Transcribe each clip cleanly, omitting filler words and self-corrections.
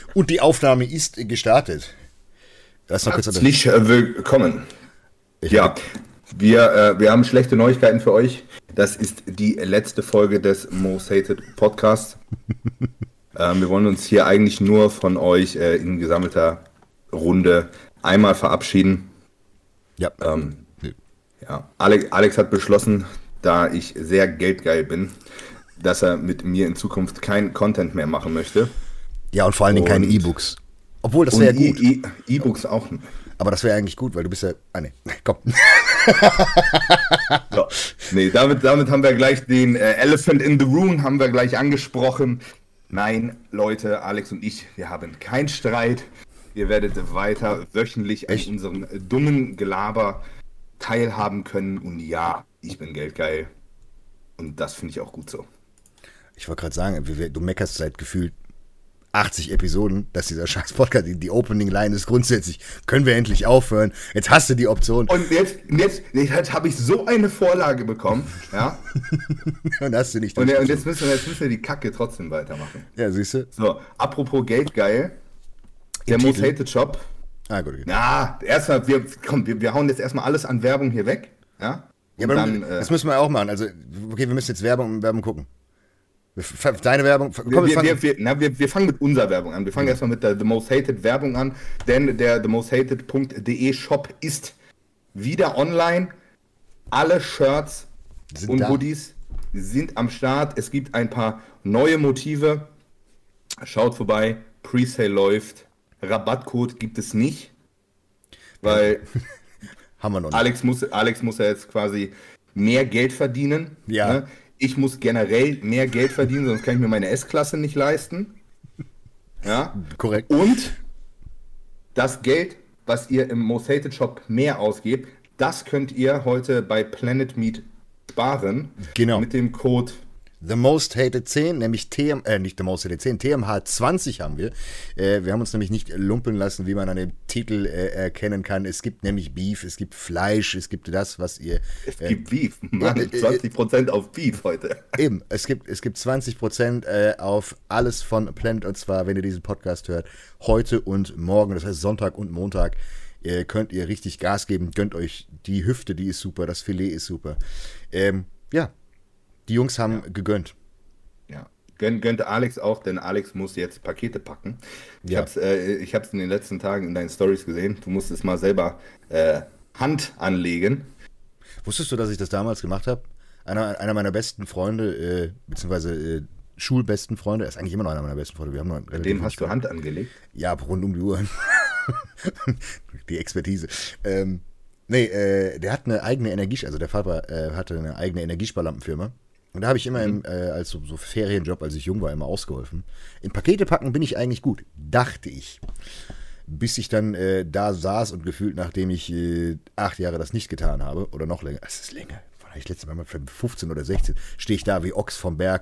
Und die Aufnahme ist gestartet. Herzlich willkommen. Ja, wir haben schlechte Neuigkeiten für euch. Das ist die letzte Folge des Most Hated Podcasts. Wir wollen uns hier eigentlich nur von euch in gesammelter Runde einmal verabschieden. Ja. Ja. Alex hat beschlossen, da ich sehr geldgeil bin, dass er mit mir in Zukunft kein Content mehr machen möchte. Ja, und vor allen Dingen keine E-Books. Obwohl, das wäre ja gut. E-Books auch. Aber das wäre eigentlich gut, weil du bist ja... Ah, nee, komm. So. Nee, damit haben wir gleich den Elephant in the Room haben wir gleich angesprochen. Nein, Leute, Alex und ich, wir haben keinen Streit. Ihr werdet weiter wöchentlich an unserem dummen Gelaber teilhaben können. Und ja, ich bin geldgeil. Und das finde ich auch gut so. Ich wollte gerade sagen, du meckerst seit gefühlt 80 Episoden, dass dieser scheiß Podcast, die Opening-Line ist grundsätzlich, können wir endlich aufhören, jetzt hast du die Option. Und jetzt habe ich so eine Vorlage bekommen, ja. Und hast du nicht. Und jetzt müssen wir die Kacke trotzdem weitermachen. Ja, siehst du. So, apropos geldgeil, der Most Hated Shop. Ah, gut. Na, erstmal, wir hauen jetzt erstmal alles an Werbung hier weg, ja. Ja, aber dann, das müssen wir auch machen, also, okay, wir müssen jetzt Werbung gucken. Deine Werbung. Wir fangen mit unserer Werbung an. Wir fangen erstmal mit der The Most Hated Werbung an, denn der themosthated.de Shop ist wieder online. Alle Shirts und Hoodies sind am Start. Es gibt ein paar neue Motive. Schaut vorbei. Presale läuft. Rabattcode gibt es nicht, weil haben wir noch nicht. Alex muss ja jetzt quasi mehr Geld verdienen. Ja. Ne? Ich muss generell mehr Geld verdienen, sonst kann ich mir meine S-Klasse nicht leisten. Ja, korrekt. Und das Geld, was ihr im Most Hated Shop mehr ausgebt, das könnt ihr heute bei Planet Meat sparen. Genau. Mit dem Code The Most Hated 10, nämlich nicht The Most Hated 10, TMH 20 haben wir. Wir haben uns nämlich nicht lumpen lassen, wie man an dem Titel erkennen kann. Es gibt nämlich Beef, es gibt Fleisch, es gibt das, was ihr... Es gibt Beef, Mann, 20% auf Beef heute. Eben, es gibt 20% auf alles von Planet, und zwar, wenn ihr diesen Podcast hört, heute und morgen, das heißt Sonntag und Montag, könnt ihr richtig Gas geben, gönnt euch die Hüfte, die ist super, das Filet ist super. Ja. Die Jungs haben gegönnt. Ja, gönnt Alex auch, denn Alex muss jetzt Pakete packen. Ich hab's in den letzten Tagen in deinen Stories gesehen. Du musst es mal selber Hand anlegen. Wusstest du, dass ich das damals gemacht habe? Einer meiner besten Freunde, beziehungsweise schulbesten Freunde, ist eigentlich immer noch einer meiner besten Freunde. Wir haben noch Bei dem hast du Hand angelegt? Ja, rund um die Uhr. Die Expertise. Der hat eine eigene also der Vater hatte eine eigene Energiesparlampenfirma. Und da habe ich immer als so Ferienjob, als ich jung war, immer ausgeholfen. In Pakete packen bin ich eigentlich gut, dachte ich. Bis ich dann da saß und gefühlt, nachdem ich 8 Jahre das nicht getan habe, oder noch länger, es ist länger, war ich letztes Mal 15 oder 16, stehe ich da wie Ochs vom Berg.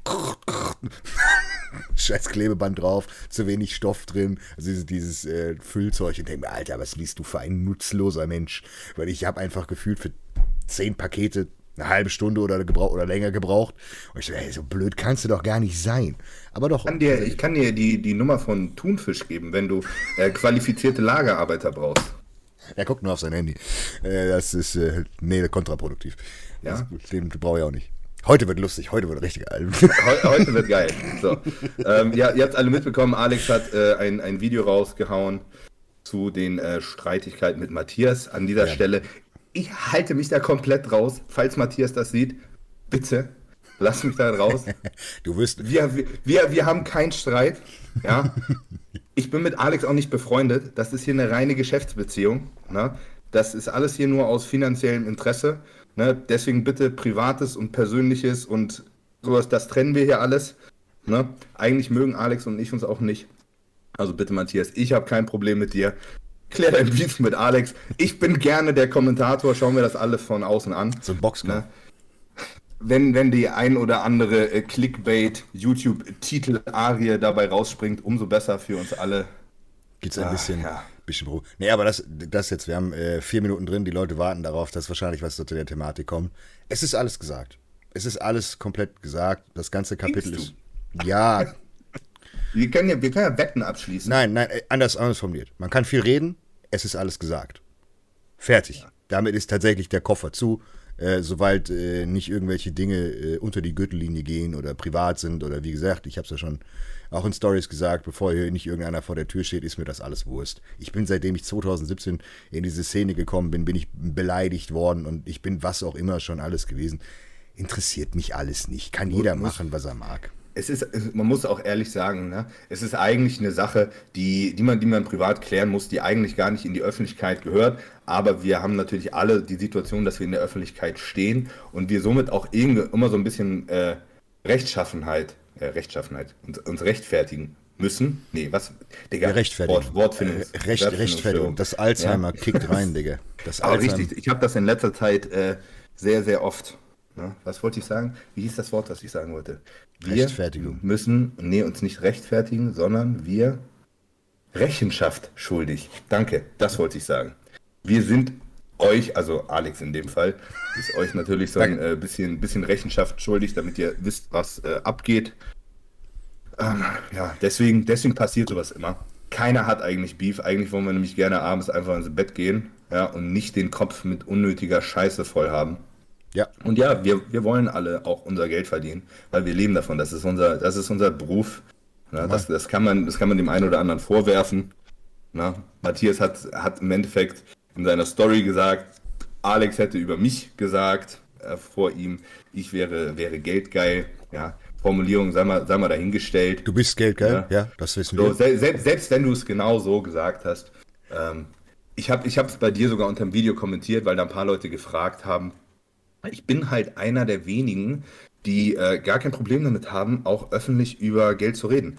Scheiß Klebeband drauf, zu wenig Stoff drin, also dieses Füllzeug, und denke mir, Alter, was bist du für ein nutzloser Mensch? Weil ich habe einfach gefühlt für 10 Pakete eine halbe Stunde oder länger gebraucht. Und ich so, ey, so blöd kannst du doch gar nicht sein. Aber doch. Ich kann dir die Nummer von Thunfisch geben, wenn du qualifizierte Lagerarbeiter brauchst. Er guckt nur auf sein Handy. Das ist, kontraproduktiv. Ja? Den brauche ich auch nicht. Heute wird lustig, heute wird richtig geil. Heute wird geil. So. Ja, ihr habt alle mitbekommen, Alex hat ein Video rausgehauen zu den Streitigkeiten mit Matthias. An dieser Stelle, ich halte mich da komplett raus. Falls Matthias das sieht, bitte, lass mich da raus. Du wirst... Wir haben keinen Streit. Ja? Ich bin mit Alex auch nicht befreundet. Das ist hier eine reine Geschäftsbeziehung. Ne? Das ist alles hier nur aus finanziellem Interesse. Ne? Deswegen bitte Privates und Persönliches und sowas, das trennen wir hier alles. Ne? Eigentlich mögen Alex und ich uns auch nicht. Also bitte, Matthias, ich habe kein Problem mit dir. Klär dein Beef mit Alex. Ich bin gerne der Kommentator. Schauen wir das alles von außen an. So ein Boxkampf. Ne? Wenn die ein oder andere Clickbait-YouTube-Titel-Arie dabei rausspringt, umso besser für uns alle. Gibt's ein bisschen Ruhe. Nee, aber das jetzt, wir haben 4 Minuten drin, die Leute warten darauf, dass wahrscheinlich was zu der Thematik kommt. Es ist alles gesagt. Es ist alles komplett gesagt. Das ganze Kapitel ist... Ja, Wir können ja Wetten abschließen. Nein, anders formuliert. Man kann viel reden, es ist alles gesagt. Fertig. Ja. Damit ist tatsächlich der Koffer zu, sobald nicht irgendwelche Dinge unter die Gürtellinie gehen oder privat sind oder wie gesagt, ich habe es ja schon auch in Stories gesagt, bevor hier nicht irgendeiner vor der Tür steht, ist mir das alles Wurst. Ich bin, seitdem ich 2017 in diese Szene gekommen bin ich beleidigt worden und ich bin was auch immer schon alles gewesen. Interessiert mich alles nicht. Kann jeder machen, was er mag. Man muss auch ehrlich sagen, ne? Es ist eigentlich eine Sache, die man privat klären muss, die eigentlich gar nicht in die Öffentlichkeit gehört. Aber wir haben natürlich alle die Situation, dass wir in der Öffentlichkeit stehen und wir somit auch immer so ein bisschen Rechtschaffenheit uns rechtfertigen müssen. Nee, was? Digga, Rechtfertigung. Das Alzheimer kickt rein, Digga. Das Alzheimer. Richtig, ich habe das in letzter Zeit sehr, sehr oft. Ne? Was wollte ich sagen? Wie hieß das Wort, was ich sagen wollte? Wir müssen uns nicht rechtfertigen, sondern wir Rechenschaft schuldig. Danke, das wollte ich sagen. Wir sind euch, also Alex in dem Fall, ist euch natürlich so ein bisschen Rechenschaft schuldig, damit ihr wisst, was abgeht. Deswegen passiert sowas immer. Keiner hat eigentlich Beef. Eigentlich wollen wir nämlich gerne abends einfach ins Bett gehen, ja, und nicht den Kopf mit unnötiger Scheiße voll haben. Ja. Und ja, wir wollen alle auch unser Geld verdienen, weil wir leben davon. Das ist unser Beruf. Ja, das kann man dem einen oder anderen vorwerfen. Na, Matthias hat im Endeffekt in seiner Story gesagt, Alex hätte über mich gesagt, vor ihm, ich wäre geldgeil. Ja, Formulierung sei mal dahingestellt. Du bist geldgeil, ja, das wissen wir. Selbst wenn du es genau so gesagt hast. Ich habe es bei dir sogar unter dem Video kommentiert, weil da ein paar Leute gefragt haben. Ich bin halt einer der wenigen, die gar kein Problem damit haben, auch öffentlich über Geld zu reden.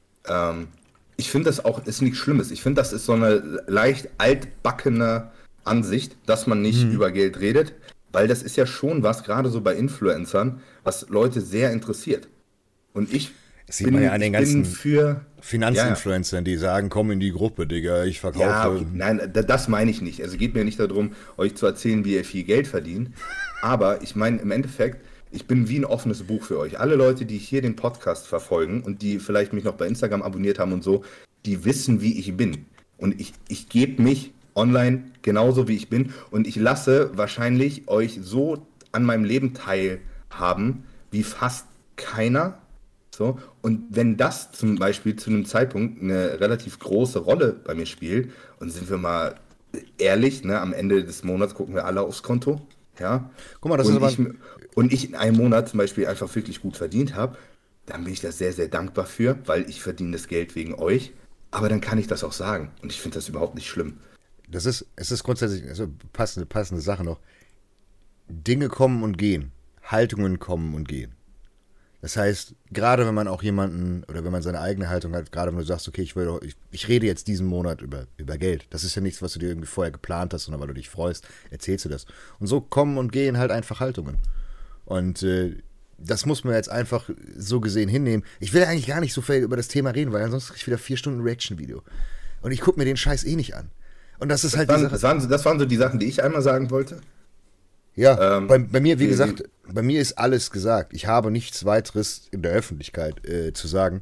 Ich finde das auch, ist nichts Schlimmes. Ich finde, das ist so eine leicht altbackene Ansicht, dass man nicht über Geld redet, weil das ist ja schon was, gerade so bei Influencern, was Leute sehr interessiert. Und ich sieht man ja an den ganzen Finanzinfluencern, die sagen, komm in die Gruppe, Digga, ich verkaufe. Ja, okay. Nein, das meine ich nicht. Also geht mir nicht darum, euch zu erzählen, wie ihr viel Geld verdient. Aber ich meine, im Endeffekt, ich bin wie ein offenes Buch für euch. Alle Leute, die hier den Podcast verfolgen und die vielleicht mich noch bei Instagram abonniert haben und so, die wissen, wie ich bin. Und ich gebe mich online genauso, wie ich bin. Und ich lasse wahrscheinlich euch so an meinem Leben teilhaben, wie fast keiner. So, und wenn das zum Beispiel zu einem Zeitpunkt eine relativ große Rolle bei mir spielt, und sind wir mal ehrlich, ne, am Ende des Monats gucken wir alle aufs Konto, ja. Guck mal, und ich in einem Monat zum Beispiel einfach wirklich gut verdient habe, dann bin ich da sehr, sehr dankbar für, weil ich verdiene das Geld wegen euch, aber dann kann ich das auch sagen und ich finde das überhaupt nicht schlimm. Es ist grundsätzlich passende Sache noch. Dinge kommen und gehen, Haltungen kommen und gehen. Das heißt, gerade wenn man auch jemanden oder wenn man seine eigene Haltung hat, gerade wenn du sagst, okay, ich rede jetzt diesen Monat über Geld. Das ist ja nichts, was du dir irgendwie vorher geplant hast, sondern weil du dich freust, erzählst du das. Und so kommen und gehen halt einfach Haltungen. Und das muss man jetzt einfach so gesehen hinnehmen. Ich will eigentlich gar nicht so viel über das Thema reden, weil ansonsten kriege ich wieder 4 Stunden Reaction-Video. Und ich gucke mir den Scheiß eh nicht an. Und das ist halt die Sache. Das waren so die Sachen, die ich einmal sagen wollte. Ja, bei mir, wie gesagt, bei mir ist alles gesagt. Ich habe nichts weiteres in der Öffentlichkeit zu sagen,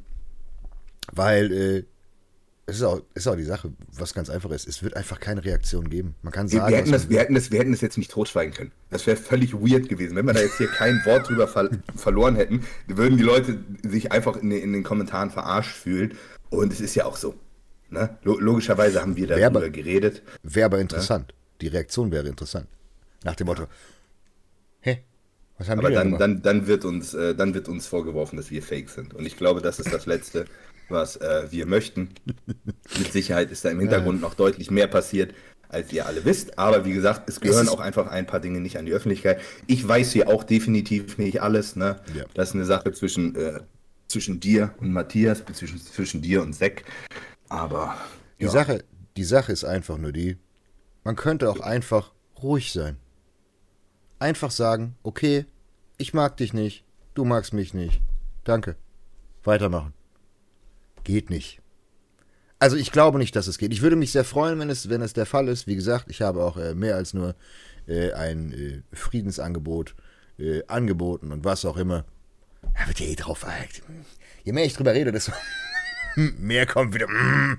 weil es ist auch die Sache, was ganz einfach ist. Es wird einfach keine Reaktion geben. Man kann sagen, wir hätten es jetzt nicht totschweigen können. Das wäre völlig weird gewesen. Wenn wir da jetzt hier kein Wort drüber verloren hätten, würden die Leute sich einfach in den Kommentaren verarscht fühlen. Und es ist ja auch so. Ne? Logischerweise haben wir darüber geredet. Wäre aber interessant. Ja? Die Reaktion wäre interessant. Nach dem Motto, was haben wir denn dann wird uns vorgeworfen, dass wir fake sind. Und ich glaube, das ist das Letzte, was wir möchten. Mit Sicherheit ist da im Hintergrund noch deutlich mehr passiert, als ihr alle wisst. Aber wie gesagt, es gehören auch einfach ein paar Dinge nicht an die Öffentlichkeit. Ich weiß hier auch definitiv nicht alles. Ne? Ja. Das ist eine Sache zwischen dir und Matthias, zwischen dir und Zack. Aber die Sache ist einfach nur die, man könnte auch einfach ruhig sein. Einfach sagen, okay, ich mag dich nicht, du magst mich nicht. Danke. Weitermachen. Geht nicht. Also ich glaube nicht, dass es geht. Ich würde mich sehr freuen, wenn es der Fall ist. Wie gesagt, ich habe auch mehr als nur ein Friedensangebot angeboten und was auch immer. Da wird ja eh drauf. Je mehr ich drüber rede, desto mehr kommt wieder,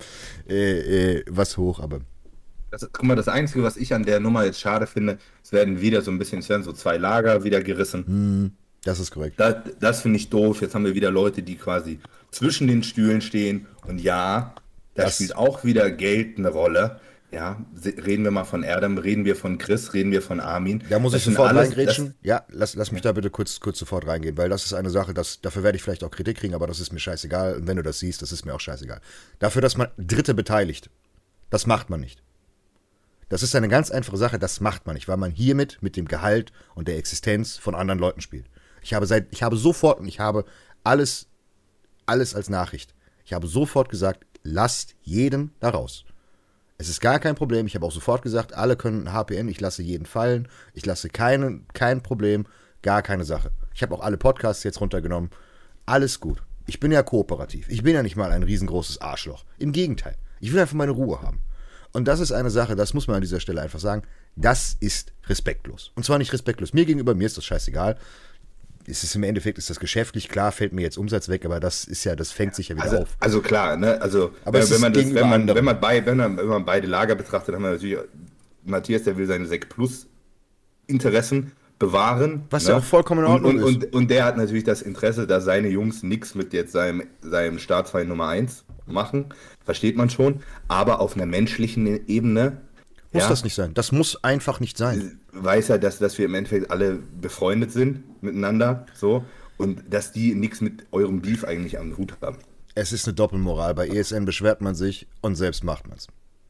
was hoch, aber. Guck mal, das Einzige, was ich an der Nummer jetzt schade finde, es werden so zwei Lager wieder gerissen. Das ist korrekt. Das finde ich doof. Jetzt haben wir wieder Leute, die quasi zwischen den Stühlen stehen. Und ja, da spielt auch wieder Geld eine Rolle. Ja, reden wir mal von Erdem, reden wir von Chris, reden wir von Armin. Da muss ich sofort reingrätschen. Ja, lass mich da bitte kurz sofort reingehen, weil das ist eine Sache, dafür werde ich vielleicht auch Kritik kriegen, aber das ist mir scheißegal. Und wenn du das siehst, das ist mir auch scheißegal. Dafür, dass man Dritte beteiligt, das macht man nicht. Das ist eine ganz einfache Sache, das macht man nicht, weil man hiermit mit dem Gehalt und der Existenz von anderen Leuten spielt. Ich habe sofort, und ich habe alles als Nachricht, ich habe sofort gesagt, lasst jeden da raus. Es ist gar kein Problem, ich habe auch sofort gesagt, alle können HPN, ich lasse jeden fallen, ich lasse kein Problem, gar keine Sache. Ich habe auch alle Podcasts jetzt runtergenommen, alles gut. Ich bin ja kooperativ, ich bin ja nicht mal ein riesengroßes Arschloch. Im Gegenteil, ich will einfach meine Ruhe haben. Und das ist eine Sache, das muss man an dieser Stelle einfach sagen, das ist respektlos. Und zwar nicht respektlos mir gegenüber, mir ist das scheißegal. Im Endeffekt ist das geschäftlich, klar fällt mir jetzt Umsatz weg, aber das fängt sich ja wieder auf. Also klar, ne? Also aber wenn man beide Lager betrachtet, haben wir natürlich Matthias, der will seine Sek Plus Interessen bewahren. Was ja auch vollkommen in Ordnung ist. Und der hat natürlich das Interesse, dass seine Jungs nichts mit jetzt seinem Staatsfeind Nummer 1 machen. Versteht man schon. Aber auf einer menschlichen Ebene muss das nicht sein. Das muss einfach nicht sein. Weiß er, dass wir im Endeffekt alle befreundet sind miteinander. So. Und dass die nichts mit eurem Beef eigentlich am Hut haben. Es ist eine Doppelmoral. Bei ESN beschwert man sich und selbst macht man es.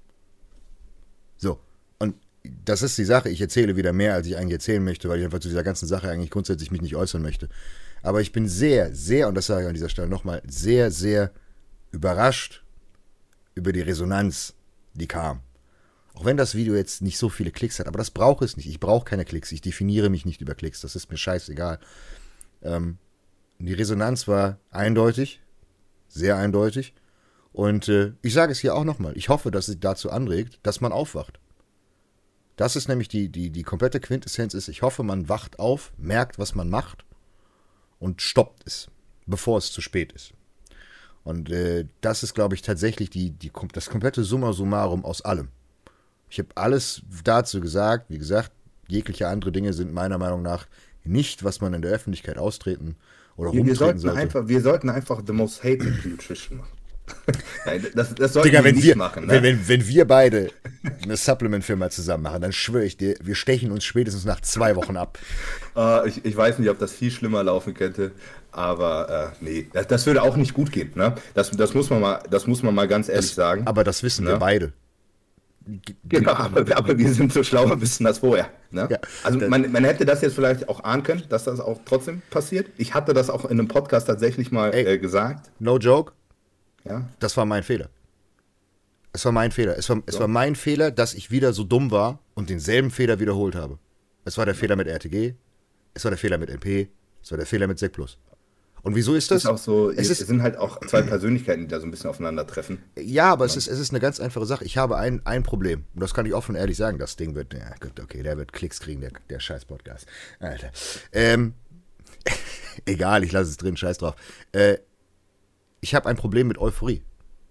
So. Und das ist die Sache. Ich erzähle wieder mehr, als ich eigentlich erzählen möchte, weil ich einfach zu dieser ganzen Sache eigentlich grundsätzlich mich nicht äußern möchte. Aber ich bin sehr, sehr, und das sage ich an dieser Stelle nochmal, sehr, sehr überrascht über die Resonanz, die kam. Auch wenn das Video jetzt nicht so viele Klicks hat, aber das brauche es nicht. Ich brauche keine Klicks. Ich definiere mich nicht über Klicks. Das ist mir scheißegal. Die Resonanz war eindeutig, sehr eindeutig. Und ich sage es hier auch nochmal. Ich hoffe, dass es dazu anregt, dass man aufwacht. Das ist nämlich die komplette Quintessenz ist, ich hoffe, man wacht auf, merkt, was man macht und stoppt es, bevor es zu spät ist. Und das ist, glaube ich, tatsächlich das komplette Summa summarum aus allem. Ich habe alles dazu gesagt. Wie gesagt, jegliche andere Dinge sind meiner Meinung nach nicht, was man in der Öffentlichkeit austreten oder rumtreten sollte. Wir sollten einfach the most hated nutrition machen. Nein, das sollten wir nicht machen. Ne? Wenn wir beide eine Supplement-Firma zusammen machen, dann schwöre ich dir, wir stechen uns spätestens nach 2 Wochen ab. Ich weiß nicht, ob das viel schlimmer laufen könnte, aber nee, das würde auch nicht gut gehen. Ne? Das muss man mal ganz ehrlich sagen. Aber das wissen wir beide. Genau, aber wir sind so schlau und wissen das vorher. Ne? Ja, also man hätte das jetzt vielleicht auch ahnen können, dass das auch trotzdem passiert. Ich hatte das auch in einem Podcast tatsächlich mal gesagt. No joke. Ja. Das war mein Fehler. Es war mein Fehler. Es war mein Fehler, dass ich wieder so dumm war und denselben Fehler wiederholt habe. Es war der Fehler mit RTG, es war der Fehler mit NP, es war der Fehler mit Sek Plus. Und wieso ist das? Ist auch so, es sind halt auch 2 Persönlichkeiten, die da so ein bisschen aufeinandertreffen. Ja, aber es ist eine ganz einfache Sache. Ich habe ein Problem. Und das kann ich offen und ehrlich sagen. Das Ding wird, ja gut, okay, der wird Klicks kriegen, der scheiß Podcast. Alter. Egal, ich lasse es drin, scheiß drauf. Ich habe ein Problem mit Euphorie.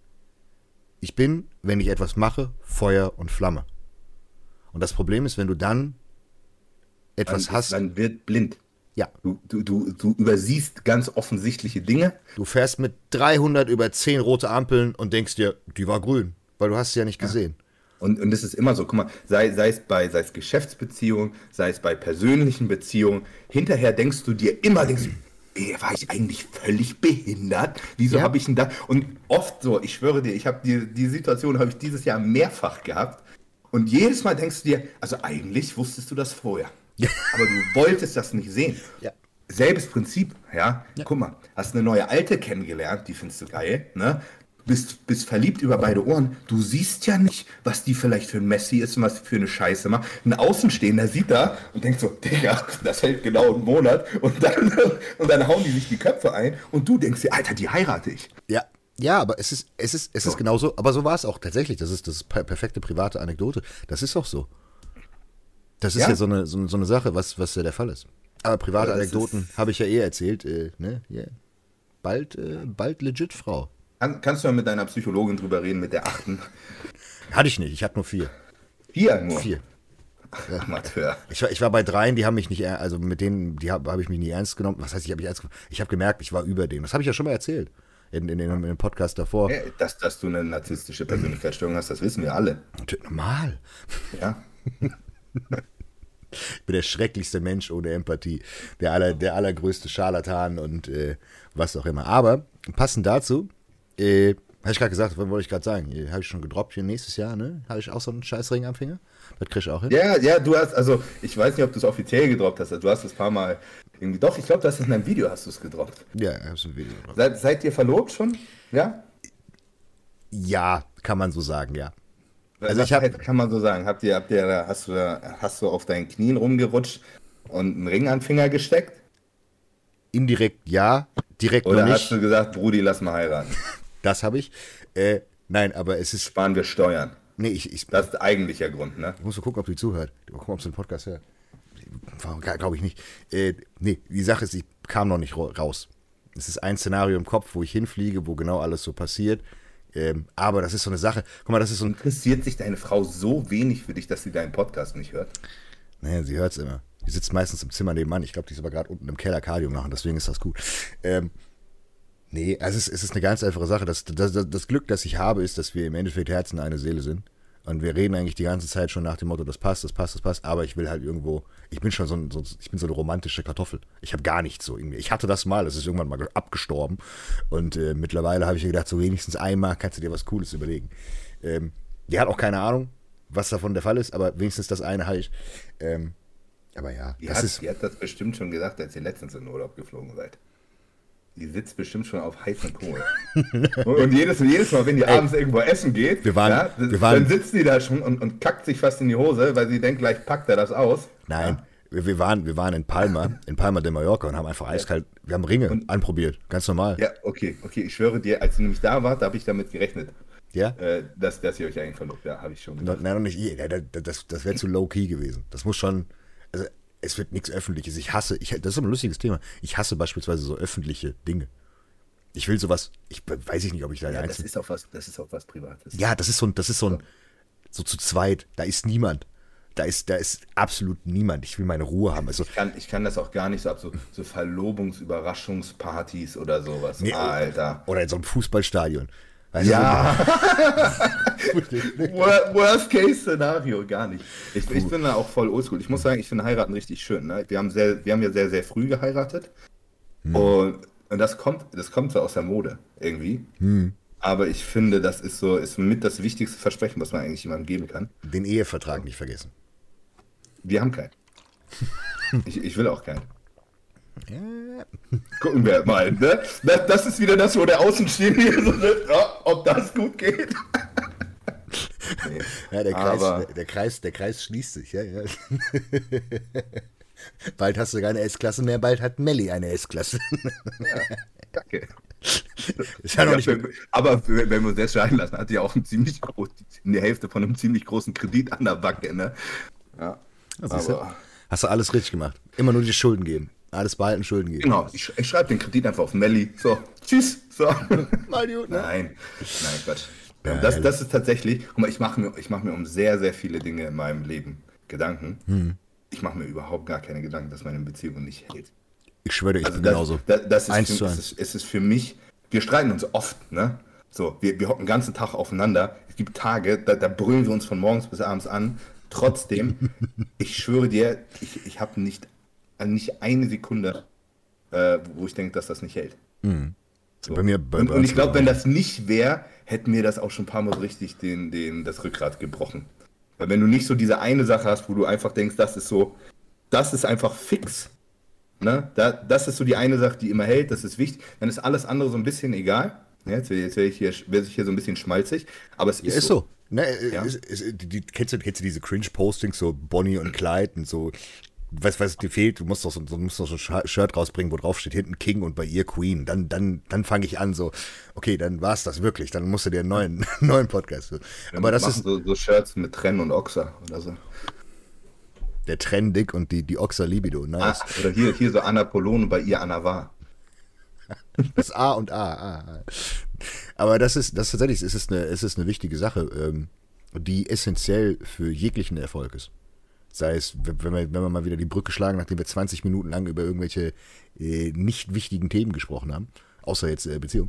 Ich bin, wenn ich etwas mache, Feuer und Flamme. Und das Problem ist, wenn du dann etwas hast. Dann wird blind. Ja. Du übersiehst ganz offensichtliche Dinge. Du fährst mit 300 über 10 rote Ampeln und denkst dir, die war grün, weil du hast sie ja nicht gesehen. Und das ist immer so, guck mal, sei es Geschäftsbeziehungen, sei es bei persönlichen Beziehungen, hinterher denkst du dir immer, war ich eigentlich völlig behindert? Wieso habe ich denn da? Und oft so, ich schwöre dir, die Situation habe ich dieses Jahr mehrfach gehabt. Und jedes Mal denkst du dir, also eigentlich wusstest du das vorher. Aber du wolltest das nicht sehen. Ja. Selbes Prinzip, ja? Guck mal, hast eine neue Alte kennengelernt, die findest du geil, ne? Bist verliebt über beide Ohren. Du siehst ja nicht, was die vielleicht für ein Messi ist und was für eine Scheiße macht. Ein Außenstehender sieht da und denkt so, Digga, das hält genau einen Monat. Und dann hauen die sich die Köpfe ein und du denkst dir, Alter, die heirate ich. Ja, aber es ist genauso, aber so war es auch tatsächlich. Das ist perfekte private Anekdote. Das ist auch so. Das ist ja so eine Sache, was ja der Fall ist. Aber private Anekdoten habe ich ja erzählt. Ne? Yeah. Bald legit Frau. Kannst du mal mit deiner Psychologin drüber reden, mit der 8. Hatte ich nicht, ich hatte nur 4. 4 nur? 4. Amateur. Ich war bei 3, die haben mich nicht, also mit denen, hab ich mich nie ernst genommen. Was heißt, ich habe mich ernst genommen? Ich habe gemerkt, ich war über denen. Das habe ich ja schon mal erzählt. In dem Podcast davor. Ja, dass du eine narzisstische Persönlichkeitsstörung hast, das wissen wir alle. Normal. Ja. Ich bin der schrecklichste Mensch ohne Empathie. Der allergrößte Scharlatan und was auch immer. Aber passend dazu, habe ich gerade gesagt, was wollte ich gerade sagen? Habe ich schon gedroppt hier nächstes Jahr, ne? Habe ich auch so einen Scheißring am Finger? Das krieg ich auch hin. Ja, du hast, also ich weiß nicht, ob du es offiziell gedroppt hast, du hast es ein paar Mal irgendwie, doch, ich glaube, du hast es in einem Video hast du es gedroppt. Ja, ich habe es im Video gedroppt. Seid ihr verlobt schon? Ja? Ja, kann man so sagen, ja. Also kann man so sagen, hast du auf deinen Knien rumgerutscht und einen Ring an den Finger gesteckt? Indirekt ja, direkt oder noch nicht. Oder hast du gesagt, Brudi, lass mal heiraten? Das habe ich. Nein, aber es ist... Sparen wir Steuern. Nee, das ist eigentlich der Grund, ne? Ich muss mal gucken, ob die zuhört. Mal gucken, ob sie den Podcast hört. Glaube ich nicht. Nee, die Sache ist, ich kam noch nicht raus. Es ist ein Szenario im Kopf, wo ich hinfliege, wo genau alles so passiert. Aber das ist so eine Sache. Guck mal, das ist so ein... Interessiert sich deine Frau so wenig für dich, dass sie deinen Podcast nicht hört? Naja, sie hört es immer. Die sitzt meistens im Zimmer nebenan. Ich glaube, die ist aber gerade unten im Keller Cardio machen, deswegen ist das gut. Nee, also es ist eine ganz einfache Sache. Das Glück, das ich habe, ist, dass wir im Endeffekt Herzen eine Seele sind. Und wir reden eigentlich die ganze Zeit schon nach dem Motto, das passt. Aber ich will halt irgendwo, ich bin schon ich bin so eine romantische Kartoffel. Ich habe gar nichts so irgendwie. Ich hatte das mal, das ist irgendwann mal abgestorben. Und mittlerweile habe ich mir gedacht, so wenigstens einmal kannst du dir was Cooles überlegen. Die hat auch keine Ahnung, was davon der Fall ist, aber wenigstens das eine halt. Aber ja, die hat das bestimmt schon gesagt, als ihr letztens in den Urlaub geflogen seid. Die sitzt bestimmt schon auf heißen Kohlen. Und jedes Mal, wenn die abends irgendwo essen geht, dann sitzt die da schon und kackt sich fast in die Hose, weil sie denkt, gleich packt er das aus. Nein, ja. wir waren in Palma de Mallorca und haben einfach eiskalt, wir haben Ringe anprobiert, ganz normal. Ja, okay, ich schwöre dir, als du nämlich da wart, da habe ich damit gerechnet. Ja? Dass ihr euch eigentlich verlobt, ja, habe ich schon gedacht. Nein, noch nicht, das wäre zu low-key gewesen. Das muss schon, also es wird nichts Öffentliches. Das ist ein lustiges Thema. Ich hasse beispielsweise so öffentliche Dinge. Ich will sowas, weiß ich nicht, ob ich da das ist auch was Privates. Ja, das ist so ein, so zu zweit, da ist niemand. Da ist absolut niemand. Ich will meine Ruhe haben. Also, ich kann das auch gar nicht so ab, so Verlobungsüberraschungspartys oder sowas. Nee, Alter. Oder in so einem Fußballstadion. Weißt ja. Worst-Case-Szenario, gar nicht. Ich bin da auch voll oldschool. Ich muss sagen, ich finde heiraten richtig schön. Ne? Wir haben ja sehr, sehr früh geheiratet. Und das kommt so aus der Mode irgendwie. Aber ich finde, das ist mit das wichtigste Versprechen, was man eigentlich jemandem geben kann. Den Ehevertrag nicht vergessen. Wir haben keinen. Ich will auch keinen. Gucken wir mal, ne? Das ist wieder das, wo der Außenstehende hier so sagt, ob das gut geht. Nee. Ja, der Kreis schließt sich, ja. Bald hast du keine S-Klasse mehr, bald hat Melli eine S-Klasse. Ja, danke. Ist ja noch nicht aber wenn wir uns jetzt scheiden lassen, hat die auch eine Hälfte von einem ziemlich großen Kredit an der Backe, ne? Ja. Hast du alles richtig gemacht. Immer nur die Schulden geben. Alles behalten, Schulden geben. Genau, ich schreibe den Kredit einfach auf Melli. So, tschüss. So. Mal gut, ne? Nein, Quatsch. Das ist tatsächlich, guck mal, ich mache mir um sehr, sehr viele Dinge in meinem Leben Gedanken. Ich mache mir überhaupt gar keine Gedanken, dass meine Beziehung nicht hält. Ich schwöre, ich bin genauso. Das ist für mich, wir streiten uns oft, ne? So, wir hocken den ganzen Tag aufeinander. Es gibt Tage, da brüllen wir uns von morgens bis abends an. Trotzdem, ich schwöre dir, ich habe nicht eine Sekunde, wo ich denke, dass das nicht hält. So. Bei mir, und ich glaube, wenn das nicht wäre, hätten wir das auch schon ein paar Mal richtig das Rückgrat gebrochen. Weil wenn du nicht so diese eine Sache hast, wo du einfach denkst, das ist einfach fix, ne? Das ist so die eine Sache, die immer hält, das ist wichtig, dann ist alles andere so ein bisschen egal. Ja, jetzt werde ich hier so ein bisschen schmalzig, aber es ist so. Ne, ja. Kennst du diese Cringe-Postings, so Bonnie und Clyde und so, was dir fehlt, du musst doch so ein Shirt rausbringen, wo drauf steht, hinten King und bei ihr Queen. Dann fange ich an, so, okay, dann war's das wirklich, dann musst du dir einen neuen Podcast hören. Aber das ist so Shirts mit Trenn und Oxa oder so. Der Trenn dick und die Oxa Libido, nice. Oder hier so Anna Polone, bei ihr Anna war. Das A und A. Aber das ist tatsächlich, es ist eine wichtige Sache, die essentiell für jeglichen Erfolg ist. Sei es, wenn wir mal wieder die Brücke schlagen, nachdem wir 20 Minuten lang über irgendwelche nicht wichtigen Themen gesprochen haben, außer jetzt Beziehung,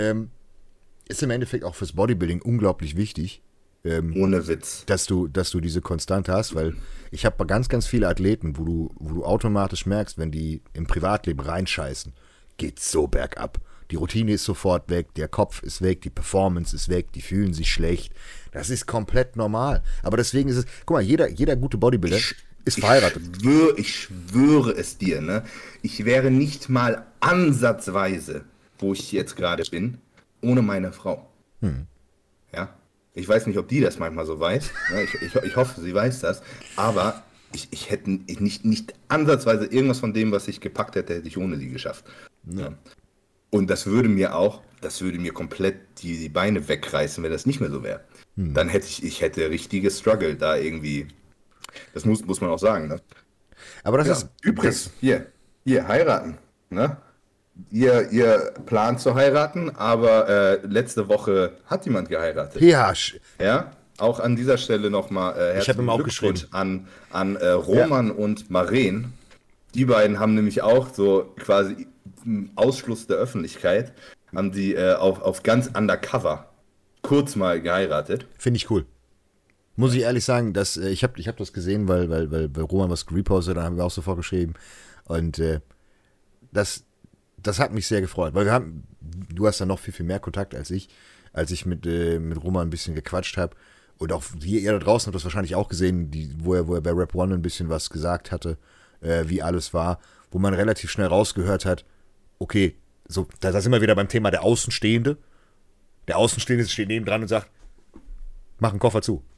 ist im Endeffekt auch fürs Bodybuilding unglaublich wichtig, Ohne Witz. dass du diese Konstante hast, weil ich habe ganz, ganz viele Athleten, wo du automatisch merkst, wenn die im Privatleben reinscheißen, geht's so bergab. Die Routine ist sofort weg, der Kopf ist weg, die Performance ist weg, die fühlen sich schlecht. Das ist komplett normal. Aber deswegen ist es, guck mal, jeder gute Bodybuilder ist verheiratet. Ich schwöre es dir, ne? Ich wäre nicht mal ansatzweise, wo ich jetzt gerade bin, ohne meine Frau. Ja? Ich weiß nicht, ob die das manchmal so weiß. Ne? Ich hoffe, sie weiß das. Aber ich hätte nicht ansatzweise irgendwas von dem, was ich gepackt hätte ich ohne sie geschafft. Ja. Und das würde mir komplett die Beine wegreißen, wenn das nicht mehr so wäre. Dann hätte richtige Struggle da irgendwie. Das muss man auch sagen, ne? Aber das Ja, ist übrigens, hier, heiraten, ne? Ihr plant zu heiraten, aber letzte Woche hat jemand geheiratet. ja, Ja, auch an dieser Stelle nochmal Ich hab ihm auch geschrieben. an Roman und Maren. Die beiden haben nämlich auch so quasi im Ausschluss der Öffentlichkeit, haben die auf ganz undercover kurz mal geheiratet. finde ich cool. Muss ich ehrlich sagen, dass ich hab das gesehen, weil Roman was repostet, dann haben wir auch sofort geschrieben. Und das hat mich sehr gefreut, weil du hast da noch viel, viel mehr Kontakt als ich mit Roman ein bisschen gequatscht habe. Und auch ihr da draußen habt das wahrscheinlich auch gesehen, wo er bei Rap One ein bisschen was gesagt hatte, wie alles war, wo man relativ schnell rausgehört hat, okay, so, da sind wir wieder beim Thema der Außenstehende. Der Außenstehende steht nebendran und sagt, mach einen Koffer zu.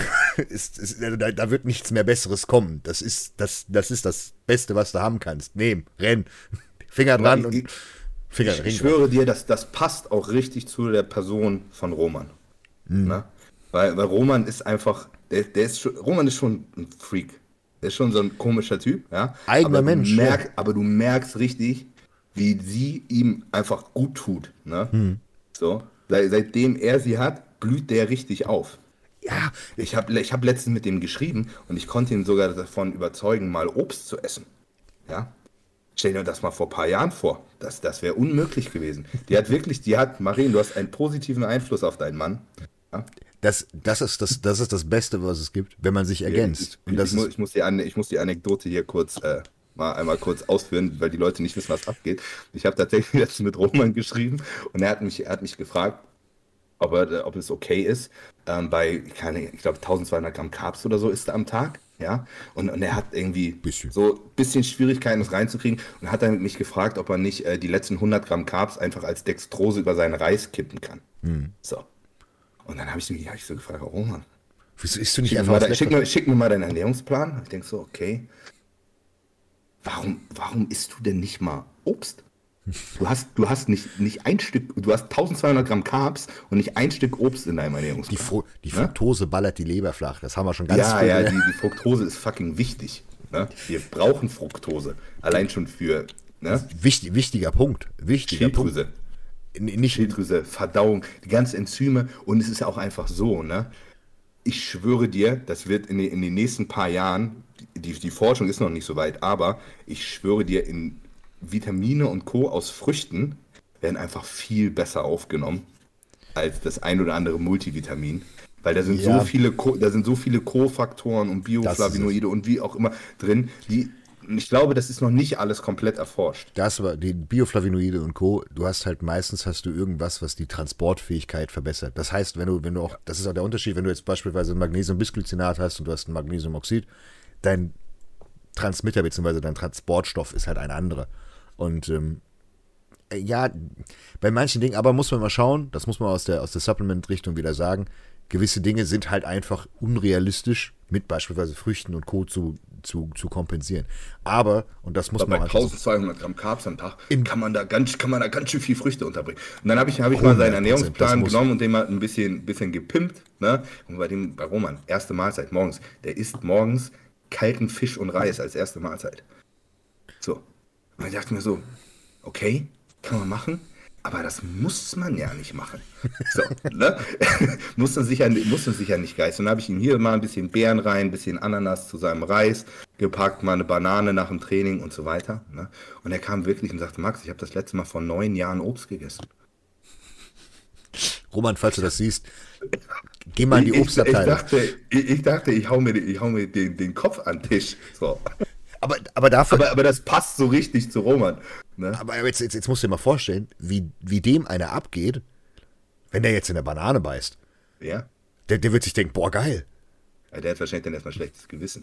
Da wird nichts mehr Besseres kommen. Das ist das Beste, was du haben kannst. Nehm, renn, Finger dran und Finger ring. Ich schwöre dir, das passt auch richtig zu der Person von Roman. Ne? Weil Roman ist einfach, Roman ist schon ein Freak. Der ist schon so ein komischer Typ, ja. Eigener Mensch. Aber du merkst richtig, wie sie ihm einfach gut tut. Ne? So, seitdem er sie hat, blüht der richtig auf. Ja, Ich hab letztens mit dem geschrieben und ich konnte ihn sogar davon überzeugen, mal Obst zu essen. Ja? Stell dir das mal vor ein paar Jahren vor. Das wäre unmöglich gewesen. Maren, du hast einen positiven Einfluss auf deinen Mann. Ja? das ist das Beste, was es gibt, wenn man sich ergänzt. Ich muss die Anekdote hier einmal kurz ausführen, weil die Leute nicht wissen, was abgeht. Ich habe tatsächlich letztens mit Roman geschrieben und er hat mich gefragt, ob es okay ist, ich glaube 1200 Gramm Carbs oder so ist er am Tag, ja, und er hat irgendwie so ein bisschen Schwierigkeiten, das reinzukriegen und hat dann mich gefragt, ob er nicht die letzten 100 Gramm Carbs einfach als Dextrose über seinen Reis kippen kann. So. Und dann habe ich so gefragt, oh Mann, Wieso isst du nicht einfach schick mir mal deinen Ernährungsplan. Ich denke so, okay, warum isst du denn nicht mal Obst? Du hast nicht ein Stück, du hast 1200 Gramm Carbs und nicht ein Stück Obst in deinem Ernährungsplan. Die Fructose ballert die Leber flach, das haben wir schon ganz früh. Ja, die Fructose ist fucking wichtig. Ne? Wir brauchen Fructose, allein schon für Wichtiger Punkt. Schilddrüse. Schilddrüse, Verdauung, die ganzen Enzyme und es ist ja auch einfach so, ne? Ich schwöre dir, das wird in den nächsten paar Jahren, die Forschung ist noch nicht so weit, aber ich schwöre dir, in Vitamine und Co. aus Früchten werden einfach viel besser aufgenommen als das ein oder andere Multivitamin, weil da sind so viele Co-Faktoren und Bioflavonoide und wie auch immer drin, ich glaube, das ist noch nicht alles komplett erforscht. Das war die Bioflavonoide und Co. Meistens hast du irgendwas, was die Transportfähigkeit verbessert. Das heißt, wenn du auch, das ist auch der Unterschied, wenn du jetzt beispielsweise Magnesium-Bisglycinat hast und du hast ein Magnesiumoxid, dein Transmitter bzw. dein Transportstoff ist halt ein anderer. Und bei manchen Dingen, aber muss man mal schauen, das muss man aus der Supplement-Richtung wieder sagen, gewisse Dinge sind halt einfach unrealistisch mit beispielsweise Früchten und Co. zu kompensieren. Aber, und das muss man bei 1200 Gramm Carbs am Tag kann man da ganz schön viel Früchte unterbringen. Und dann habe ich mal seinen Ernährungsplan genommen und den mal ein bisschen gepimpt. Ne? Und bei Roman, erste Mahlzeit morgens, der isst morgens kalten Fisch und Reis als erste Mahlzeit. So. Und ich dachte mir so, okay, kann man machen, aber das muss man ja nicht machen. So, ne? Muss man sich ja nicht geißeln. Dann habe ich ihm hier mal ein bisschen Beeren rein, ein bisschen Ananas zu seinem Reis gepackt, mal eine Banane nach dem Training und so weiter. Ne? Und er kam wirklich und sagte, Max, ich habe das letzte Mal vor 9 Jahren Obst gegessen. Roman, falls du das siehst, geh mal in die Obstabteilung. Ich dachte, ich hau mir den Kopf an den Tisch. So. Aber dafür. Aber das passt so richtig zu Roman. Ne? Aber jetzt musst du dir mal vorstellen, wie dem einer abgeht, wenn der jetzt in der Banane beißt. Ja. Der wird sich denken, boah, geil. Ja, der hat wahrscheinlich dann erstmal schlechtes Gewissen.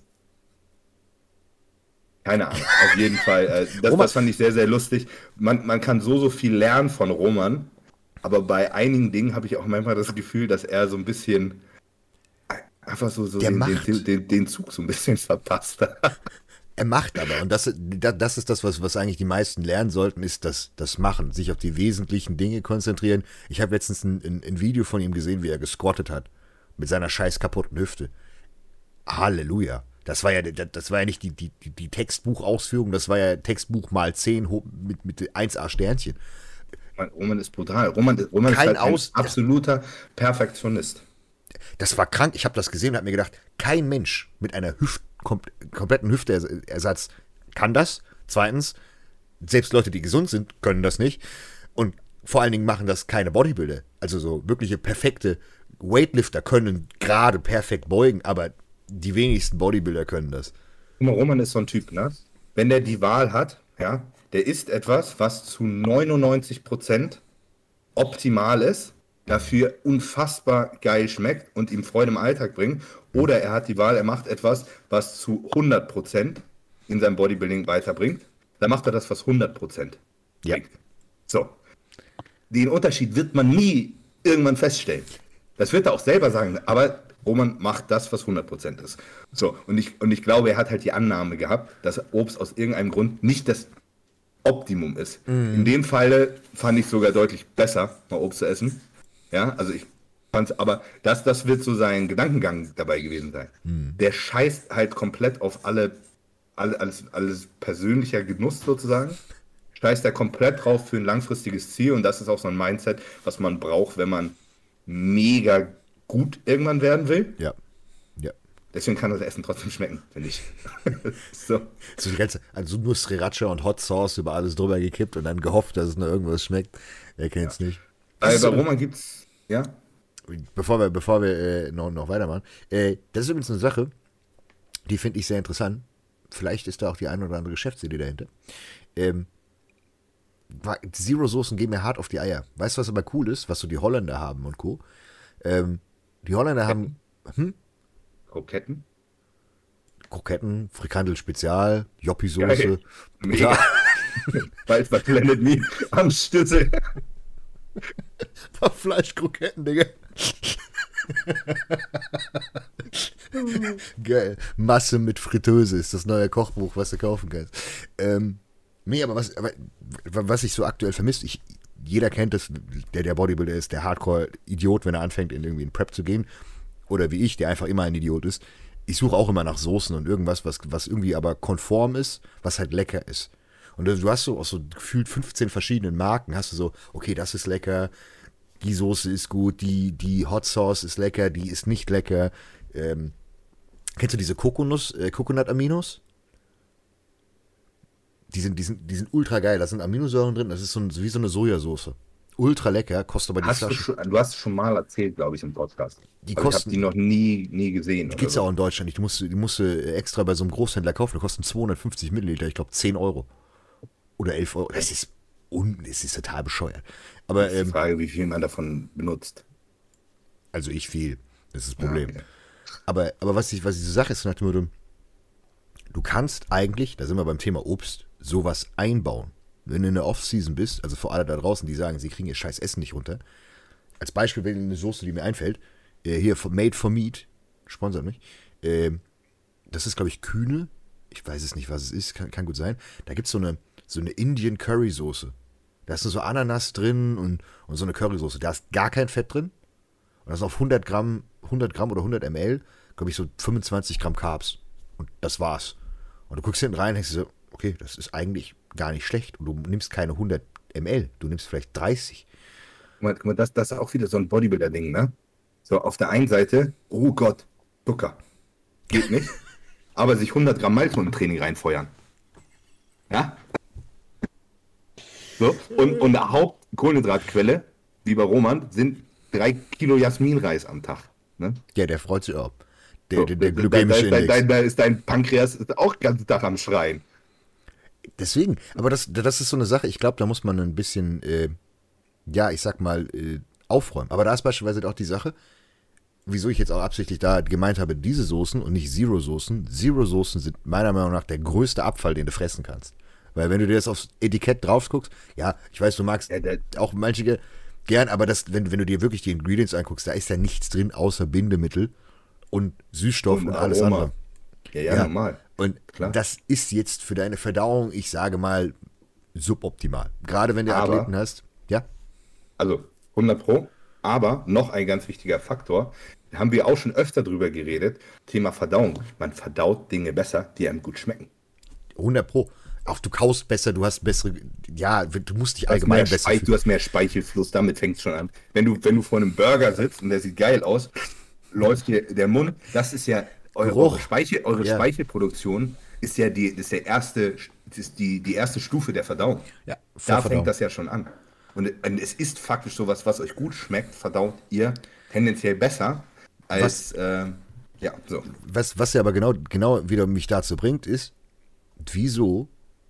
Keine Ahnung, auf jeden Fall. Das fand ich sehr, sehr lustig. Man kann so viel lernen von Roman, aber bei einigen Dingen habe ich auch manchmal das Gefühl, dass er so ein bisschen einfach so den Zug so ein bisschen verpasst hat. Er macht aber, und das ist das, was eigentlich die meisten lernen sollten, ist das Machen, sich auf die wesentlichen Dinge konzentrieren. Ich habe letztens ein Video von ihm gesehen, wie er gesquattet hat, mit seiner scheiß kaputten Hüfte. Halleluja. Das war ja nicht die Textbuchausführung, das war ja Textbuch mal 10 mit 1A Sternchen. Roman ist brutal. Roman ist halt ein absoluter Perfektionist. Das war krank. Ich habe das gesehen und habe mir gedacht, kein Mensch mit einer kompletten Hüfteersatz kann das. Zweitens, selbst Leute, die gesund sind, können das nicht. Und vor allen Dingen machen das keine Bodybuilder. Also so wirkliche perfekte Weightlifter können gerade perfekt beugen, aber die wenigsten Bodybuilder können das. Guck mal, Roman ist so ein Typ, ne? Wenn der die Wahl hat, ja, der isst etwas, was zu 99% optimal ist, dafür unfassbar geil schmeckt und ihm Freude im Alltag bringt. Oder er hat die Wahl, er macht etwas, was zu 100% in seinem Bodybuilding weiterbringt. Dann macht er das, was 100% bringt. Ja. So. Den Unterschied wird man nie irgendwann feststellen. Das wird er auch selber sagen, aber Roman macht das, was 100% ist. So, und ich glaube, er hat halt die Annahme gehabt, dass Obst aus irgendeinem Grund nicht das Optimum ist. Mhm. In dem Falle fand ich sogar deutlich besser, mal Obst zu essen. Ja, also ich fand's, aber das wird so sein Gedankengang dabei gewesen sein. Mhm. Der scheißt halt komplett auf alles persönlicher Genuss sozusagen. Scheißt er komplett drauf für ein langfristiges Ziel und das ist auch so ein Mindset, was man braucht, wenn man mega gut irgendwann werden will. Ja. Ja. Deswegen kann das Essen trotzdem schmecken, finde ich. So. Also nur Sriracha und Hot Sauce über alles drüber gekippt und dann gehofft, dass es noch irgendwas schmeckt. Wer kennt's nicht. Bei Roman gibt's, ja. Bevor wir noch weitermachen. Das ist übrigens eine Sache, die finde ich sehr interessant. Vielleicht ist da auch die eine oder andere Geschäftsidee dahinter. Zero-Soßen gehen mir hart auf die Eier. Weißt du, was aber cool ist, was so die Holländer haben und Co.? Die Holländer haben Kroketten, Frikandel Spezial, Joppi-Soße. Mega. Weiß was blendet nie am Stützel. Fleischkroketten, Digga. Geil. Masse mit Fritteuse ist das neue Kochbuch, was du kaufen kannst. Nee, aber was ich so aktuell vermisse, jeder kennt das, der Bodybuilder ist, der Hardcore-Idiot, wenn er anfängt, in irgendwie in Prep zu gehen. Oder wie ich, der einfach immer ein Idiot ist. Ich suche auch immer nach Soßen und irgendwas, was irgendwie aber konform ist, was halt lecker ist. Und du hast so aus so gefühlt 15 verschiedenen Marken, hast du so, okay, das ist lecker, die Soße ist gut, die Hot Sauce ist lecker, die ist nicht lecker. Kennst du diese Coconut-Aminos? Die sind ultra geil, da sind Aminosäuren drin, das ist wie so eine Sojasauce. Ultra lecker, kostet aber die Flasche. Du hast schon mal erzählt, glaube ich, im Podcast. Die kosten, ich habe die noch nie gesehen. Die gibt es ja auch in Deutschland nicht. Die musst du extra bei so einem Großhändler kaufen. Die kosten 250 Milliliter, ich glaube 10 Euro. Oder 11 Euro. Das ist total bescheuert. Aber, die Frage, wie viel man davon benutzt. Also ich viel. Das ist das Problem. Ja, okay. Aber was ich so sage, ist nach dem Motto, du kannst eigentlich, da sind wir beim Thema Obst, sowas einbauen. Wenn du in der Off-Season bist, also für alle da draußen, die sagen, sie kriegen ihr scheiß Essen nicht runter. Als Beispiel, wenn eine Soße, die mir einfällt, hier Made for Meat, sponsert mich, das ist, glaube ich, Kühne. Ich weiß es nicht, was es ist, kann gut sein. Da gibt es so eine Indian Curry-Soße. Da ist so Ananas drin und so eine Currysoße. Da ist gar kein Fett drin. Und da sind auf 100 Gramm oder 100 ml, glaube ich, so 25 Gramm Carbs. Und das war's. Und du guckst hinten rein und denkst so, okay, das ist eigentlich gar nicht schlecht. Und du nimmst keine 100 ml, du nimmst vielleicht 30. Guck mal, das ist auch wieder so ein Bodybuilder-Ding, ne? So, auf der einen Seite, oh Gott, Zucker. Geht nicht. Aber sich 100 Gramm Malto im Training reinfeuern. Ja? So, und der Hauptkohlenhydratquelle, wie bei Roman, sind 3 Kilo Jasminreis am Tag. Ne? Ja, der freut sich auch. Der glykämische Index. Da ist dein Pankreas auch den ganzen Tag am Schreien. Deswegen, aber das ist so eine Sache, ich glaube, da muss man ein bisschen, ich sag mal, aufräumen. Aber da ist beispielsweise auch die Sache, wieso ich jetzt auch absichtlich da gemeint habe, diese Soßen und nicht Zero-Soßen. Zero-Soßen sind meiner Meinung nach der größte Abfall, den du fressen kannst. Weil wenn du dir das aufs Etikett drauf guckst, ja, ich weiß, du magst auch manche gern, aber wenn du dir wirklich die Ingredients anguckst, da ist ja nichts drin, außer Bindemittel und Süßstoff und alles andere. Ja, normal. Und klar, das ist jetzt für deine Verdauung, ich sage mal, suboptimal. Gerade wenn du Athleten hast, ja? Also 100 Pro, aber noch ein ganz wichtiger Faktor, da haben wir auch schon öfter drüber geredet, Thema Verdauung. Man verdaut Dinge besser, die einem gut schmecken. 100 Pro. Auch du kaust besser, du hast bessere, du musst dich allgemein besser fühlen. Du hast mehr Speichelfluss, damit fängt es schon an. Wenn du vor einem Burger sitzt und der sieht geil aus, läuft dir der Mund, das ist ja eure Speichelproduktion ist ja die erste Stufe der Verdauung. Ja, da fängt das ja schon an. Und es ist faktisch sowas, was euch gut schmeckt, verdaut ihr tendenziell besser als so. Was ja aber genau wieder mich dazu bringt, ist, wieso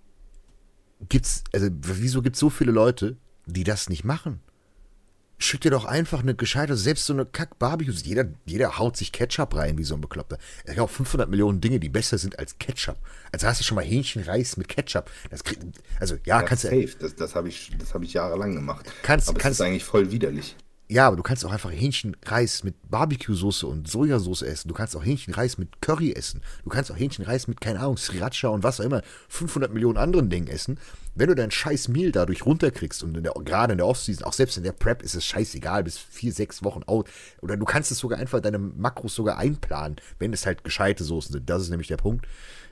gibt's so viele Leute, die das nicht machen? Schütt dir doch einfach eine gescheite, selbst so eine Kack-Barbecue. Jeder haut sich Ketchup rein, wie so ein Bekloppter. Es gibt auch 500 Millionen Dinge, die besser sind als Ketchup. Also hast du schon mal Hähnchenreis mit Ketchup. Kannst du. Safe, das habe ich jahrelang gemacht. Das ist eigentlich voll widerlich. Ja, aber du kannst auch einfach Hähnchenreis mit Barbecue-Soße und Sojasauce essen. Du kannst auch Hähnchenreis mit Curry essen. Du kannst auch Hähnchenreis mit, keine Ahnung, Sriracha und was auch immer, 500 Millionen anderen Dingen essen. Wenn du dein scheiß Meal dadurch runterkriegst und gerade in der Offseason, auch selbst in der Prep ist es scheißegal, bis 4-6 Wochen out. Oder du kannst es sogar einfach, deine Makros sogar einplanen, wenn es halt gescheite Soßen sind. Das ist nämlich der Punkt,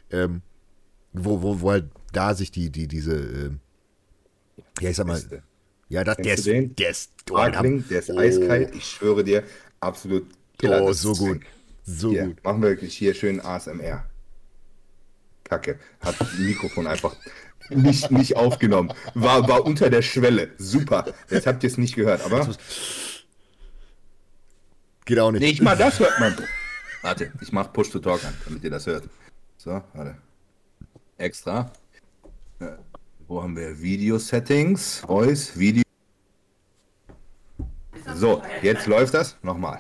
wo halt da sich diese ich sag mal, Beste. Ja, der ist Sparkling, der ist eiskalt, ich schwöre dir, absolut killer. Oh, so gut. So hier, gut. Machen wir wirklich hier schön ASMR. Kacke. Hat das Mikrofon einfach nicht aufgenommen. War unter der Schwelle. Super. Jetzt habt ihr es nicht gehört, aber. Geht auch nicht. Nicht mal das hört man. Warte, ich mach Push to Talk an, damit ihr das hört. So, warte. Extra. Wo haben wir Video-Settings? Voice, Video. So, jetzt läuft das. Nochmal.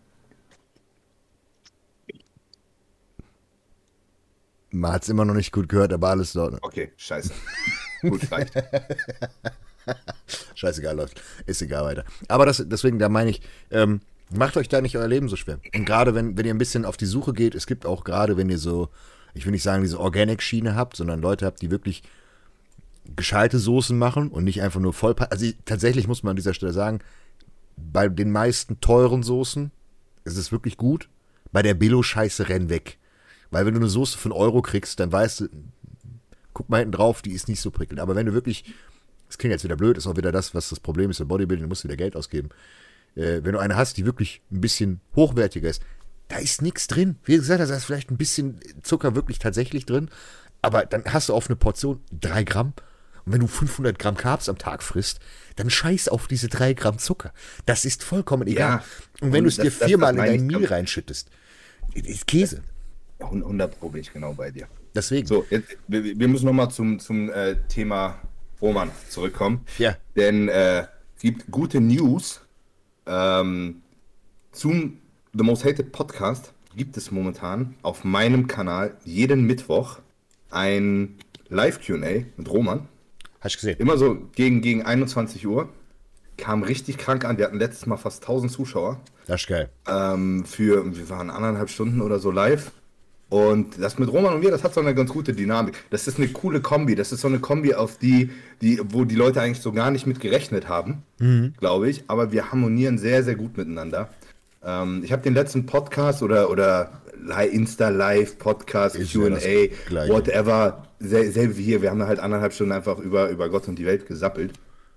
Man hat es immer noch nicht gut gehört, aber alles dort. Okay, scheiße. Gut, reicht. Scheißegal, läuft. Ist egal weiter. Aber deswegen, da meine ich, macht euch da nicht euer Leben so schwer. Und gerade wenn ihr ein bisschen auf die Suche geht, es gibt auch gerade, wenn ihr so, ich will nicht sagen, diese Organic-Schiene habt, sondern Leute habt, die wirklich gescheite Soßen machen und nicht einfach nur voll. Also tatsächlich muss man an dieser Stelle sagen, bei den meisten teuren Soßen ist es wirklich gut. Bei der Billo-Scheiße renn weg. Weil wenn du eine Soße für €1 kriegst, dann weißt du, guck mal hinten drauf, die ist nicht so prickelnd. Aber wenn du wirklich, das klingt jetzt wieder blöd, ist auch wieder das, was das Problem ist im Bodybuilding, du musst wieder Geld ausgeben. Wenn du eine hast, die wirklich ein bisschen hochwertiger ist, da ist nichts drin. Wie gesagt, da ist vielleicht ein bisschen Zucker wirklich tatsächlich drin, aber dann hast du auf eine Portion 3 Gramm. Und wenn du 500 Gramm Carbs am Tag frisst, dann scheiß auf diese 3 Gramm Zucker. Das ist vollkommen egal. Ja, und wenn du es dir viermal in dein Meal reinschüttest, ist Käse. 100 Pro bin ich genau bei dir. Deswegen. So, jetzt, wir müssen nochmal zum Thema Roman zurückkommen. Ja. Denn es gibt gute News zum The Most Hated Podcast. Gibt es momentan auf meinem Kanal jeden Mittwoch ein Live-Q&A mit Roman. Hast du gesehen? Immer so gegen 21 Uhr. Kam richtig krank an. Wir hatten letztes Mal fast 1000 Zuschauer. Das ist geil. Wir waren 1,5 Stunden oder so live. Und das mit Roman und mir, das hat so eine ganz gute Dynamik. Das ist eine coole Kombi. Das ist so eine Kombi, auf wo die Leute eigentlich so gar nicht mit gerechnet haben, glaube ich. Aber wir harmonieren sehr, sehr gut miteinander. Ich habe den letzten Podcast oder Insta-Live, Podcast, Q&A, whatever, selbe wie hier. Wir haben halt 1,5 Stunden einfach über Gott und die Welt gesappelt.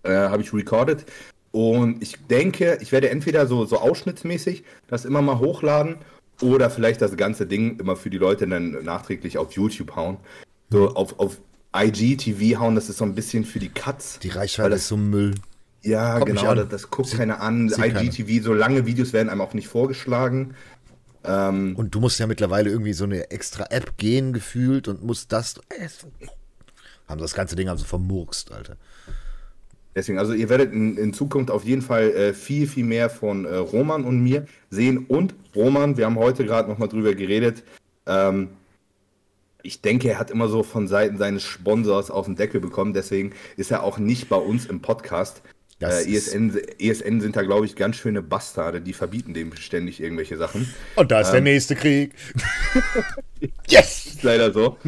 habe ich recorded. Und ich denke, ich werde entweder so ausschnittsmäßig das immer mal hochladen oder vielleicht das ganze Ding immer für die Leute dann nachträglich auf YouTube hauen. So auf IGTV hauen, das ist so ein bisschen für die Cuts. Die Reichweite ist so Müll. Ja, Kommt genau, das guckt keiner an. IGTV, so lange Videos werden einem auch nicht vorgeschlagen. Und du musst ja mittlerweile irgendwie so eine extra App gehen, gefühlt, und musst haben das ganze Ding also vermurkst, Alter. Deswegen, also ihr werdet in Zukunft auf jeden Fall viel, viel mehr von Roman und mir sehen. Und Roman, wir haben heute gerade nochmal drüber geredet, ich denke, er hat immer so von Seiten seines Sponsors auf den Deckel bekommen, deswegen ist er auch nicht bei uns im Podcast. ESN sind da, glaube ich, ganz schöne Bastarde, die verbieten dem ständig irgendwelche Sachen. Und da ist der nächste Krieg. Yes! Ist leider so.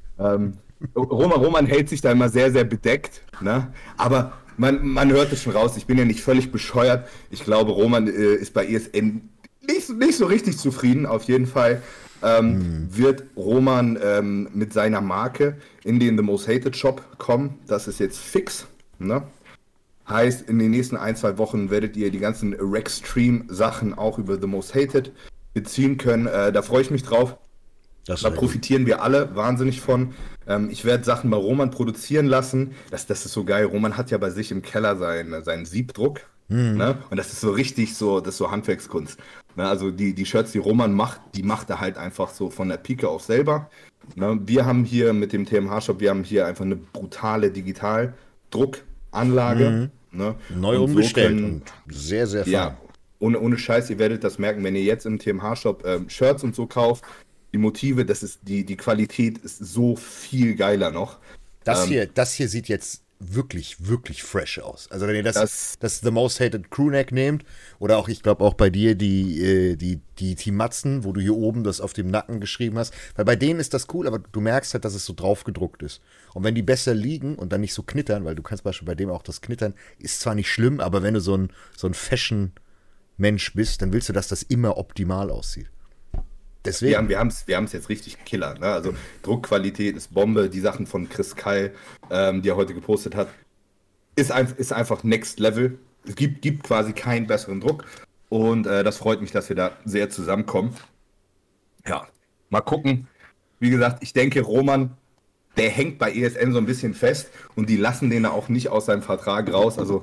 Roman hält sich da immer sehr, sehr bedeckt, ne? Aber man hört es schon raus, ich bin ja nicht völlig bescheuert. Ich glaube, Roman ist bei ESN nicht so richtig zufrieden, auf jeden Fall. Wird Roman mit seiner Marke in den The Most Hated Shop kommen. Das ist jetzt fix, ne? Heißt, in den nächsten 1-2 Wochen werdet ihr die ganzen Rextreme-Sachen auch über The Most Hated beziehen können. Da freue ich mich drauf. Da profitieren wir alle wahnsinnig von. Ich werde Sachen bei Roman produzieren lassen. Das ist so geil. Roman hat ja bei sich im Keller seinen Siebdruck. Ne? Und das ist so richtig das ist so Handwerkskunst. Ne? Also die Shirts, die Roman macht, die macht er halt einfach so von der Pike auf selber. Ne? Wir haben hier mit dem TMH-Shop, wir haben hier einfach eine brutale Digitaldruckanlage. Ne? Neu umgestellt und sehr, sehr fein. Ja, ohne Scheiß, ihr werdet das merken, wenn ihr jetzt im TMH-Shop Shirts und so kauft. Die Motive, das ist die Qualität ist so viel geiler noch. Das hier sieht jetzt wirklich, wirklich fresh aus. Also wenn ihr das The Most Hated Crewneck nehmt, oder auch, ich glaube auch bei dir die Team Matzen, wo du hier oben das auf dem Nacken geschrieben hast, weil bei denen ist das cool, aber du merkst halt, dass es so drauf gedruckt ist. Und wenn die besser liegen und dann nicht so knittern, weil du kannst beispielsweise bei dem auch das Knittern, ist zwar nicht schlimm, aber wenn du so ein Fashion-Mensch bist, dann willst du, dass das immer optimal aussieht. Deswegen. Wir haben es jetzt richtig Killer. Ne? Also Druckqualität ist Bombe. Die Sachen von Chris Kyle, die er heute gepostet hat, ist einfach Next Level. Es gibt quasi keinen besseren Druck. Und das freut mich, dass wir da sehr zusammenkommen. Ja, mal gucken. Wie gesagt, ich denke, Roman, der hängt bei ESN so ein bisschen fest. Und die lassen den da auch nicht aus seinem Vertrag raus. Also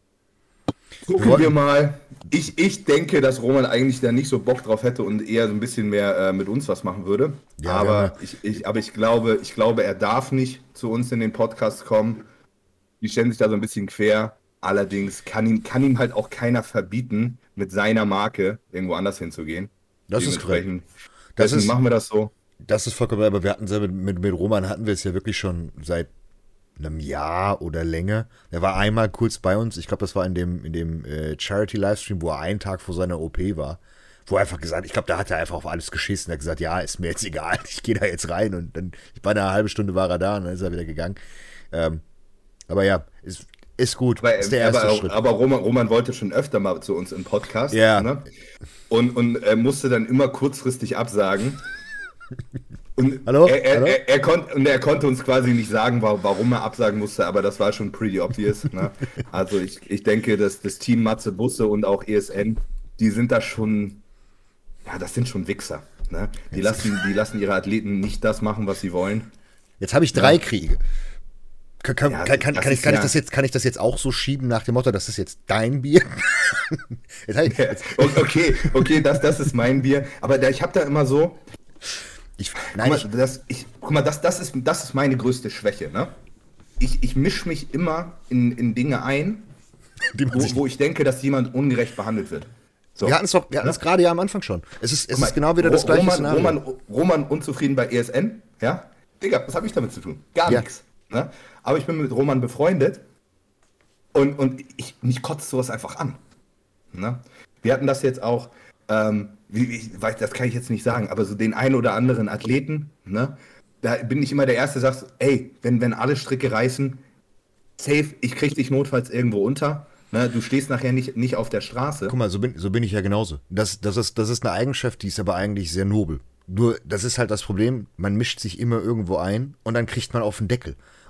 gucken wir mal. Ich denke, dass Roman eigentlich da nicht so Bock drauf hätte und eher so ein bisschen mehr mit uns was machen würde. Ja, aber ich glaube, er darf nicht zu uns in den Podcast kommen. Die stellen sich da so ein bisschen quer. Allerdings kann ihm halt auch keiner verbieten, mit seiner Marke irgendwo anders hinzugehen. Das ist korrekt. Deswegen machen wir das so. Das ist vollkommen, aber wir hatten mit Roman hatten wir es ja wirklich schon seit einem Jahr oder länger. Er war einmal kurz bei uns, ich glaube, das war in dem Charity-Livestream, wo er einen Tag vor seiner OP war, wo er einfach gesagt, ich glaube, da hat er einfach auf alles geschissen. Er hat gesagt, ja, ist mir jetzt egal, ich gehe da jetzt rein, und dann, bei einer halben Stunde war er da und dann ist er wieder gegangen. Aber ja, ist gut, ist der erste Schritt. Aber Roman wollte schon öfter mal zu uns im Podcast, ja. Ne? Und musste dann immer kurzfristig absagen. Und Hallo? Er konnte uns quasi nicht sagen, warum er absagen musste, aber das war schon pretty obvious. Ne? Also ich denke, dass das Team Matze Busse und auch ESN, die sind da schon, ja, das sind schon Wichser. Ne? Die lassen ihre Athleten nicht das machen, was sie wollen. Jetzt habe ich 3 Kriege. Kann ich das jetzt auch so schieben nach dem Motto, das ist jetzt dein Bier? Okay, das ist mein Bier. Aber ich habe da immer so... Guck mal, das ist meine größte Schwäche, ne? Ich mische mich immer in Dinge ein, wo ich denke, dass jemand ungerecht behandelt wird. So. Wir hatten es gerade ja am Anfang schon. Es ist genau wieder das gleiche Szenario. Roman unzufrieden bei ESN, ja? Digga, was habe ich damit zu tun? Gar nichts. Ne? Aber ich bin mit Roman befreundet und mich kotzt sowas einfach an. Ne? Wir hatten das jetzt auch, das kann ich jetzt nicht sagen, aber so den einen oder anderen Athleten, ne? Da bin ich immer der Erste, der sagt, ey, wenn alle Stricke reißen, safe, ich krieg dich notfalls irgendwo unter. Ne? Du stehst nachher nicht auf der Straße. Guck mal, so bin ich ja genauso. Das ist eine Eigenschaft, die ist aber eigentlich sehr nobel. Nur, das ist halt das Problem, man mischt sich immer irgendwo ein und dann kriegt man auf den Deckel.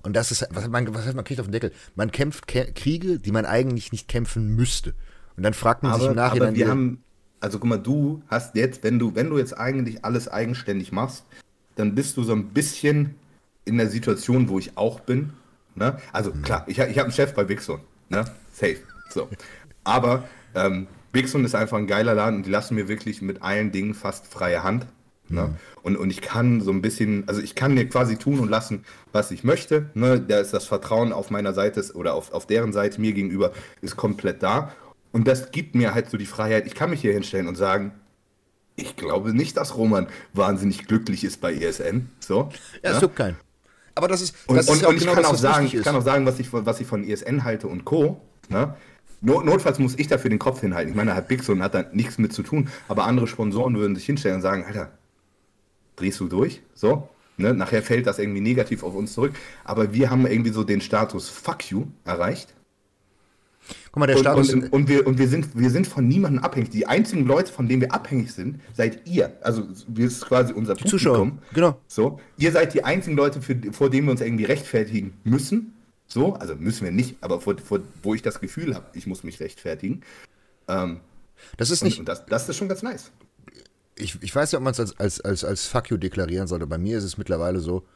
Und das ist, was heißt, man kriegt auf den Deckel? Man kämpft Kriege, die man eigentlich nicht kämpfen müsste. Und dann fragt man sich im Nachhinein. Aber wir haben, also guck mal, du hast jetzt, wenn du jetzt eigentlich alles eigenständig machst, dann bist du so ein bisschen in der Situation, wo ich auch bin. Ne? Also klar, ich habe einen Chef bei Bigson, ne? Safe. So. Aber Bigson ist einfach ein geiler Laden und die lassen mir wirklich mit allen Dingen fast freie Hand. Ne? Und ich kann so ein bisschen, also ich kann mir quasi tun und lassen, was ich möchte. Ne? Da ist das Vertrauen auf meiner Seite oder auf deren Seite mir gegenüber ist komplett da. Und das gibt mir halt so die Freiheit. Ich kann mich hier hinstellen und sagen, ich glaube nicht, dass Roman wahnsinnig glücklich ist bei ESN. So, ja, es juckt keinen. Aber das ist, und ja auch ich genau kann das, auch was sagen, wichtig ich kann auch sagen, was ich von ESN halte und Co. Ne? Notfalls muss ich dafür den Kopf hinhalten. Ich meine, da hat Bigson hat da nichts mit zu tun, aber andere Sponsoren würden sich hinstellen und sagen, Alter, drehst du durch? So, ne? Nachher fällt das irgendwie negativ auf uns zurück. Aber wir haben irgendwie so den Status Fuck you erreicht. Guck mal, der Status. Und wir sind von niemandem abhängig. Die einzigen Leute, von denen wir abhängig sind, seid ihr. Also wir ist quasi unser Publikum. Zuschauer, genau. So, ihr seid die einzigen Leute, vor denen wir uns irgendwie rechtfertigen müssen. So, also müssen wir nicht, aber wo ich das Gefühl habe, ich muss mich rechtfertigen. Das ist nicht. Und das ist schon ganz nice. Ich weiß nicht, ob man es als Fuck you deklarieren sollte. Bei mir ist es mittlerweile so,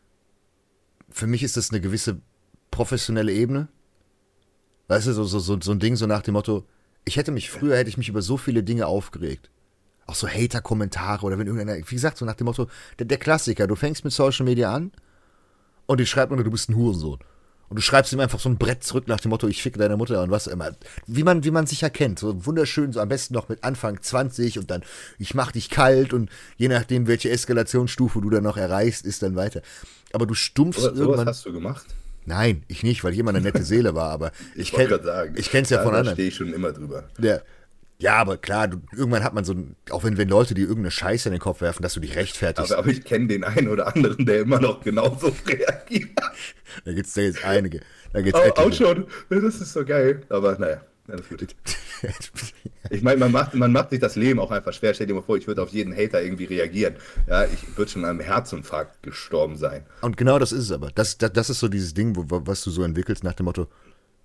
für mich ist das eine gewisse professionelle Ebene. Weißt du, so ein Ding so nach dem Motto, früher hätte ich mich über so viele Dinge aufgeregt. Auch so Hater-Kommentare oder wenn irgendeiner, wie gesagt, so nach dem Motto, der Klassiker, du fängst mit Social Media an und die schreibt nur, du bist ein Hurensohn. Und du schreibst ihm einfach so ein Brett zurück nach dem Motto, ich ficke deine Mutter und was immer. Wie man sich erkennt. So wunderschön, so am besten noch mit Anfang 20 und dann, ich mach dich kalt und je nachdem, welche Eskalationsstufe du dann noch erreichst, ist dann weiter. Aber du stumpfst irgendwann. Was hast du gemacht? Nein, ich nicht, weil ich immer eine nette Seele war, aber ich kenn's ja von anderen. Da stehe ich schon immer drüber. Ja, aber klar, irgendwann hat man so, auch wenn Leute dir irgendeine Scheiße in den Kopf werfen, dass du dich rechtfertigst. Aber ich kenne den einen oder anderen, der immer noch genauso reagiert. Da gibt's einige. Da gibt's auch schon. Das ist so geil. Aber naja, alles gut. Ich meine, man macht sich das Leben auch einfach schwer. Stell dir mal vor, ich würde auf jeden Hater irgendwie reagieren. Ja, ich würde schon an einem Herzinfarkt gestorben sein. Und genau das ist es aber. Das ist so dieses Ding, was du so entwickelst nach dem Motto,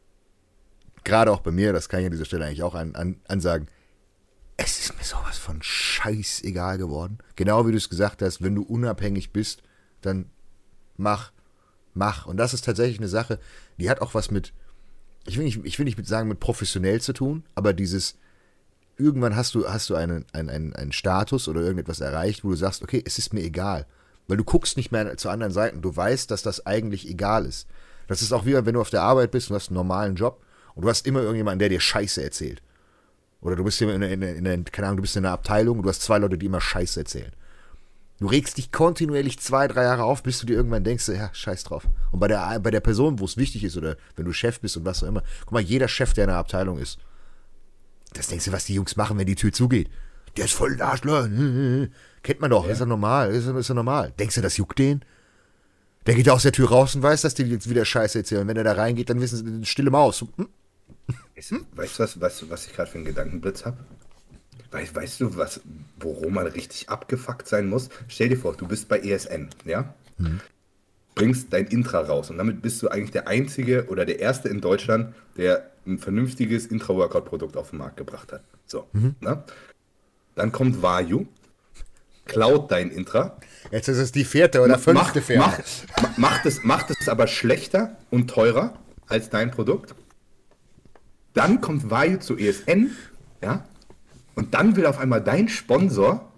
gerade auch bei mir, das kann ich an dieser Stelle eigentlich auch ansagen, es ist mir sowas von scheißegal geworden. Genau wie du es gesagt hast, wenn du unabhängig bist, dann mach. Und das ist tatsächlich eine Sache, die hat auch was mit, ich will nicht sagen mit professionell zu tun, aber irgendwann hast du einen Status oder irgendetwas erreicht, wo du sagst, okay, es ist mir egal. Weil du guckst nicht mehr zu anderen Seiten, du weißt, dass das eigentlich egal ist. Das ist auch wie, wenn du auf der Arbeit bist und hast einen normalen Job und du hast immer irgendjemanden, der dir Scheiße erzählt. Oder du bist hier keine Ahnung, du bist in einer Abteilung und du hast 2 Leute, die immer Scheiße erzählen. Du regst dich kontinuierlich 2-3 Jahre auf, bis du dir irgendwann denkst, ja, scheiß drauf. Und bei der Person, wo es wichtig ist, oder wenn du Chef bist und was auch immer, guck mal, jeder Chef, der in einer Abteilung ist, das denkst du, was die Jungs machen, wenn die Tür zugeht. Der ist voll ein Arschloch. Kennt man doch, ja. Ist ja normal, ist ja normal. Denkst du, das juckt den? Der geht aus der Tür raus und weiß, dass die jetzt wieder Scheiße erzählen. Wenn er da reingeht, dann wissen sie, stille Maus. Weißt du, was ich gerade für einen Gedankenblitz habe? Weißt du, worum man richtig abgefuckt sein muss? Stell dir vor, du bist bei ESN, ja? Bringst dein Intra raus und damit bist du eigentlich der Einzige oder der Erste in Deutschland, der ein vernünftiges Intra-Workout-Produkt auf den Markt gebracht hat. So, ne? Dann kommt Vayu, klaut dein Intra. Jetzt ist es die 4. oder 5. Fähre. Macht es aber schlechter und teurer als dein Produkt. Dann kommt Vayu zu ESN, ja? Und dann will auf einmal dein Sponsor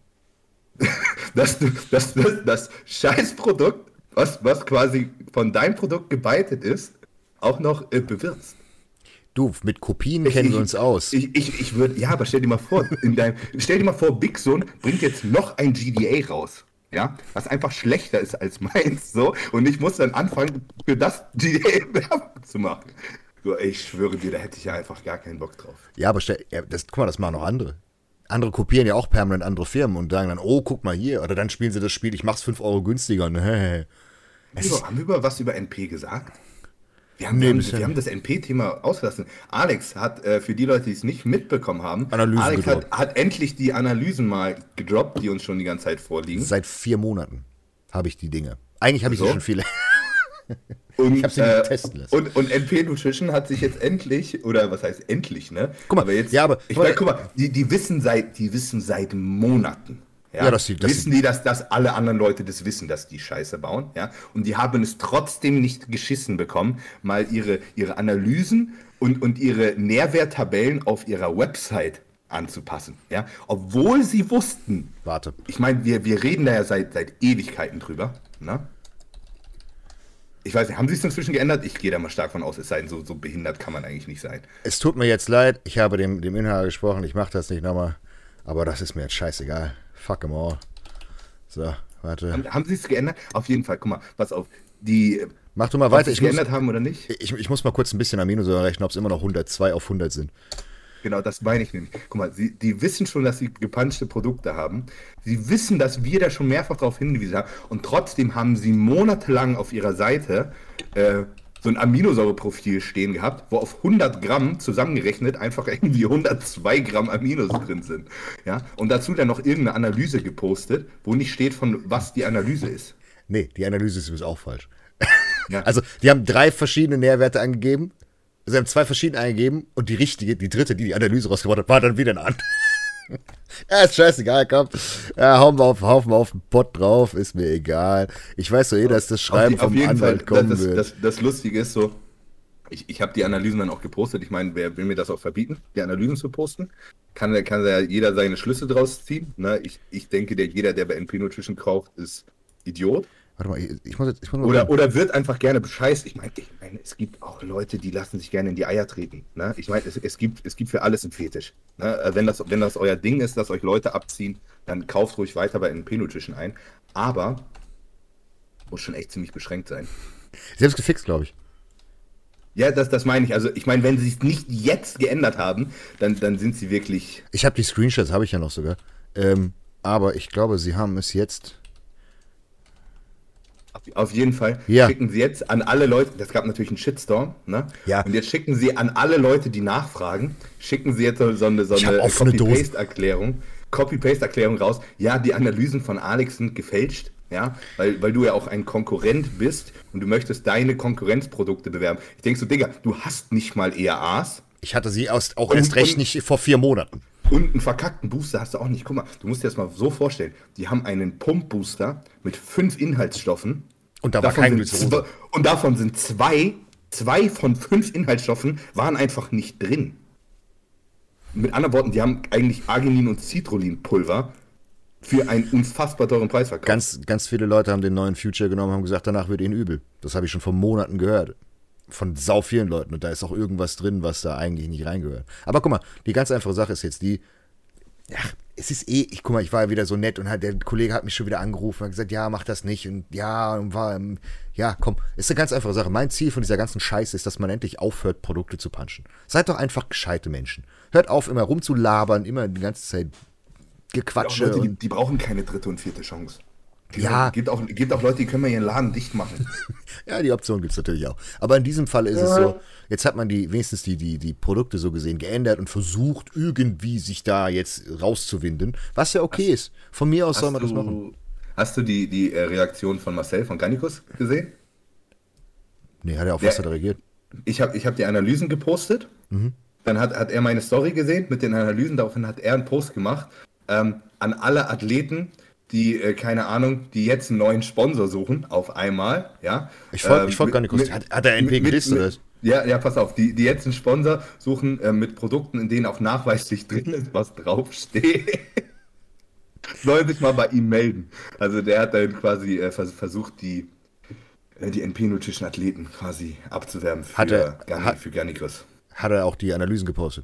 das Scheißprodukt, was quasi von deinem Produkt gebeitet ist, auch noch bewirzt. Du, mit Kopien kennen wir uns aus. Ich würde, ja, aber stell dir mal vor, Bigson bringt jetzt noch ein GDA raus, ja, was einfach schlechter ist als meins, so, und ich muss dann anfangen, für das GDA Werbung zu machen. So, ich schwöre dir, da hätte ich ja einfach gar keinen Bock drauf. Ja, aber guck mal, das machen noch andere. Andere kopieren ja auch permanent andere Firmen und sagen dann, oh, guck mal hier. Oder dann spielen sie das Spiel, ich mach's 5 Euro günstiger. Und, haben wir was über NP gesagt? Wir haben das NP-Thema ausgelassen. Alex hat, für die Leute, die es nicht mitbekommen haben, Alex hat endlich die Analysen mal gedroppt, die uns schon die ganze Zeit vorliegen. Seit 4 Monaten habe ich die Dinge. Eigentlich habe ich sie schon viele. Und, Ich habe sie nicht testen lassen. und NP Nutrition hat sich jetzt endlich, oder was heißt endlich, ne? Guck mal, aber jetzt, ja, aber- ich meine, guck mal, die wissen seit Monaten. Ja, dass wissen die, dass alle anderen Leute das wissen, dass die Scheiße bauen, ja? Und die haben es trotzdem nicht geschissen bekommen, mal ihre Analysen und ihre Nährwerttabellen auf ihrer Website anzupassen, ja? Obwohl sie wussten, Warte. ich meine, wir reden da ja seit Ewigkeiten drüber, ne? Ich weiß nicht, haben sie es inzwischen geändert? Ich gehe da mal stark von aus, es sei denn, so behindert kann man eigentlich nicht sein. Es tut mir jetzt leid, ich habe dem Inhaber gesprochen, ich mache das nicht nochmal, aber das ist mir jetzt scheißegal. Fuck them all. So, warte. Haben sie es geändert? Auf jeden Fall, guck mal, pass auf. Mach du mal ob weiter. sie es geändert haben oder nicht? Ich muss mal kurz ein bisschen Aminosäuren rechnen, ob es immer noch 102 auf 100 sind. Genau, das meine ich nämlich. Guck mal, die wissen schon, dass sie gepanschte Produkte haben. Sie wissen, dass wir da schon mehrfach darauf hingewiesen haben. Und trotzdem haben sie monatelang auf ihrer Seite so ein Aminosäureprofil stehen gehabt, wo auf 100 Gramm zusammengerechnet einfach irgendwie 102 Gramm Aminos drin sind. Ja? Und dazu dann noch irgendeine Analyse gepostet, wo nicht steht, von was die Analyse ist. Nee, die Analyse ist übrigens auch falsch. Ja. Also, die haben 3 verschiedene Nährwerte angegeben. Sie haben 2 verschiedene eingegeben und die dritte, die Analyse rausgebracht hat, war dann wieder eine andere. Ja, ist scheißegal, komm. Ja, hauen wir auf den Pott drauf, ist mir egal. Ich weiß doch dass das Schreiben auf vom jeden Anwalt Fall, kommen wird. das Lustige ist so, ich habe die Analysen dann auch gepostet. Ich meine, wer will mir das auch verbieten, die Analysen zu posten? Kann ja jeder seine Schlüsse draus ziehen. Ne? Ich denke, jeder, der bei NP Nutrition kauft, ist Idiot. Warte mal, ich muss mal Oder wird einfach gerne bescheißt. Ich meine, es gibt auch Leute, die lassen sich gerne in die Eier treten. Ne? Ich meine, es gibt für alles einen Fetisch. Ne? Wenn das euer Ding ist, dass euch Leute abziehen, dann kauft ruhig weiter bei NP Nutrition ein. Aber muss schon echt ziemlich beschränkt sein. Sie haben es gefixt, glaube ich. Ja, das meine ich. Also ich meine, wenn sie es nicht jetzt geändert haben, dann sind sie wirklich... Ich habe die Screenshots, habe ich ja noch sogar. Aber ich glaube, sie haben es jetzt... Auf jeden Fall schicken sie jetzt an alle Leute, das gab natürlich einen Shitstorm, ne? Ja. Und jetzt schicken sie an alle Leute, die nachfragen, schicken sie jetzt so eine Copy-Paste-Erklärung raus. Ja, die Analysen von Alex sind gefälscht, ja, weil du ja auch ein Konkurrent bist und du möchtest deine Konkurrenzprodukte bewerben. Ich denke so, Digga, du hast nicht mal ERAs. Ich hatte sie auch erst recht nicht vor 4 Monaten. Und einen verkackten Booster hast du auch nicht. Guck mal, du musst dir das mal so vorstellen. Die haben einen Pump-Booster mit 5 Inhaltsstoffen. Und da war kein Glycerol. Und davon sind zwei von 5 Inhaltsstoffen waren einfach nicht drin. Mit anderen Worten, die haben eigentlich Arginin- und Citrullin-Pulver für einen unfassbar teuren Preis verkauft. Ganz viele Leute haben den neuen Future genommen und haben gesagt, danach wird ihnen übel. Das habe ich schon vor Monaten gehört. Von sau vielen Leuten. Und da ist auch irgendwas drin, was da eigentlich nicht reingehört. Aber guck mal, die ganz einfache Sache ist jetzt die, es ist guck mal, ich war ja wieder so nett und der Kollege hat mich schon wieder angerufen und hat gesagt, ja, mach das nicht. Und komm, ist eine ganz einfache Sache. Mein Ziel von dieser ganzen Scheiße ist, dass man endlich aufhört, Produkte zu punchen. Seid doch einfach gescheite Menschen. Hört auf, immer rumzulabern, immer die ganze Zeit Gequatsche. Leute, die brauchen keine 3. und 4. Chance. Ja. Gibt auch Leute, die können mal ihren Laden dicht machen. Ja, die Option gibt es natürlich auch. Aber in diesem Fall ist es so, jetzt hat man wenigstens die Produkte so gesehen geändert und versucht, irgendwie sich da jetzt rauszuwinden, was ja okay ist. Von mir aus soll man das machen. Hast du die Reaktion von Marcel von Gannikus gesehen? Nee, hat er auf was reagiert? Ich hab die Analysen gepostet. Mhm. Dann hat er meine Story gesehen mit den Analysen. Daraufhin hat er einen Post gemacht an alle Athleten, die, keine Ahnung, die jetzt einen neuen Sponsor suchen, auf einmal, ja. Ich folge gar nicht. Hat er NP gelistet oder was? Ja, pass auf, die jetzt einen Sponsor suchen mit Produkten, in denen auch nachweislich drin ist, was draufsteht. Sollen sich mal bei ihm melden. Also der hat dann quasi versucht, die NP Nutrition Athleten quasi abzuwerben für Gannikus. Hat er auch die Analysen gepostet?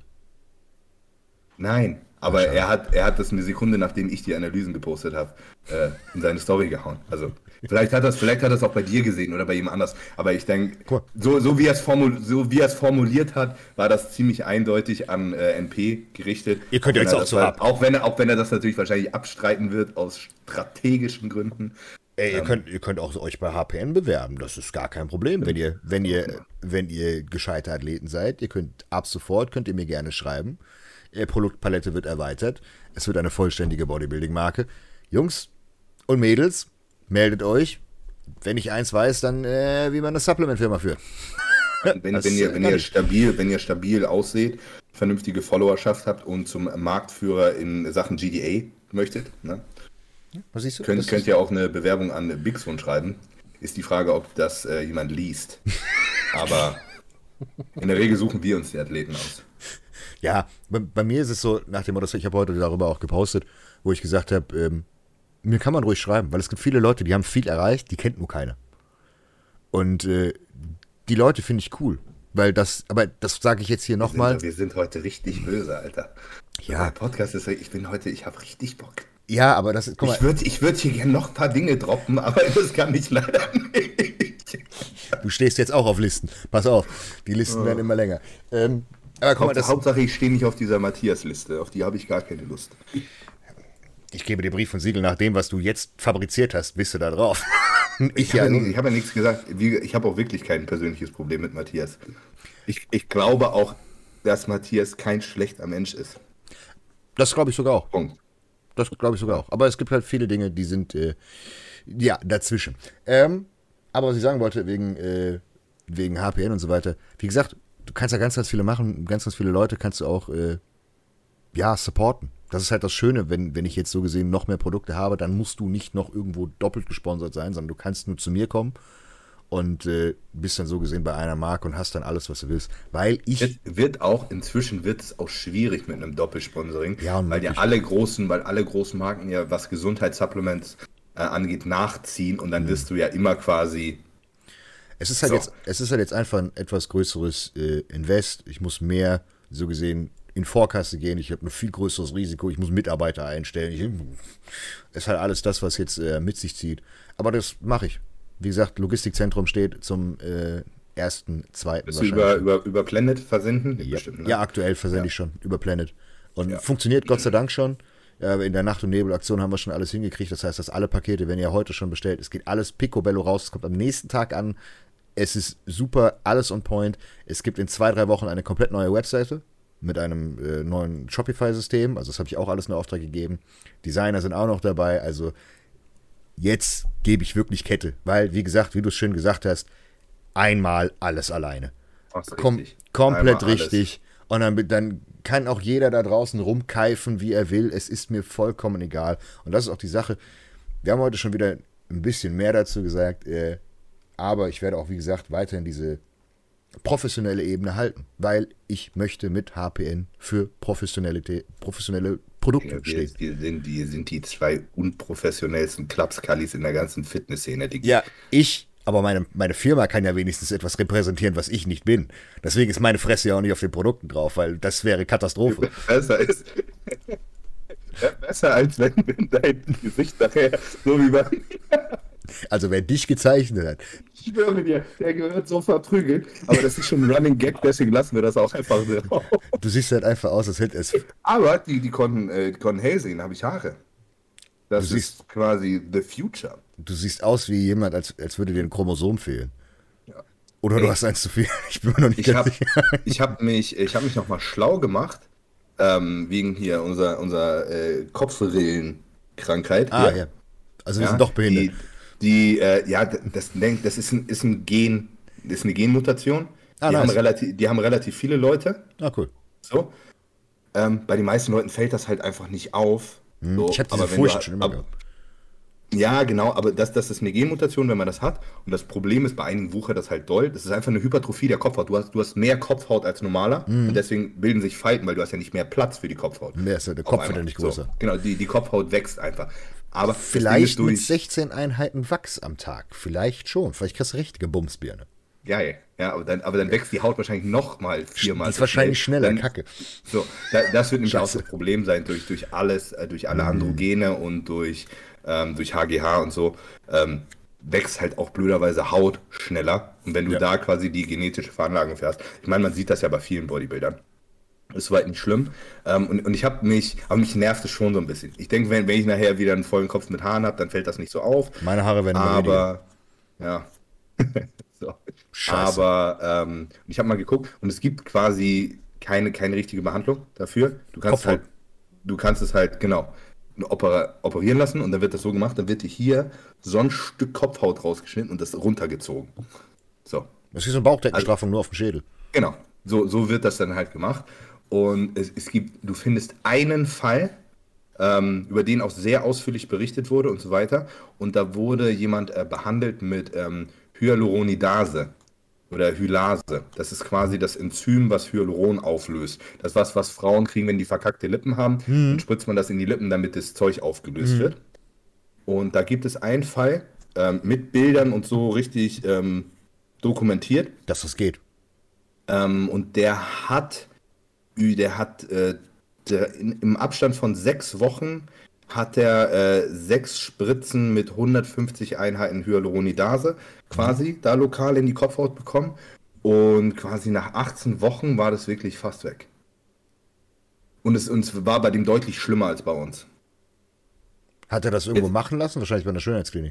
Nein. Aber er hat das eine Sekunde, nachdem ich die Analysen gepostet habe, in seine Story gehauen. Also vielleicht hat er es auch bei dir gesehen oder bei jemand anders. Aber ich denke, so wie er es formuliert hat, war das ziemlich eindeutig an NP gerichtet. Ihr könnt ja jetzt auch so ab. Auch wenn er das natürlich wahrscheinlich abstreiten wird aus strategischen Gründen. Ihr könnt auch euch bei HPN bewerben, das ist gar kein Problem. Wenn ihr gescheite Athleten seid, ab sofort könnt ihr mir gerne schreiben. Produktpalette wird erweitert. Es wird eine vollständige Bodybuilding-Marke. Jungs und Mädels, meldet euch. wenn ich eins weiß, dann wie man eine Supplement-Firma führt. Wenn ihr stabil ausseht, vernünftige Followerschaft habt und zum Marktführer in Sachen GDA möchtet, ne? Was siehst du? Könnt ihr auch eine Bewerbung an Bigson schreiben. Ist die Frage, ob das jemand liest. Aber in der Regel suchen wir uns die Athleten aus. Ja, bei mir ist es so, nach dem Motto, ich habe heute darüber auch gepostet, wo ich gesagt habe, mir kann man ruhig schreiben, weil es gibt viele Leute, die haben viel erreicht, die kennt nur keiner. Und die Leute finde ich cool, weil das sage ich jetzt hier nochmal. Wir sind heute richtig böse, Alter. Ja. Der Podcast ist, ich habe richtig Bock. Ja, aber das ist, guck mal. Ich würde hier gerne noch ein paar Dinge droppen, aber das kann ich leider nicht. Du stehst jetzt auch auf Listen. Pass auf, die Listen werden immer länger. Aber guck mal, Hauptsache, ich stehe nicht auf dieser Matthias-Liste. Auf die habe ich gar keine Lust. Ich gebe dir Brief und Siegel nach dem, was du jetzt fabriziert hast, bist du da drauf. Ich habe ja nichts gesagt. Ich habe auch wirklich kein persönliches Problem mit Matthias. Ich glaube auch, dass Matthias kein schlechter Mensch ist. Das glaube ich sogar auch. Punkt. Das glaube ich sogar auch. Aber es gibt halt viele Dinge, die sind dazwischen. Aber was ich sagen wollte, wegen HPN und so weiter, wie gesagt, du kannst ja ganz, ganz viele machen, ganz, ganz viele Leute kannst du auch supporten. Das ist halt das Schöne, wenn ich jetzt so gesehen noch mehr Produkte habe, dann musst du nicht noch irgendwo doppelt gesponsert sein, sondern du kannst nur zu mir kommen und bist dann so gesehen bei einer Marke und hast dann alles, was du willst. Weil inzwischen wird es auch schwierig mit einem Doppelsponsoring, ja, weil alle großen Marken ja, was Gesundheitssupplements angeht, nachziehen und dann wirst du ja immer quasi. Es ist halt jetzt einfach ein etwas größeres Invest. Ich muss mehr, so gesehen, in Vorkasse gehen. Ich habe ein viel größeres Risiko. Ich muss Mitarbeiter einstellen. Es ist halt alles das, was jetzt mit sich zieht. Aber das mache ich. Wie gesagt, Logistikzentrum steht zum 1.2. Willst du über Planet versenden? Ja, bestimmt, ne? Ja, aktuell versende ich schon über Planet. Und funktioniert Gott sei Dank schon. In der Nacht- und Nebelaktion haben wir schon alles hingekriegt. Das heißt, dass alle Pakete, wenn ihr heute schon bestellt, es geht alles picobello raus. Es kommt am nächsten Tag an. Es ist super, alles on point. Es gibt in 2-3 Wochen eine komplett neue Webseite mit einem neuen Shopify-System. Also das habe ich auch alles in Auftrag gegeben. Designer sind auch noch dabei. Also jetzt gebe ich wirklich Kette. Weil, wie gesagt, wie du es schön gesagt hast, einmal alles alleine. Komplett richtig. Und dann kann auch jeder da draußen rumkeifen, wie er will. Es ist mir vollkommen egal. Und das ist auch die Sache. Wir haben heute schon wieder ein bisschen mehr dazu gesagt. Aber ich werde auch, wie gesagt, weiterhin diese professionelle Ebene halten, weil ich möchte mit HPN für professionelle Produkte stehen. Wir sind die 2 unprofessionellsten Klapskallis in der ganzen Fitnessszene. Aber meine Firma kann ja wenigstens etwas repräsentieren, was ich nicht bin. Deswegen ist meine Fresse ja auch nicht auf den Produkten drauf, weil das wäre Katastrophe. Besser als wenn dein Gesicht nachher so wie bei Also wer dich gezeichnet hat. Ich schwöre dir, der gehört so verprügelt. Aber das ist schon ein Running Gag, deswegen lassen wir das auch einfach drauf. Du siehst halt einfach aus, als hätte es... Aber die konnten hell sehen, habe ich Haare. Das ist quasi the future. Du siehst aus wie jemand, als würde dir ein Chromosom fehlen. Ja. Oder du hast eins zu viel. Ich bin mir noch nicht ganz sicher. Ich hab mich nochmal schlau gemacht, wegen hier unserer Kopfrillenkrankheit. Ja. Also wir sind doch behindert. Das ist eine Genmutation. Nice. Die haben relativ viele Leute. Cool. So. Bei den meisten Leuten fällt das halt einfach nicht auf. So, ich habe diese Furcht schon immer gehabt. Ja, genau, aber das ist eine Genmutation, wenn man das hat. Und das Problem ist, bei einigen wuchert das halt doll. Das ist einfach eine Hypertrophie der Kopfhaut. Du hast mehr Kopfhaut als normaler und deswegen bilden sich Falten, weil du hast ja nicht mehr Platz für die Kopfhaut. Der Kopf wird ja nicht größer. So, genau, die Kopfhaut wächst einfach. Aber vielleicht mit 16 Einheiten Wachs am Tag. Vielleicht schon. Vielleicht kriegst du richtige Bumsbirne. Geil. Ja, aber dann wächst die Haut wahrscheinlich nochmal 4-mal. Die ist wahrscheinlich schneller, Kacke. So, das wird nämlich auch das Problem sein, durch alles, durch alle Androgene und durch HGH und so, wächst halt auch blöderweise Haut schneller. Und wenn du da quasi die genetische Veranlagung fährst, ich meine, man sieht das ja bei vielen Bodybuildern. Ist soweit nicht schlimm. Und ich aber mich nervt es schon so ein bisschen. Ich denke, wenn ich nachher wieder einen vollen Kopf mit Haaren habe, dann fällt das nicht so auf. Meine Haare werden aber ja. So. Scheiße. Aber ich habe mal geguckt und es gibt quasi keine richtige Behandlung dafür. Du kannst es halt, genau. operieren lassen und dann wird das so gemacht, dann wird dir hier so ein Stück Kopfhaut rausgeschnitten und das runtergezogen. So. Das ist so eine Bauchdeckenstraffung nur auf dem Schädel. Genau, so wird das dann halt gemacht. Und du findest einen Fall, über den auch sehr ausführlich berichtet wurde und so weiter. Und da wurde jemand behandelt mit Hyaluronidase oder Hylase. Das ist quasi das Enzym, was Hyaluron auflöst. Das ist was Frauen kriegen, wenn die verkackte Lippen haben. Dann spritzt man das in die Lippen, damit das Zeug aufgelöst wird. Und da gibt es einen Fall mit Bildern und so richtig dokumentiert. Dass das geht. Und im Abstand von 6 Wochen hat er 6 Spritzen mit 150 Einheiten Hyaluronidase quasi da lokal in die Kopfhaut bekommen. Und quasi nach 18 Wochen war das wirklich fast weg. Und es war bei dem deutlich schlimmer als bei uns. Hat er das irgendwo machen lassen? Wahrscheinlich bei einer Schönheitsklinik.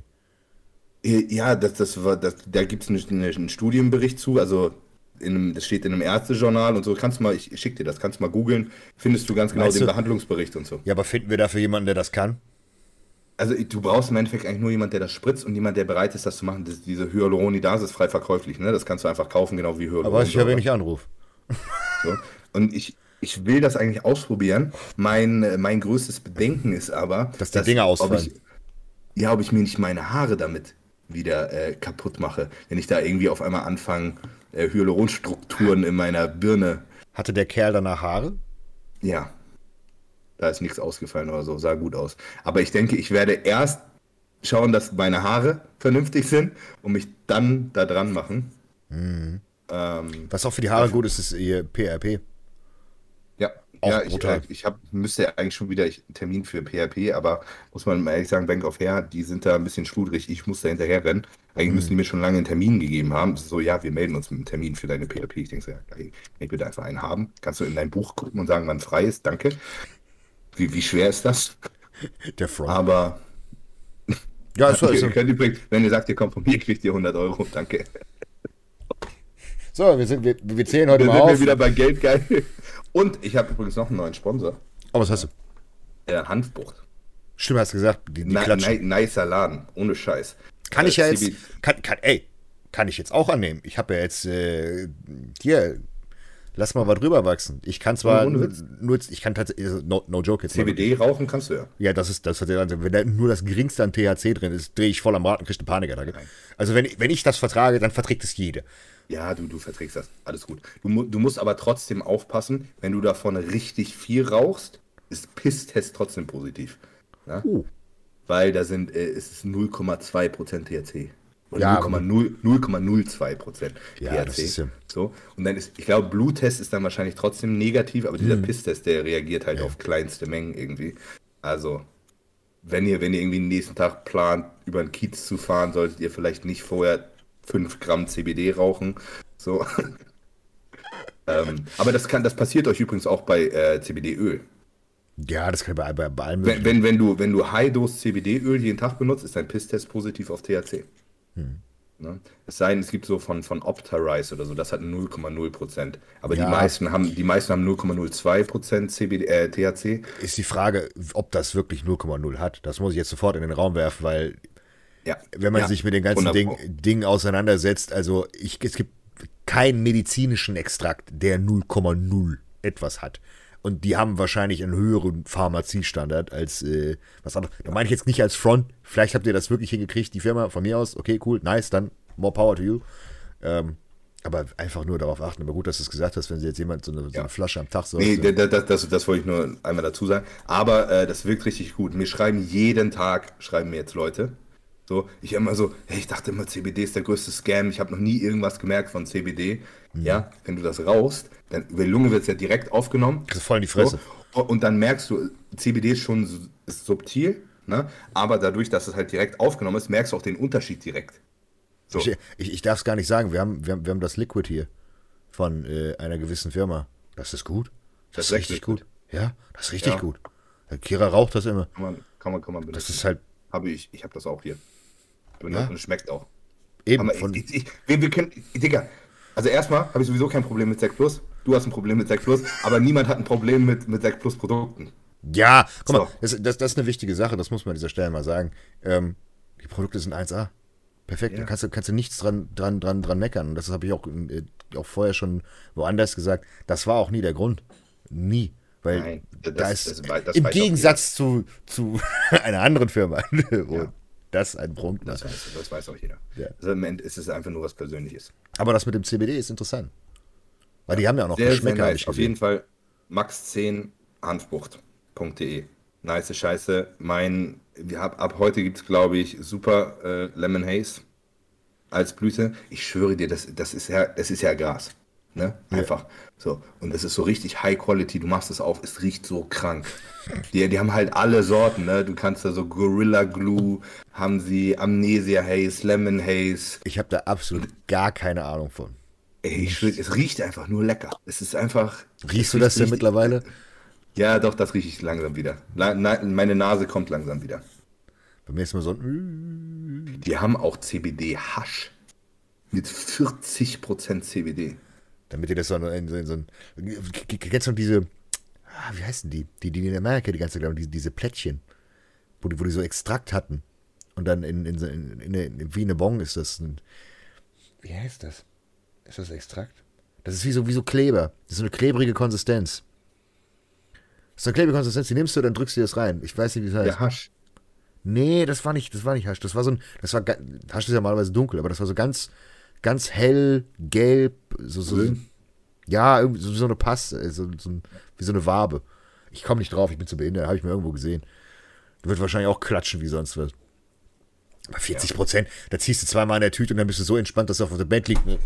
Ja, da gibt es einen Studienbericht zu, also das steht in einem Ärztejournal und so. Ich schicke dir das, kannst du mal googeln, findest du ganz genau den Behandlungsbericht und so. Ja, aber finden wir dafür jemanden, der das kann? Also du brauchst im Endeffekt eigentlich nur jemanden, der das spritzt und jemand, der bereit ist, das zu machen. Diese Hyaluronidase ist frei verkäuflich, ne? Das kannst du einfach kaufen, genau wie Hyaluron. Aber weiß ich ja, wen ich anrufe. So. Und ich will das eigentlich ausprobieren. Mein größtes Bedenken ist aber, dass die Dinger ausfallen. Ob ich mir nicht meine Haare damit wieder kaputt mache, wenn ich da irgendwie auf einmal anfange, Hyaluronstrukturen in meiner Birne. Hatte der Kerl danach Haare? Ja. Da ist nichts ausgefallen oder so, sah gut aus. Aber ich denke, ich werde erst schauen, dass meine Haare vernünftig sind und mich dann da dran machen. Mhm. Was auch für die Haare gut ist, ist ihr PRP. Ja, ich müsste eigentlich schon wieder einen Termin für PRP, aber muss man mal ehrlich sagen, Bank of Hair, die sind da ein bisschen schludrig. Ich muss da hinterher rennen. Eigentlich müssen die mir schon lange einen Termin gegeben haben. So, ja, wir melden uns mit einem Termin für deine PRP. Ich denke so, ja, geil, ich will einfach einen haben. Kannst du in dein Buch gucken und sagen, wann frei ist? Danke. Wie schwer ist das? Der Front. Aber ja, ist so. Ihr könnt übrigens, wenn ihr sagt, ihr kommt von mir, kriegt ihr 100 Euro. Danke. So, wir zählen heute mal auf. Wir auf. sind wieder bei Geld, geil. Und ich habe übrigens noch einen neuen Sponsor. Oh, was hast du? Hanfbucht. Stimmt, hast du gesagt, die klatschen. Nicer Laden, ohne Scheiß. Kann ich ja jetzt, kann ich jetzt auch annehmen. Ich habe ja jetzt, hier, lass mal was drüber wachsen. Ich kann zwar ich kann tatsächlich, no joke jetzt. CBD rauchen kannst du ja. Ja, das hat ja, wenn da nur das geringste an THC drin ist, drehe ich voll am Rad und kriege eine Panikattacke. Also wenn ich das vertrage, dann verträgt es jede. Ja, du verträgst das, alles gut. Du musst aber trotzdem aufpassen, wenn du davon richtig viel rauchst, ist Pisstest trotzdem positiv. Ja? Weil da sind, es ist 0,2% THC. Oder ja, 0,02% ja, THC. Das ist ja. So. Und dann ich glaube, Bluttest ist dann wahrscheinlich trotzdem negativ, aber dieser Pisstest, der reagiert halt auf kleinste Mengen irgendwie. Also, wenn ihr irgendwie den nächsten Tag plant, über den Kiez zu fahren, solltet ihr vielleicht nicht vorher 5 Gramm CBD rauchen. So. Aber das passiert euch übrigens auch bei CBD-Öl. Ja, das kann bei allem. Wenn du High-Dose CBD-Öl jeden Tag benutzt, ist dein Pisstest positiv auf THC. Ne? Es sei denn, es gibt so von Optarize oder so, das hat 0,0%. Aber die meisten haben 0,02% THC. Ist die Frage, ob das wirklich 0,0 hat. Das muss ich jetzt sofort in den Raum werfen, weil wenn man sich mit den ganzen Dingen auseinandersetzt, also es gibt keinen medizinischen Extrakt, der 0,0 etwas hat. Und die haben wahrscheinlich einen höheren Pharmaziestandard als was anderes. Da meine ich jetzt nicht als Front. Vielleicht habt ihr das wirklich hingekriegt, die Firma, von mir aus. Okay, cool, nice, dann more power to you. Aber einfach nur darauf achten. Aber gut, dass du es gesagt hast, wenn sie jetzt jemand so eine Flasche am Tag so. Nee, das wollte ich nur einmal dazu sagen. Aber das wirkt richtig gut. Mir schreiben jeden Tag, mir jetzt Leute. So, ich dachte immer, CBD ist der größte Scam. Ich habe noch nie irgendwas gemerkt von CBD. Ja, wenn du das rauchst, dann über die Lunge wird es ja direkt aufgenommen. Das ist voll in die Fresse. So, und dann merkst du, CBD ist schon ist subtil, ne? Aber dadurch, dass es halt direkt aufgenommen ist, merkst du auch den Unterschied direkt. So. Ich darf es gar nicht sagen. Wir haben das Liquid hier von einer gewissen Firma. Das ist gut. Das ist richtig gut. Ja, das ist richtig gut. Kira raucht das immer. Kann man benutzen. Das ist halt. Ich habe das auch hier. Und es schmeckt auch. Eben. Wir können, Digga, also erstmal habe ich sowieso kein Problem mit Sekt Plus. Du hast ein Problem mit Sekt Plus, aber niemand hat ein Problem mit Sekt Plus Produkten. Ja, guck mal, So. das ist eine wichtige Sache, das muss man an dieser Stelle mal sagen. Die Produkte sind 1A. Perfekt, da Ja. kannst du nichts dran meckern. Und das habe ich auch vorher schon woanders gesagt. Das war auch nie der Grund. Nie. Weil Nein, da ist das im weiß auch Gegensatz zu einer anderen Firma, wo Ja. das ein Punkt war. Das weiß auch jeder. Ja. Also im Endeffekt ist es einfach nur was Persönliches. Aber das mit dem CBD ist interessant. Weil die haben ja auch noch Sehr, sehr Geschmäcker, hab nice. ich Auf gesehen. jeden Fall max10 hanfbucht.de. Nice Scheiße. Ab heute gibt es, glaube ich, super Lemon Haze als Blüte. Ich schwöre dir, das ist ja Gras. Ne? Ja. Einfach. So. Und das ist so richtig High Quality. Du machst es auf, es riecht so krank. Die haben halt alle Sorten, ne? Du kannst da so Gorilla Glue, haben sie Amnesia Haze, Lemon Haze. Ich habe da absolut gar keine Ahnung von. Ey, ich schwöre, es riecht einfach nur lecker. Es ist einfach. Riechst du es das riecht denn richtig- mittlerweile? Ja, doch, das rieche ich langsam wieder. Meine Nase kommt langsam wieder. Beim nächsten Mal so ein Die haben auch CBD-Hasch mit 40% CBD. damit ihr das so in so ein. Kennst du noch diese. Wie heißen die? Die in Amerika die ganze Zeit haben, diese Plättchen, wo die so Extrakt hatten. Und dann wie eine Bon ist das. Wie heißt das? Ist das Extrakt? Das ist wie so Kleber. Das ist so eine klebrige Konsistenz. Das ist eine klebrige Konsistenz, die nimmst du, dann drückst du das rein. Ich weiß nicht, wie es heißt. Der Hasch. Nee, das war nicht Hasch. Das war so ein. Hasch ist ja normalerweise dunkel, aber das war so ganz hell, gelb, Grün? ja, irgendwie so eine Paste, wie so eine Wabe. Ich komme nicht drauf, ich bin zu behindert, habe ich mir irgendwo gesehen. Wird wahrscheinlich auch klatschen wie sonst was. Aber 40%, da ziehst du zweimal in der Tüte und dann bist du so entspannt, dass du auf der Bett liegt. Ne?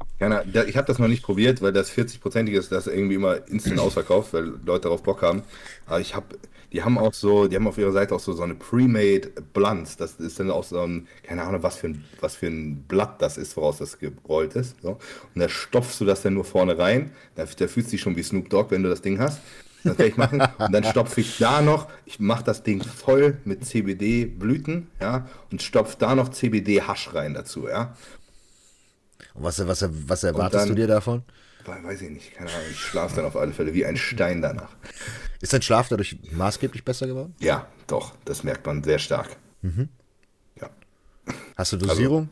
Ich habe das noch nicht probiert, weil das 40%ige ist, das irgendwie immer instant ausverkauft, weil Leute darauf Bock haben. Aber die haben auf ihrer Seite auch so eine Pre-Made Blunts. Das ist dann auch so ein, keine Ahnung, was für ein Blatt das ist, woraus das gerollt ist. So. Und da stopfst du das dann nur vorne rein. Da fühlst du dich schon wie Snoop Dogg, wenn du das Ding hast. Das werde ich machen. Und dann stopfe ich da noch, ich mache das Ding voll mit CBD-Blüten, ja, und stopfe da noch CBD-Hasch rein dazu, ja. Und was erwartest dann- du dir davon? Weiß ich nicht, keine Ahnung. Ich schlafe dann auf alle Fälle wie ein Stein danach. Ist dein Schlaf dadurch maßgeblich besser geworden? Ja, doch, das merkt man sehr stark. Ja, Hast du Dosierung?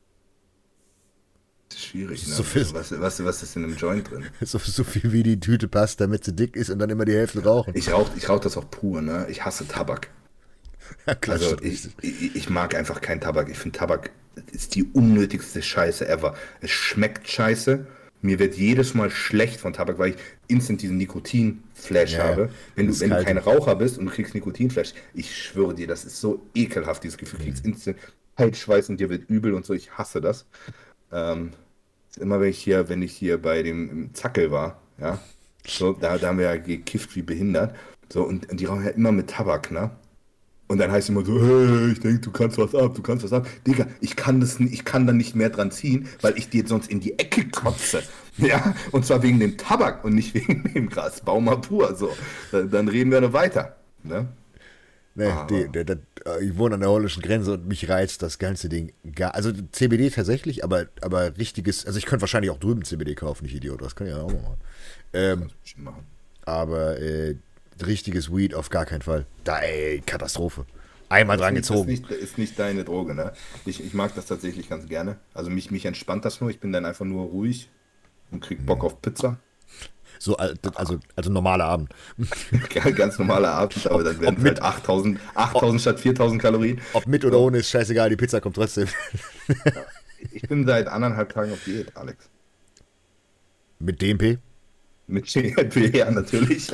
das ist schwierig, ne? So viel- Was ist in einem Joint drin? So viel wie die Tüte passt, damit sie dick ist und dann immer die Hälfte rauchen. Ich rauch das auch pur, ne? Ich hasse Tabak. Klar, Also stimmt. ich mag einfach keinen Tabak. Ich finde Tabak ist die unnötigste Scheiße ever. Es schmeckt scheiße. Mir wird jedes Mal schlecht von Tabak, weil ich instant diesen Nikotin-Flash Ja, habe. Wenn das du Kalte. kein Raucher bist und du kriegst Nikotin-Flash, ich schwöre dir, das ist so ekelhaft, dieses Gefühl. Du kriegst instant Halsschweiß und dir wird übel und so. Ich hasse das. Immer wenn ich hier bei dem im Zackel war, ja, so, da haben wir ja gekifft wie behindert. So, und die rauchen ja immer mit Tabak, ne? Und dann heißt es immer so, hey, ich denke, du kannst was ab. Digga, ich kann da nicht mehr dran ziehen, weil ich dir sonst in die Ecke kotze. Ja, und zwar wegen dem Tabak und nicht wegen dem Gras. Bau mal pur, so. Dann reden wir noch weiter, ne? Nee, ich wohne an der holländischen Grenze und mich reizt das ganze Ding gar. Also CBD tatsächlich, aber richtiges. Also ich könnte wahrscheinlich auch drüben CBD kaufen, nicht Idiot, das kann ich ja auch mal machen. Aber richtiges Weed auf gar keinen Fall. Katastrophe. Einmal dran gezogen. Das ist nicht deine Droge, ne? Ich mag das tatsächlich ganz gerne. Also mich entspannt das nur. Ich bin dann einfach nur ruhig und krieg Bock auf Pizza. So, also normaler Abend. Ganz normaler Abend, aber dann werden es halt 8000 statt 4000 Kalorien. Ob mit oder ohne ist scheißegal, die Pizza kommt trotzdem. Ich bin seit 1,5 Tagen auf Diät, Alex. Mit DMP? Mit GLP, ja, natürlich.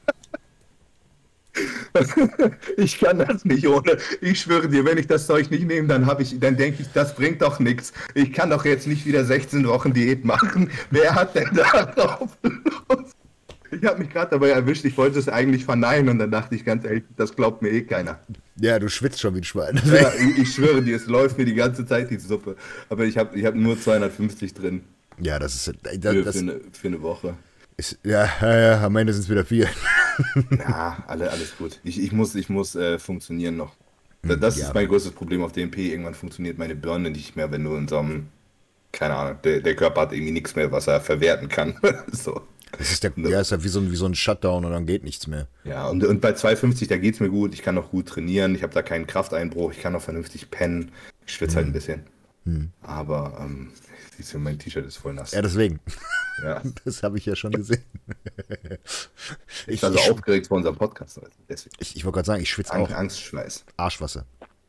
Ich kann das nicht ohne. Ich schwöre dir, wenn ich das Zeug nicht nehme, dann denke ich, das bringt doch nichts. Ich kann doch jetzt nicht wieder 16 Wochen Diät machen. Wer hat denn da drauf Lust? Ich habe mich gerade dabei erwischt, ich wollte es eigentlich verneinen und dann dachte ich ganz ehrlich, das glaubt mir eh keiner. Ja, du schwitzt schon wie ein Schwein. Ja, ich schwöre dir, es läuft mir die ganze Zeit die Suppe. Aber ich hab nur 250 drin Ja, das ist. für eine Woche. Ja, am Ende sind es wieder 4. Ja, alles gut. Ich muss funktionieren noch. Das Ja. ist mein größtes Problem auf DMP. Irgendwann funktioniert meine Birne nicht mehr, wenn du in so einem, keine Ahnung, der Körper hat irgendwie nichts mehr, was er verwerten kann. So. Das ist ist ja wie so ein Shutdown und dann geht nichts mehr. Ja, und bei 250, da geht's mir gut. Ich kann noch gut trainieren. Ich habe da keinen Krafteinbruch. Ich kann noch vernünftig pennen. Ich schwitze halt ein bisschen. Aber, siehst du, mein T-Shirt ist voll nass. Ja, deswegen. Ja. Das habe ich ja schon gesehen. Ich war so aufgeregt vor unserem Podcast. Deswegen. Ich wollte gerade sagen, ich schwitze auch. Angstschweiß. Arschwasser.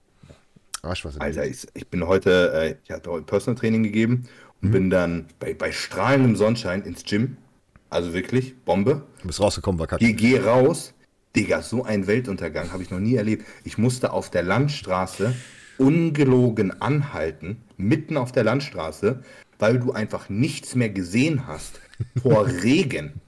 Alter, ich bin heute, ich hatte heute Personal Training gegeben und bin dann bei strahlendem Sonnenschein ins Gym. Also wirklich, Bombe. Du bist rausgekommen, war kacke. Geh raus. Digga, so ein Weltuntergang habe ich noch nie erlebt. Ich musste auf der Landstraße ungelogen anhalten, mitten auf der Landstraße, weil du einfach nichts mehr gesehen hast vor Regen.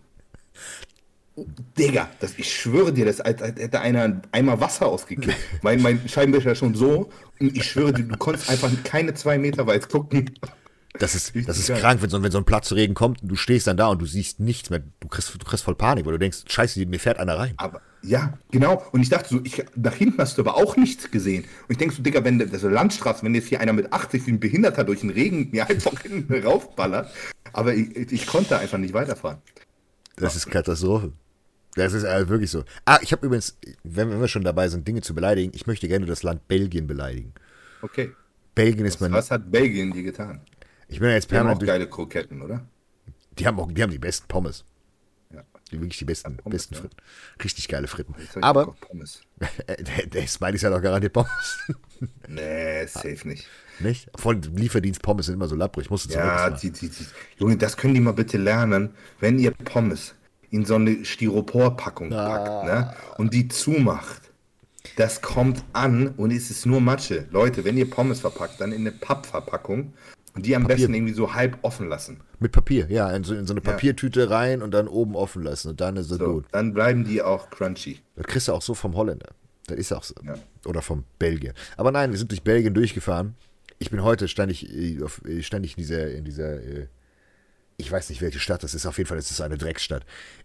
Digga, ich schwöre dir, das als hätte einer einen Eimer Wasser ausgekippt. Mein Scheibenwischer schon so. Und ich schwöre dir, du konntest einfach keine 2 Meter weit gucken. Das ist krank, wenn so ein Platzregen kommt und du stehst dann da und du siehst nichts mehr. Du kriegst voll Panik, weil du denkst, scheiße, mir fährt einer rein. Aber ja, genau. Und ich dachte so, nach hinten hast du aber auch nichts gesehen. Und ich denke so, Digga, wenn das so Landstraße, wenn jetzt hier einer mit 80 wie ein Behinderter durch den Regen mir einfach hinten raufballert. Aber ich konnte einfach nicht weiterfahren. Das ist Katastrophe. Das ist wirklich so. Ich habe übrigens, wenn wir schon dabei sind, Dinge zu beleidigen, ich möchte gerne das Land Belgien beleidigen. Okay. Belgien ist Was hat Belgien dir getan? Ich bin ja jetzt Die haben permanent auch geile Kroketten, oder? Die haben die besten Pommes. Ja. Wirklich die besten Pommes, Fritten. Richtig geile Fritten. Jetzt hab ich Aber Bock auf Pommes. der Smiley ist ja doch garantiert Pommes. Nee, safe nicht. Nicht? Voll Lieferdienst Pommes sind immer so lapprig. Musst du Ja, Junge, das können die mal bitte lernen, wenn ihr Pommes in so eine Styroporpackung packt, ne? Und die zumacht. Das kommt an und es ist nur Matsche. Leute, wenn ihr Pommes verpackt, dann in eine Pappverpackung und die am besten irgendwie so halb offen lassen. Mit Papier, ja, in so eine Papiertüte rein und dann oben offen lassen und dann ist es gut. Dann bleiben die auch crunchy. Das kriegst du auch so vom Holländer. Das ist auch so. Ja. Oder vom Belgier. Aber nein, wir sind durch Belgien durchgefahren. Ich bin heute, stand ich in dieser ich weiß nicht, welche Stadt das ist. Auf jeden Fall ist es eine Drecksstadt.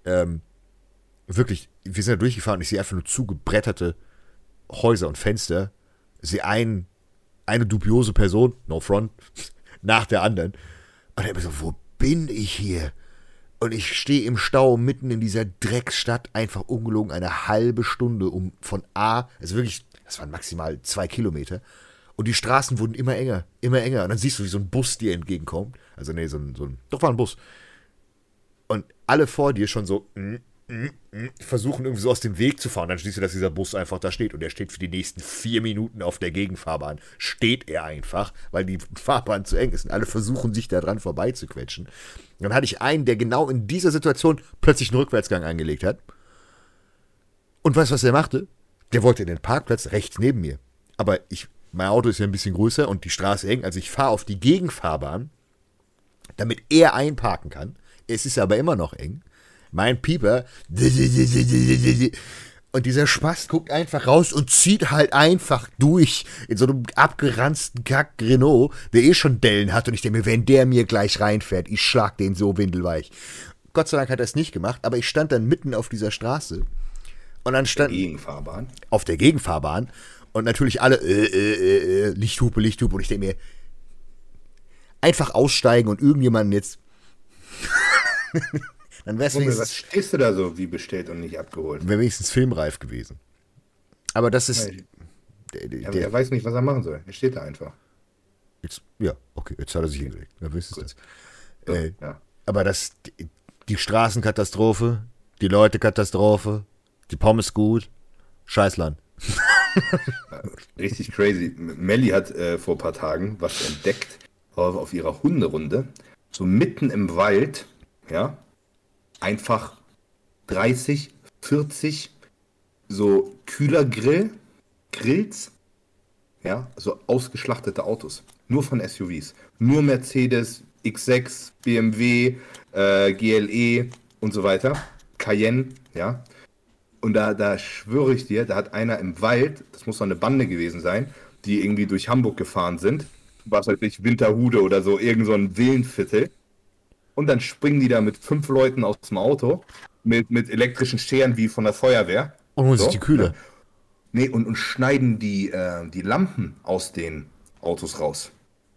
Wirklich, wir sind da durchgefahren und ich sehe einfach nur zugebretterte Häuser und Fenster. Ich sehe eine dubiose Person, no front, nach der anderen. Und ich bin so, wo bin ich hier? Und ich stehe im Stau mitten in dieser Drecksstadt, einfach ungelogen eine halbe Stunde, also wirklich, das waren maximal 2 Kilometer. Und die Straßen wurden immer enger, immer enger. Und dann siehst du, wie so ein Bus dir entgegenkommt. Also nee, doch war ein Bus. Und alle vor dir schon so versuchen irgendwie so aus dem Weg zu fahren. Dann siehst du, dass dieser Bus einfach da steht. Und der steht für die nächsten 4 Minuten auf der Gegenfahrbahn. Steht er einfach, weil die Fahrbahn zu eng ist. Und alle versuchen, sich da dran vorbeizuquetschen. Und dann hatte ich einen, der genau in dieser Situation plötzlich einen Rückwärtsgang eingelegt hat. Und weißt du, was er machte? Der wollte in den Parkplatz rechts neben mir. Aber mein Auto ist ja ein bisschen größer und die Straße eng. Also ich fahre auf die Gegenfahrbahn, damit er einparken kann. Es ist aber immer noch eng. Mein Pieper. Und dieser Spast guckt einfach raus und zieht halt einfach durch in so einem abgeranzten Kack-Renault, der schon Dellen hat. Und ich denke mir, wenn der mir gleich reinfährt, ich schlag den so windelweich. Gott sei Dank hat er es nicht gemacht, aber ich stand dann mitten auf dieser Straße. Und dann stand auf der Gegenfahrbahn. Und natürlich alle, Lichthupe. Und ich denke mir, einfach aussteigen und irgendjemanden jetzt. Dann wär's wenigstens. Was stehst du da so wie bestellt und nicht abgeholt? Wäre wenigstens filmreif gewesen. Aber das ist. Er weiß nicht, was er machen soll. Er steht da einfach. Jetzt hat er sich hingelegt. Dann wisst ihr das. Ja. Aber die Straßenkatastrophe, die Leute-Katastrophe, die Pommes gut, Scheißland. Richtig crazy. Melli hat vor ein paar Tagen was entdeckt auf ihrer Hunderunde. So mitten im Wald, ja, einfach 30, 40 so Grills, ja, so ausgeschlachtete Autos. Nur von SUVs. Nur Mercedes, X6, BMW, GLE und so weiter. Cayenne, ja. Und da schwöre ich dir, da hat einer im Wald, das muss doch eine Bande gewesen sein, die irgendwie durch Hamburg gefahren sind, was weiß ich, Winterhude oder so, irgend so ein Villenviertel. Und dann springen die da mit 5 Leuten aus dem Auto, mit elektrischen Scheren wie von der Feuerwehr. Und holen sich die Kühle. Nee, und schneiden die Lampen aus den Autos raus.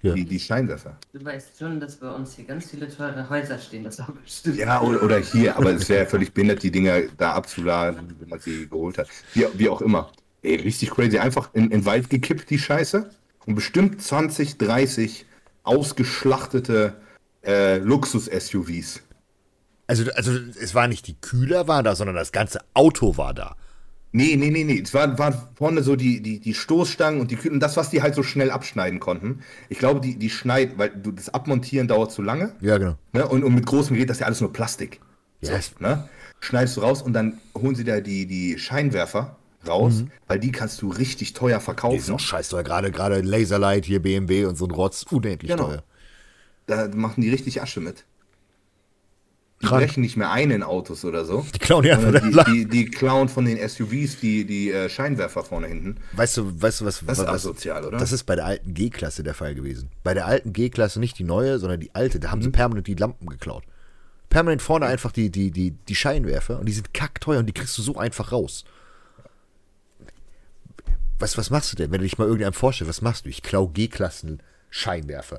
Ja. Die Scheinwerfer. Du weißt schon, dass bei uns hier ganz viele teure Häuser stehen, das auch bestimmt. Ja, oder hier, aber es wäre ja völlig behindert, die Dinger da abzuladen, wenn man sie geholt hat. Wie auch immer. Ey, richtig crazy. Einfach in den Wald gekippt, die Scheiße. Und bestimmt 20, 30 ausgeschlachtete Luxus-SUVs. Also es war nicht die Kühler waren da, sondern das ganze Auto war da. Nee. Es waren vorne so die Stoßstangen und die Kühlen, das, was die halt so schnell abschneiden konnten. Ich glaube, die schneiden, weil das Abmontieren dauert zu lange. Ja, genau. Ne? Und mit großem Gerät, das ist ja alles nur Plastik. Yes. So, ne? Schneidest du raus und dann holen sie da die Scheinwerfer raus, weil die kannst du richtig teuer Die verkaufen. ist auch scheiß teuer. Gerade Laserlight hier, BMW und so ein Rotz, unendlich Genau. teuer. Da machen die richtig Asche mit. Die Krank. brechen nicht mehr ein in Autos oder so. Die klauen ja Sondern einfach die klauen von den SUVs die Scheinwerfer vorne hinten. Weißt du, was? Das ist asozial, oder? Das ist bei der alten G-Klasse der Fall gewesen. Bei der alten G-Klasse, nicht die neue, sondern die alte, da haben sie permanent die Lampen geklaut. Permanent vorne einfach die Scheinwerfer und die sind kackteuer und die kriegst du so einfach raus. Was machst du denn, wenn du dich mal irgendeinem vorstellst? Was machst du? Ich klau G-Klassen Scheinwerfer.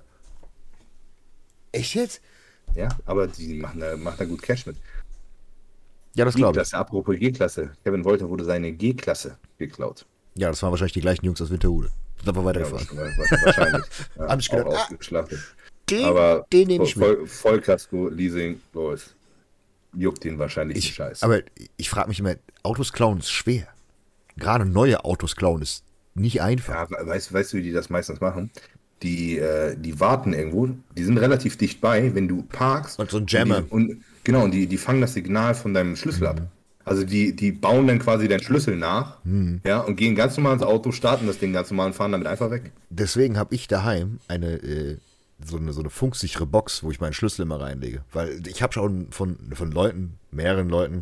Echt jetzt? Ja, aber die machen da gut Cash mit. Ja, das glaube ich. G-Klasse, apropos G-Klasse. Kevin Wolter wurde seine G-Klasse geklaut. Ja, das waren wahrscheinlich die gleichen Jungs aus Winterhude. Sind einfach Ja, weitergefahren. wahrscheinlich. Ja, Hab ich gedacht, auch ausgeschlachtet. Den Aber nehme ich mit. Vollkasko, Leasing, los. Juckt ihn wahrscheinlich die Scheiße. Aber ich frage mich immer, Autos klauen ist schwer. Gerade neue Autos klauen ist nicht einfach. Ja, weißt du, wie die das meistens machen? Die warten irgendwo, die sind relativ dicht bei, wenn du parkst. Und so ein Jammer. Und die fangen das Signal von deinem Schlüssel ab. Also die bauen dann quasi deinen Schlüssel nach, ja, und gehen ganz normal ins Auto, starten das Ding ganz normal und fahren damit einfach weg. Deswegen habe ich daheim so eine funksichere Box, wo ich meinen Schlüssel immer reinlege. Weil ich habe schon von Leuten, mehreren Leuten,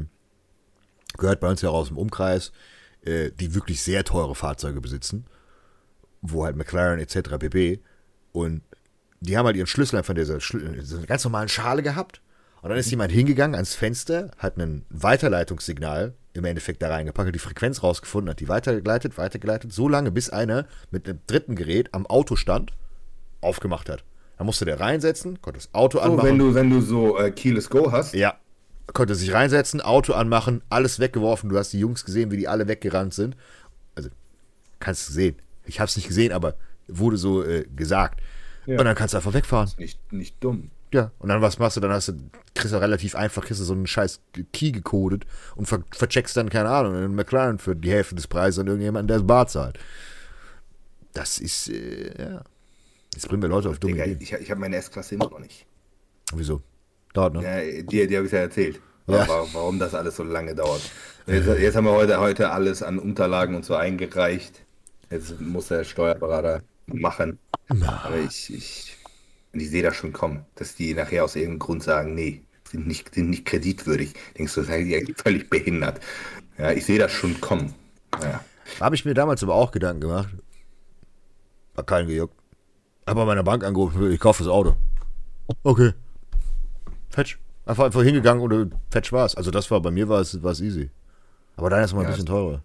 gehört bei uns ja aus dem Umkreis, die wirklich sehr teure Fahrzeuge besitzen, wo halt McLaren etc. pp. Und die haben halt ihren Schlüssel einfach in dieser ganz normalen Schale gehabt. Und dann ist jemand hingegangen ans Fenster, hat ein Weiterleitungssignal im Endeffekt da reingepackt, hat die Frequenz rausgefunden, hat die weitergeleitet, so lange, bis einer mit einem dritten Gerät am Auto stand, aufgemacht hat. Dann musste der reinsetzen, konnte das Auto So, anmachen. wenn du so Keyless Go hast, Ja, konnte sich reinsetzen, Auto anmachen, alles weggeworfen. Du hast die Jungs gesehen, wie die alle weggerannt sind. Also, kannst du sehen. Ich habe es nicht gesehen, aber wurde so gesagt. Ja. Und dann kannst du einfach wegfahren. nicht dumm. Ja, und dann was machst du? Dann kriegst du relativ einfach, so einen scheiß Key gecodet und vercheckst dann, keine Ahnung, einen McLaren für die Hälfte des Preises an irgendjemanden, der das Bar zahlt. Das ist, ja. Jetzt bringen wir Leute auf dumme Digga, Ideen. ich habe meine S-Klasse immer noch nicht. Wieso? Dauert noch. Ja, dir habe ich ja erzählt, Ja. warum das alles so lange dauert. Jetzt haben wir heute alles an Unterlagen und so eingereicht. Jetzt muss der Steuerberater machen. Aber ich sehe das schon kommen, dass die nachher aus irgendeinem Grund sagen, nee, sind nicht kreditwürdig. Denkst du, seid ihr völlig behindert. Ja, ich sehe das schon kommen. Ja. Habe ich mir damals aber auch Gedanken gemacht. War keinen gejuckt. Habe bei meiner Bank angerufen, ich kaufe das Auto. Okay. Fetch. Einfach hingegangen und fetch war's. Also das war, bei mir war es easy. Aber dann ist es mal ein bisschen teurer.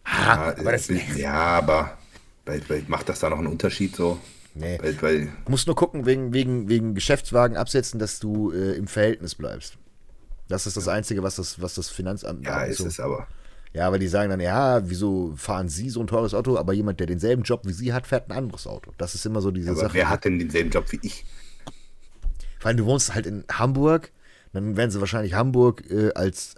Aber macht das da noch einen Unterschied so? Nee. Weil Du musst nur gucken, wegen Geschäftswagen absetzen, dass du im Verhältnis bleibst. Das ist das Einzige, was das Finanzamt ja, macht. ist es aber. Ja, aber die sagen dann, ja, wieso fahren Sie so ein teures Auto, aber jemand, der denselben Job wie Sie hat, fährt ein anderes Auto. Das ist immer so diese Aber Sache. wer hat denn denselben Job wie ich? Vor allem, du wohnst halt in Hamburg, dann werden sie wahrscheinlich Hamburg als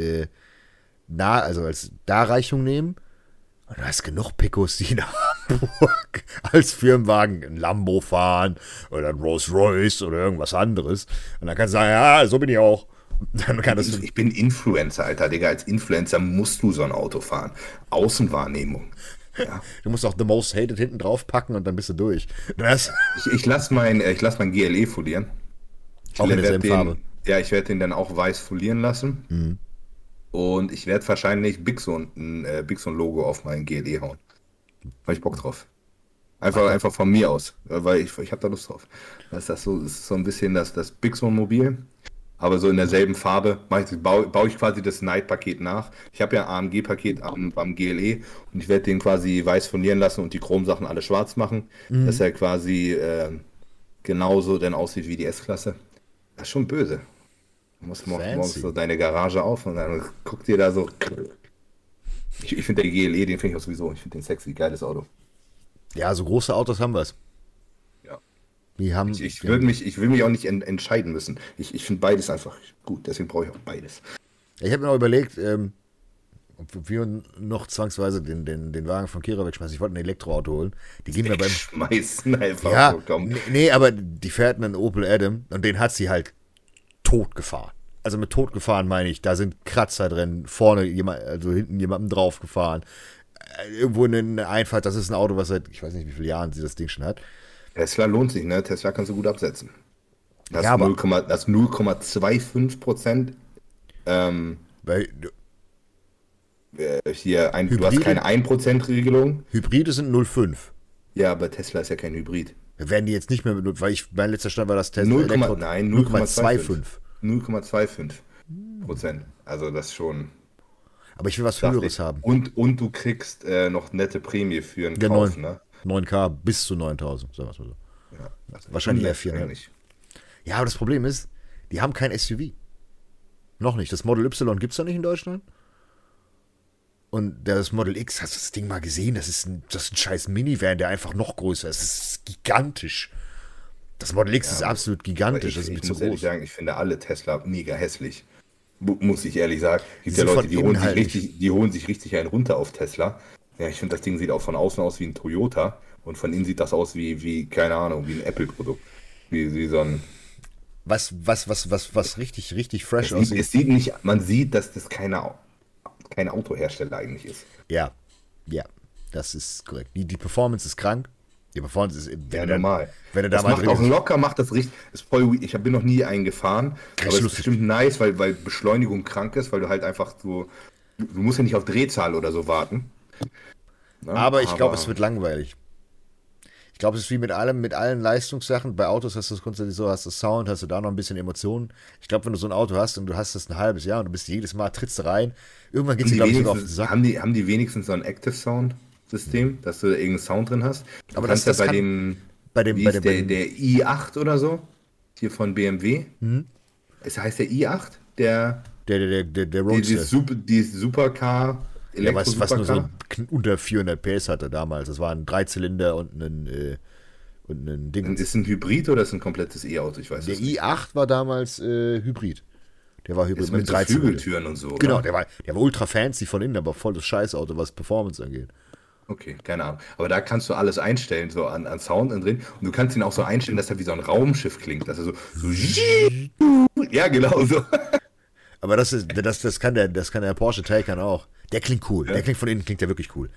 Darreichung nehmen. Und du hast genug Picos, die in Hamburg als Firmenwagen ein Lambo fahren oder ein Rolls Royce oder irgendwas anderes. Und dann kannst du sagen, ja, so bin ich auch. Dann kann das Ich bin Influencer, Alter, Digga. Als Influencer musst du so ein Auto fahren. Außenwahrnehmung. Ja. Du musst auch The Most Hated hinten drauf packen und dann bist du durch. Ich lass mein GLE folieren. Auch in derselben werd Farbe. Ja, ich werde den dann auch weiß folieren lassen. Und ich werde wahrscheinlich ein Bixon-Logo auf mein GLE hauen. Weil ich Bock drauf. Einfach von mir aus. Weil ich habe da Lust drauf. Das ist so ein bisschen das Bixon-Mobil. aber so in derselben Farbe baue ich quasi das Night-Paket nach. Ich habe ja AMG-Paket am GLE und ich werde den quasi weiß folieren lassen und die Chromsachen alle schwarz machen, dass er quasi genauso dann aussieht wie die S-Klasse. Das ist schon böse. Du musst morgens so deine Garage auf und dann guckt ihr da so. Ich finde der GLE, den finde ich auch sowieso, ich finde den sexy, geiles Auto. Ja, so große Autos haben wir es. Ja. Die haben, Ich will mich auch nicht entscheiden müssen. Ich finde beides einfach gut, deswegen brauche ich auch beides. Ich habe mir auch überlegt, ob wir noch zwangsweise den Wagen von Kira wegschmeißen. Ich wollte ein Elektroauto holen. Die gehen mir beim Schmeißen einfach. Ja, so, komm. nee, aber die fährt einen Opel Adam und den hat sie halt tot gefahren. Also mit tot gefahren meine ich, da sind Kratzer drin, vorne also hinten jemandem drauf gefahren. Irgendwo in eine Einfahrt, das ist ein Auto, was seit, ich weiß nicht wie viele Jahren sie das Ding schon hat. Tesla lohnt sich, ne? Tesla kannst du gut absetzen. Das Ja, aber 0,25%. Weil Du hast keine 1%-Regelung. Hybride sind 0,5. Ja, aber Tesla ist ja kein Hybrid. Werden die jetzt nicht mehr, weil mein letzter Stand war das Tesla 0,25. 0,25%. Also das ist schon. Aber ich will was Höheres haben. Und du kriegst noch nette Prämie für einen Kauf, ne? 9K bis zu 9.000, sagen wir es mal so. Ja, Wahrscheinlich eher 4. Ja, aber das Problem ist, die haben kein SUV. Noch nicht. Das Model Y gibt es da nicht in Deutschland. Und das Model X, hast du das Ding mal gesehen? Das ist ein scheiß Minivan, der einfach noch größer ist. Das ist gigantisch. Das Model X ist absolut gigantisch. Das ist ich zu muss groß. ehrlich sagen, ich finde alle Tesla mega hässlich. Muss ich ehrlich sagen. Es gibt Die ja sind Leute, von die holen sich richtig einen runter auf Tesla. Ja, ich finde, das Ding sieht auch von außen aus wie ein Toyota und von innen sieht das aus wie keine Ahnung, wie ein Apple-Produkt. Wie so ein. Was richtig, richtig fresh aussieht. Es sieht nicht, man sieht, dass das kein Autohersteller eigentlich ist. Ja, das ist korrekt. Die Performance ist krank. Die Performance ist normal. Wenn du da das mal macht drin auch ist. locker, macht das richtig. Ist voll, ich bin noch nie einen gefahren, aber es ist bestimmt nice, weil Beschleunigung krank ist, weil du halt einfach so, du musst ja nicht auf Drehzahl oder so warten. Ne? Aber ich glaube, es wird langweilig. Ich glaube, es ist wie mit allen Leistungssachen. Bei Autos hast du es grundsätzlich so, hast du Sound, hast du da noch ein bisschen Emotionen. Ich glaube, wenn du so ein Auto hast und du hast das ein halbes Jahr und du bist jedes Mal, trittst du rein, irgendwann geht es dir, glaube ich, sogar auf den Sack. Haben die wenigstens so ein Active Sound System, dass du da irgendeinen Sound drin hast? Aber das ja der i8 oder so, hier von BMW. Es heißt der i8, der Roadster. Die Supercar, Ja, was nur so unter 400 PS hatte damals. Das war ein Dreizylinder und ein Ding. Ist es ein Hybrid oder ist es ein komplettes E-Auto? Ich weiß Der es nicht. i8 war damals Hybrid. Der war Hybrid Ist mit so Flügeltüren und so. Genau, oder? der war ultra fancy von innen, aber voll das Scheißauto, was Performance angeht. Okay, keine Ahnung. Aber da kannst du alles einstellen, so an Sound drin. Und du kannst ihn auch so einstellen, dass er wie so ein Raumschiff klingt. Dass er so ja, genau so. Aber das kann der Porsche Taycan auch. Der klingt cool. Ja. Der klingt von innen, klingt der wirklich cool.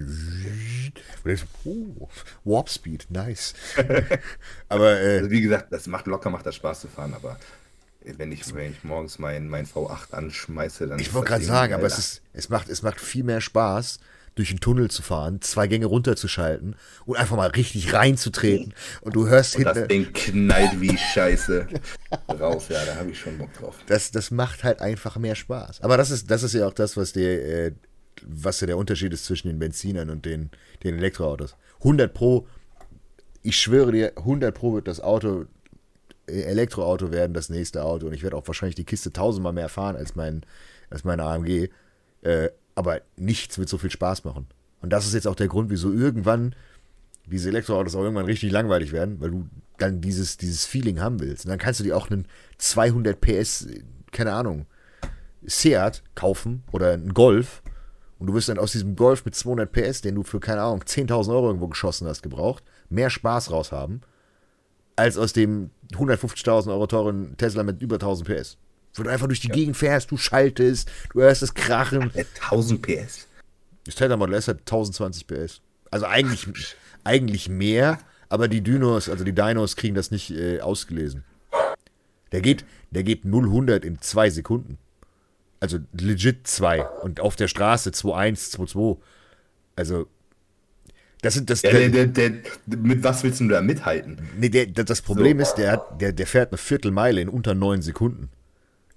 Warp Speed, nice. Aber Also wie gesagt, das macht das Spaß zu fahren, aber wenn ich morgens mein V8 anschmeiße, dann. ich wollte gerade sagen, aber es macht viel mehr Spaß, durch den Tunnel zu fahren, 2 Gänge runterzuschalten und einfach mal richtig reinzutreten. Und du hörst und das Ding knallt wie Scheiße raus. Ja, da habe ich schon Bock drauf. Das macht halt einfach mehr Spaß. Aber das ist ja auch das, was ja der Unterschied ist zwischen den Benzinern und den Elektroautos. 100 Pro, ich schwöre dir, 100 Pro wird das Elektroauto werden, das nächste Auto. Und ich werde auch wahrscheinlich die Kiste 1000-mal mehr fahren als mein AMG. Aber nichts wird so viel Spaß machen. Und das ist jetzt auch der Grund, wieso irgendwann diese Elektroautos auch irgendwann richtig langweilig werden, weil du dann dieses Feeling haben willst. Und dann kannst du dir auch einen 200 PS, keine Ahnung, Seat kaufen oder einen Golf. Und du wirst dann aus diesem Golf mit 200 PS, den du für, keine Ahnung, 10.000 Euro irgendwo geschossen hast, gebraucht, mehr Spaß raus haben, als aus dem 150.000 Euro teuren Tesla mit über 1.000 PS. Wo du einfach durch die Gegend fährst, du schaltest, du hörst das Krachen. 1000 PS. Das Tesla Model S hat 1020 PS. Also eigentlich mehr, aber die Dinos kriegen das nicht ausgelesen. Der geht 0-100 in 2 Sekunden. Also legit 2. Und auf der Straße 2,1, 2,2. Also, das sind das. Mit was willst du da mithalten? Nee, das Problem ist, der fährt eine Viertelmeile in unter 9 Sekunden.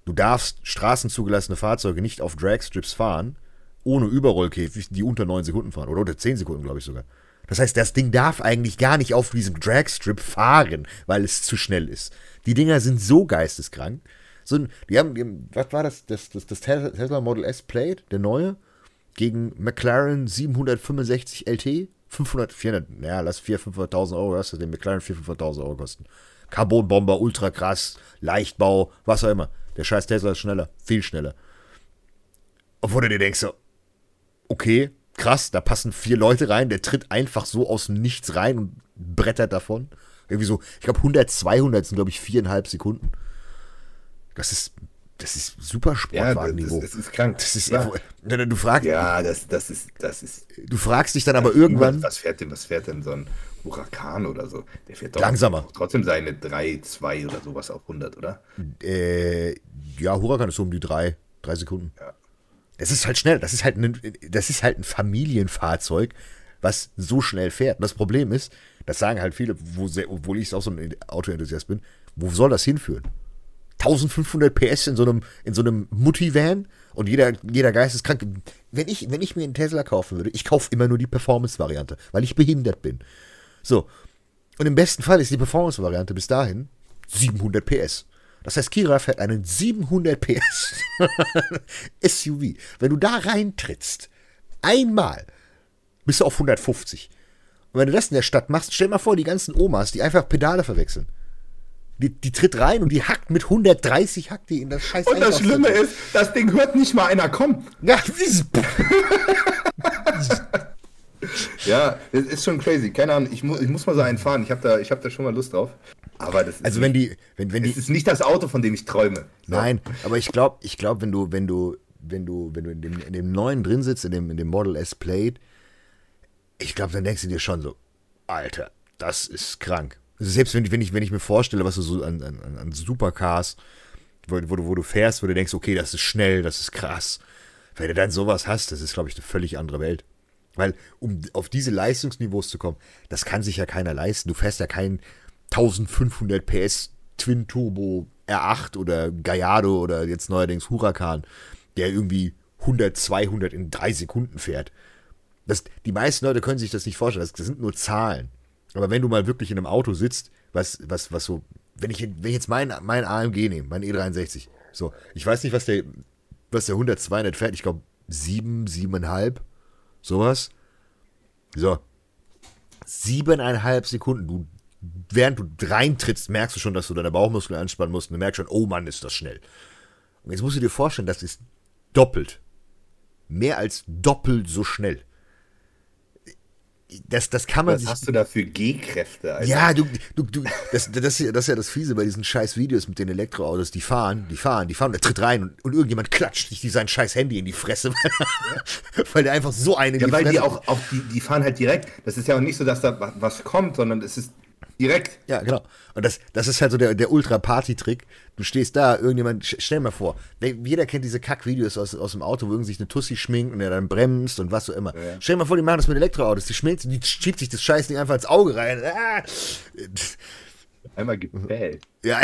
Du darfst straßenzugelassene Fahrzeuge nicht auf Dragstrips fahren, ohne Überrollkäfig, die unter 9 Sekunden fahren. Oder unter 10 Sekunden, glaube ich sogar. Das heißt, das Ding darf eigentlich gar nicht auf diesem Dragstrip fahren, weil es zu schnell ist. Die Dinger sind so geisteskrank. Die haben, was war das? Das Tesla Model S Plate, der neue, gegen McLaren 765 LT, 400, naja, lass 400.000, 500.000 Euro, lass den McLaren 400.000, 500.000 Euro kosten. Carbonbomber, ultra krass, Leichtbau, was auch immer. Der scheiß Tesla ist schneller, viel schneller. Obwohl du dir denkst, so, okay, krass, da passen 4 Leute rein, der tritt einfach so aus dem Nichts rein und brettert davon. Irgendwie so, ich glaube 100, 200 sind, glaube ich, 4,5 Sekunden. Das ist super Sportwagenniveau. Ja, das ist krank. Das ist, du fragst, ja, das ist. Du fragst dich dann aber irgendwann. Was fährt denn so ein Huracan oder so? Der fährt doch langsamer. Trotzdem seine 3, 2 oder sowas auf 100, oder? Ja, Huracan ist so um die 3 Sekunden. Ja. Das ist halt schnell. Das ist halt ein Familienfahrzeug, was so schnell fährt. Und das Problem ist, das sagen halt viele, obwohl ich auch so ein Autoenthusiast bin, wo soll das hinführen? 1500 PS in so einem Mutti-Van und jeder geisteskrank. Wenn ich mir einen Tesla kaufen würde, ich kaufe immer nur die Performance-Variante, weil ich behindert bin. So. Und im besten Fall ist die Performance-Variante bis dahin 700 PS. Das heißt, Kira fährt einen 700 PS SUV. Wenn du da reintrittst, einmal, bist du auf 150. Und wenn du das in der Stadt machst, stell dir mal vor, die ganzen Omas, die einfach Pedale verwechseln. Die tritt rein und die hackt mit 130 hackt die in das scheiß Und das Schlimme ist, das Ding hört nicht mal einer kommen. Ja, ja, das ist schon crazy. Keine Ahnung, ich muss mal so einen fahren. Ich hab da schon mal Lust drauf. Aber das ist also es ist nicht das Auto, von dem ich träume. So. Nein, aber ich glaube, wenn du in dem neuen drin sitzt, in dem Model S Plate, ich glaube, dann denkst du dir schon so, Alter, das ist krank. Also selbst wenn ich mir vorstelle, was du so an Supercars, wo du fährst, wo du denkst, okay, das ist schnell, das ist krass. Wenn du dann sowas hast, das ist, glaube ich, eine völlig andere Welt. Weil, um auf diese Leistungsniveaus zu kommen, das kann sich ja keiner leisten. Du fährst ja keinen 1500 PS Twin Turbo R8 oder Gallardo oder jetzt neuerdings Huracan, der irgendwie 100, 200 in 3 Sekunden fährt. Die meisten Leute können sich das nicht vorstellen. Das sind nur Zahlen. Aber wenn du mal wirklich in einem Auto sitzt, was so, wenn ich jetzt mein AMG nehme, mein E63, so, ich weiß nicht, was der 100, 200 fährt, ich glaube 7,5, sowas. So, 7,5 Sekunden, während du reintrittst, merkst du schon, dass du deine Bauchmuskeln anspannen musst und du merkst schon, oh Mann, ist das schnell. Und jetzt musst du dir vorstellen, das ist mehr als doppelt so schnell. Das kann man Was hast du da für G-Kräfte? Alter? Ja, das ist ja das Fiese bei diesen scheiß Videos mit den Elektroautos, die fahren, der tritt rein und irgendjemand klatscht sich sein scheiß Handy in die Fresse, weil der einfach so eine... Ja, weil die auch die fahren halt direkt. Das ist ja auch nicht so, dass da was kommt, sondern es ist direkt. Ja, genau. Und das ist halt so der Ultra-Party-Trick. Du stehst da, irgendjemand, stell dir mal vor, jeder kennt diese Kack-Videos aus dem Auto, wo irgend sich eine Tussi schminkt und er dann bremst und was so immer. Ja. Stell dir mal vor, die machen das mit Elektroautos, die schiebt sich das Scheißding einfach ins Auge rein. Ah. Einmal gebellt. Ja.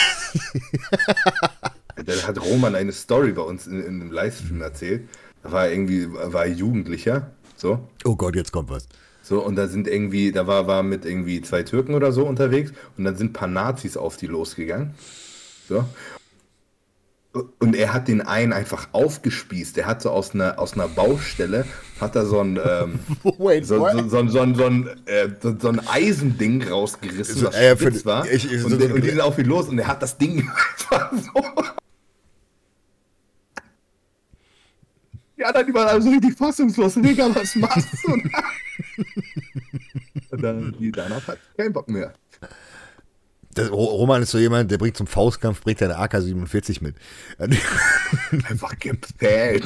Da hat Roman eine Story bei uns in einem Livestream erzählt. Da war er Jugendlicher. So. Oh Gott, jetzt kommt was. So, und da sind war mit irgendwie 2 Türken oder so unterwegs und dann sind ein paar Nazis auf die losgegangen. So. Und er hat den einen einfach aufgespießt. Der hat so aus einer Baustelle, hat da so ein Eisending rausgerissen, was spitz war. Und die sind auf ihn los und er hat das Ding einfach so. Ja, dann war also richtig fassungslos. Digga, was machst du? Und dann danach hat keinen Bock mehr. Roman ist so jemand, der bringt zum Faustkampf, bringt eine AK-47 mit. Einfach gepellt.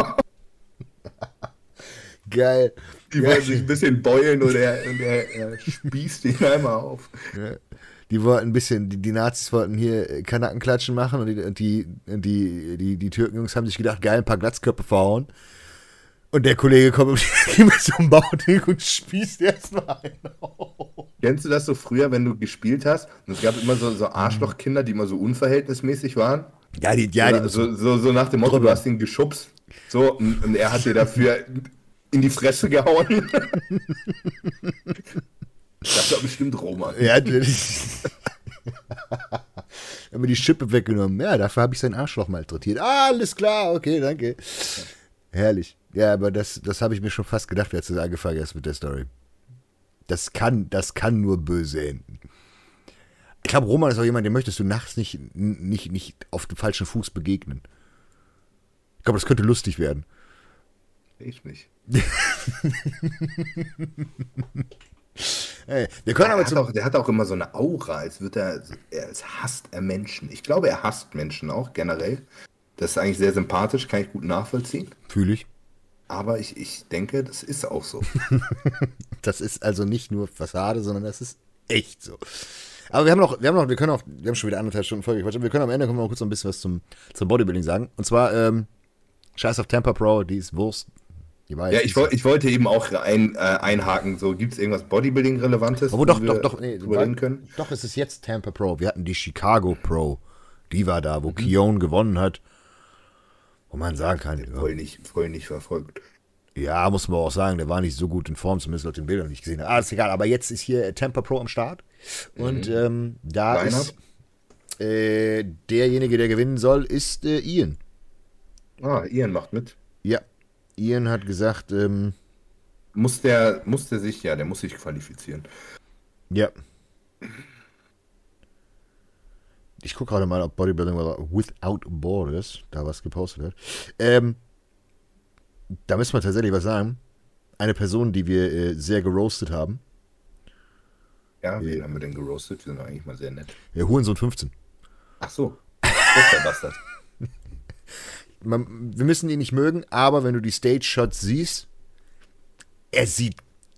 Geil. Die wollen sich ein bisschen beulen und er spießt ihn einmal auf. Ja. Die wollten ein bisschen, die Nazis wollten hier Kanackenklatschen machen und die Türkenjungs haben sich gedacht, geil, ein paar Glatzköpfe verhauen. Und der Kollege kommt mit so einem Bauding und spießt erstmal einen auf. Kennst du das so früher, wenn du gespielt hast? Und es gab immer so Arschlochkinder, die immer so unverhältnismäßig waren. So nach dem Motto, drüber. du hast ihn geschubst. So, und er hat dir dafür in die Fresse gehauen. Das war bestimmt Roman. Ja, hat mir die Schippe weggenommen. Ja, dafür habe ich sein Arschloch malträtiert. Alles klar, okay, danke. Herrlich. Ja, aber das habe ich mir schon fast gedacht, als du angefangen hast mit der Story. Das kann nur böse enden. Ich glaube, Roman ist auch jemand, dem möchtest du nachts nicht auf dem falschen Fuß begegnen. Ich glaube, das könnte lustig werden. Ich nicht. Hey, wir können aber Der hat auch immer so eine Aura, als hasst er Menschen. Ich glaube, er hasst Menschen auch generell. Das ist eigentlich sehr sympathisch, kann ich gut nachvollziehen. Fühle ich. Aber ich denke, das ist auch so. Das ist also nicht nur Fassade, sondern das ist echt so. Aber wir haben schon wieder 1,5 Stunden Folge. Wir können am Ende noch kurz noch ein bisschen was zum Bodybuilding sagen. Und zwar, Scheiß auf Tampa Pro, die ist Wurst. Die war Ja, ich wollte eben auch einhaken. So, gibt es irgendwas Bodybuilding-Relevantes, aber reden können? Doch, es ist jetzt Tampa Pro. Wir hatten die Chicago Pro. Die war da, wo Keone gewonnen hat. Wo man sagen kann, Voll nicht verfolgt. ja, muss man auch sagen, der war nicht so gut in Form, zumindest laut den Bildern, die ich gesehen habe. Ist egal, aber jetzt ist hier Tampa Pro am Start. Und da ist derjenige, der gewinnen soll, ist Ian. Ian macht mit. Ja, Ian hat gesagt, Der muss sich qualifizieren. ja. Ich gucke gerade mal, ob Bodybuilding Without Borders da was gepostet hat. Da müssen wir tatsächlich was sagen. Eine Person, die wir sehr geroastet haben. Ja, wen haben wir denn geroastet? Wir sind eigentlich mal sehr nett. Hurensohn 15. Ach so, das ist der Bastard. Wir müssen ihn nicht mögen, aber wenn du die Stage-Shots siehst, er sieht,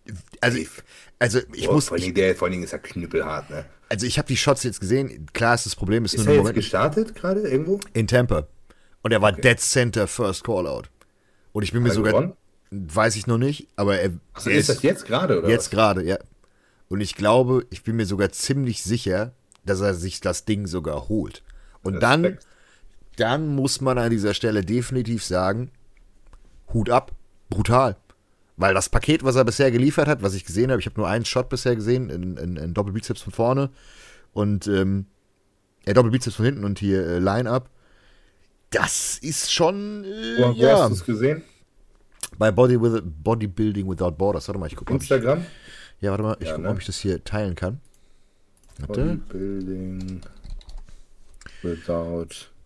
Vor allen Dingen ist er knüppelhart, ne? Also ich habe die Shots jetzt gesehen, klar ist das Problem, ist Ist nur er ein jetzt Moment gestartet gerade irgendwo? in Tampa. Und er war Dead Center First Callout. Und ich bin mir Hat er sogar, gewonnen? weiß ich noch nicht, aber er Ist das jetzt gerade, oder jetzt was? gerade, ja. Und ich glaube, ich bin mir sogar ziemlich sicher, dass er sich das Ding sogar holt. Und Respekt. dann muss man an dieser Stelle definitiv sagen, Hut ab, brutal. Weil das Paket, was er bisher geliefert hat, was ich gesehen habe, ich habe nur einen Shot bisher gesehen, in Doppelbizeps von vorne und Doppelbizeps von hinten und hier Line-Up. Das ist schon, Wo hast du es gesehen? bei Bodybuilding Without Borders. Warte mal, ich gucke, Instagram? ob ich das hier teilen kann. Warte. Bodybuilding Without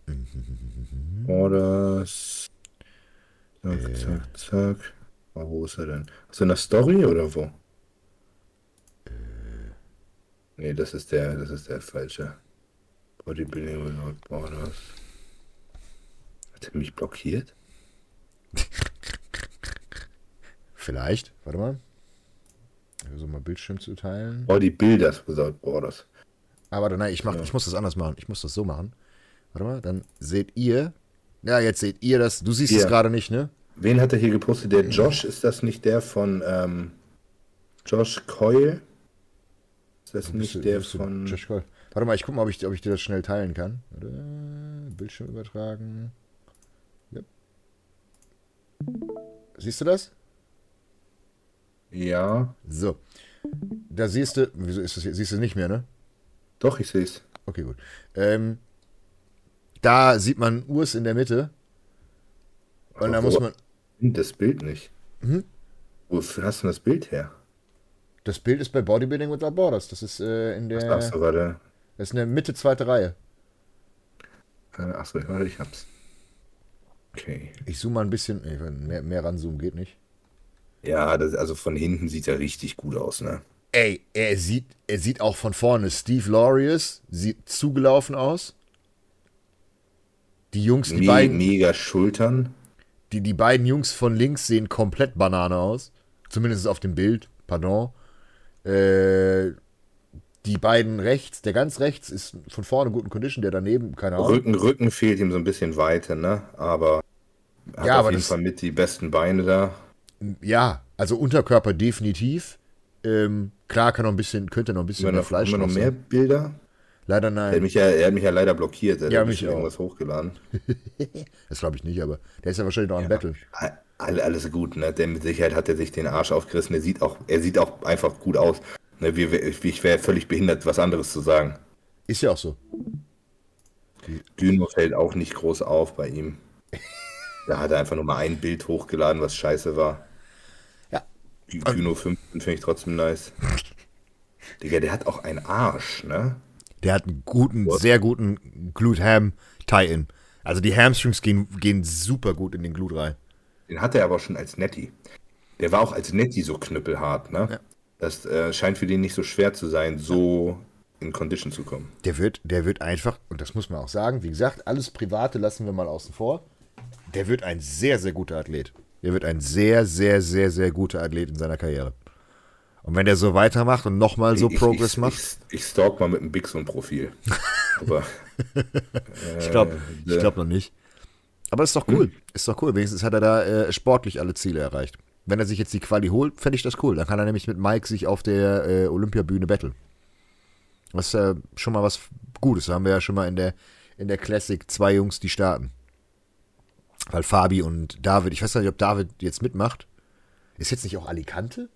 Borders. Zack, zack, zack. Wo ist er denn? Ist er in der Story oder wo? Nee, das ist der falsche. Bodybuilding Without Borders. Hat er mich blockiert? Vielleicht, warte mal. Ich versuche mal Bildschirm zu teilen. Bodybuilders Without Borders. Aber nein, ich muss das anders machen. Ich muss das so machen. Warte mal, dann seht ihr. Ja, jetzt seht ihr das. Du siehst es gerade nicht, ne? Wen hat er hier gepostet? Der Josh, ist das nicht der von Josh Coyle? Ist das nicht der von... Josh Coyle. Warte mal, ich guck mal, ob ich dir das schnell teilen kann. Warte, Bildschirm übertragen. Ja. Siehst du das? Ja. So. Da siehst du, wieso ist das hier? Siehst du nicht mehr, ne? Doch, ich sehe es. Okay, gut. Da sieht man Urs in der Mitte. Und da muss man. Das Bild nicht. Wo hast du denn das Bild her? Das Bild ist bei Bodybuilding Without Borders. Das ist in der. Achso, warte. Das ist in der Mitte, zweite Reihe. Achso, warte, ich hab's. Okay. Ich zoome mal ein bisschen. Mehr ranzoomen geht nicht. Ja, also von hinten sieht er richtig gut aus, ne? Ey, er sieht auch von vorne. Steve Laureus sieht zugelaufen aus. Die Jungs, die beiden. Mega Schultern. Die beiden Jungs von links sehen komplett Banane aus. Zumindest auf dem Bild. Pardon. Die beiden rechts, der ganz rechts ist von vorne guten Condition, der daneben, keine Ahnung. Rücken fehlt ihm so ein bisschen Weite, ne? Aber hat auf jeden Fall mit die besten Beine da. Ja, also Unterkörper definitiv. Klar könnte noch ein bisschen mehr Fleisch drauf noch mehr sein. Bilder? Leider nein. Er hat mich ja leider blockiert. Er Ja, hat mich auch. irgendwas hochgeladen. Das glaube ich nicht, aber der ist ja wahrscheinlich noch am Battle. Alles gut, ne? Mit Sicherheit hat er sich den Arsch aufgerissen. Er sieht auch einfach gut aus. Ne? Ich wäre völlig behindert, was anderes zu sagen. Ist ja auch so. Dyno fällt auch nicht groß auf bei ihm. Da hat er einfach nur mal ein Bild hochgeladen, was scheiße war. Ja. Dyno 15 finde ich trotzdem nice. Digga, der hat auch einen Arsch, ne? Der hat einen sehr guten Glute-Ham-Tie-In. Also die Hamstrings gehen super gut in den Glut rein. Den hat er aber schon als Netty. Der war auch als Netty so knüppelhart, ne? Ja. Das scheint für den nicht so schwer zu sein, so in Condition zu kommen. Der wird einfach, und das muss man auch sagen, wie gesagt, alles Private lassen wir mal außen vor. Der wird ein sehr, sehr guter Athlet. Der wird ein sehr, sehr, sehr, sehr guter Athlet in seiner Karriere. Und wenn der so weitermacht und nochmal so Progress macht. Ich stalk mal mit einem Big Profil. Aber ich glaube noch nicht. Aber ist doch cool. Ist doch cool. Wenigstens hat er da sportlich alle Ziele erreicht. Wenn er sich jetzt die Quali holt, fände ich das cool. Dann kann er nämlich mit Mike sich auf der Olympiabühne battlen. Das ist schon mal was Gutes. Da haben wir ja schon mal in der Classic 2 Jungs, die starten. Weil Fabi und David, ich weiß gar nicht, ob David jetzt mitmacht. Ist jetzt nicht auch Alicante?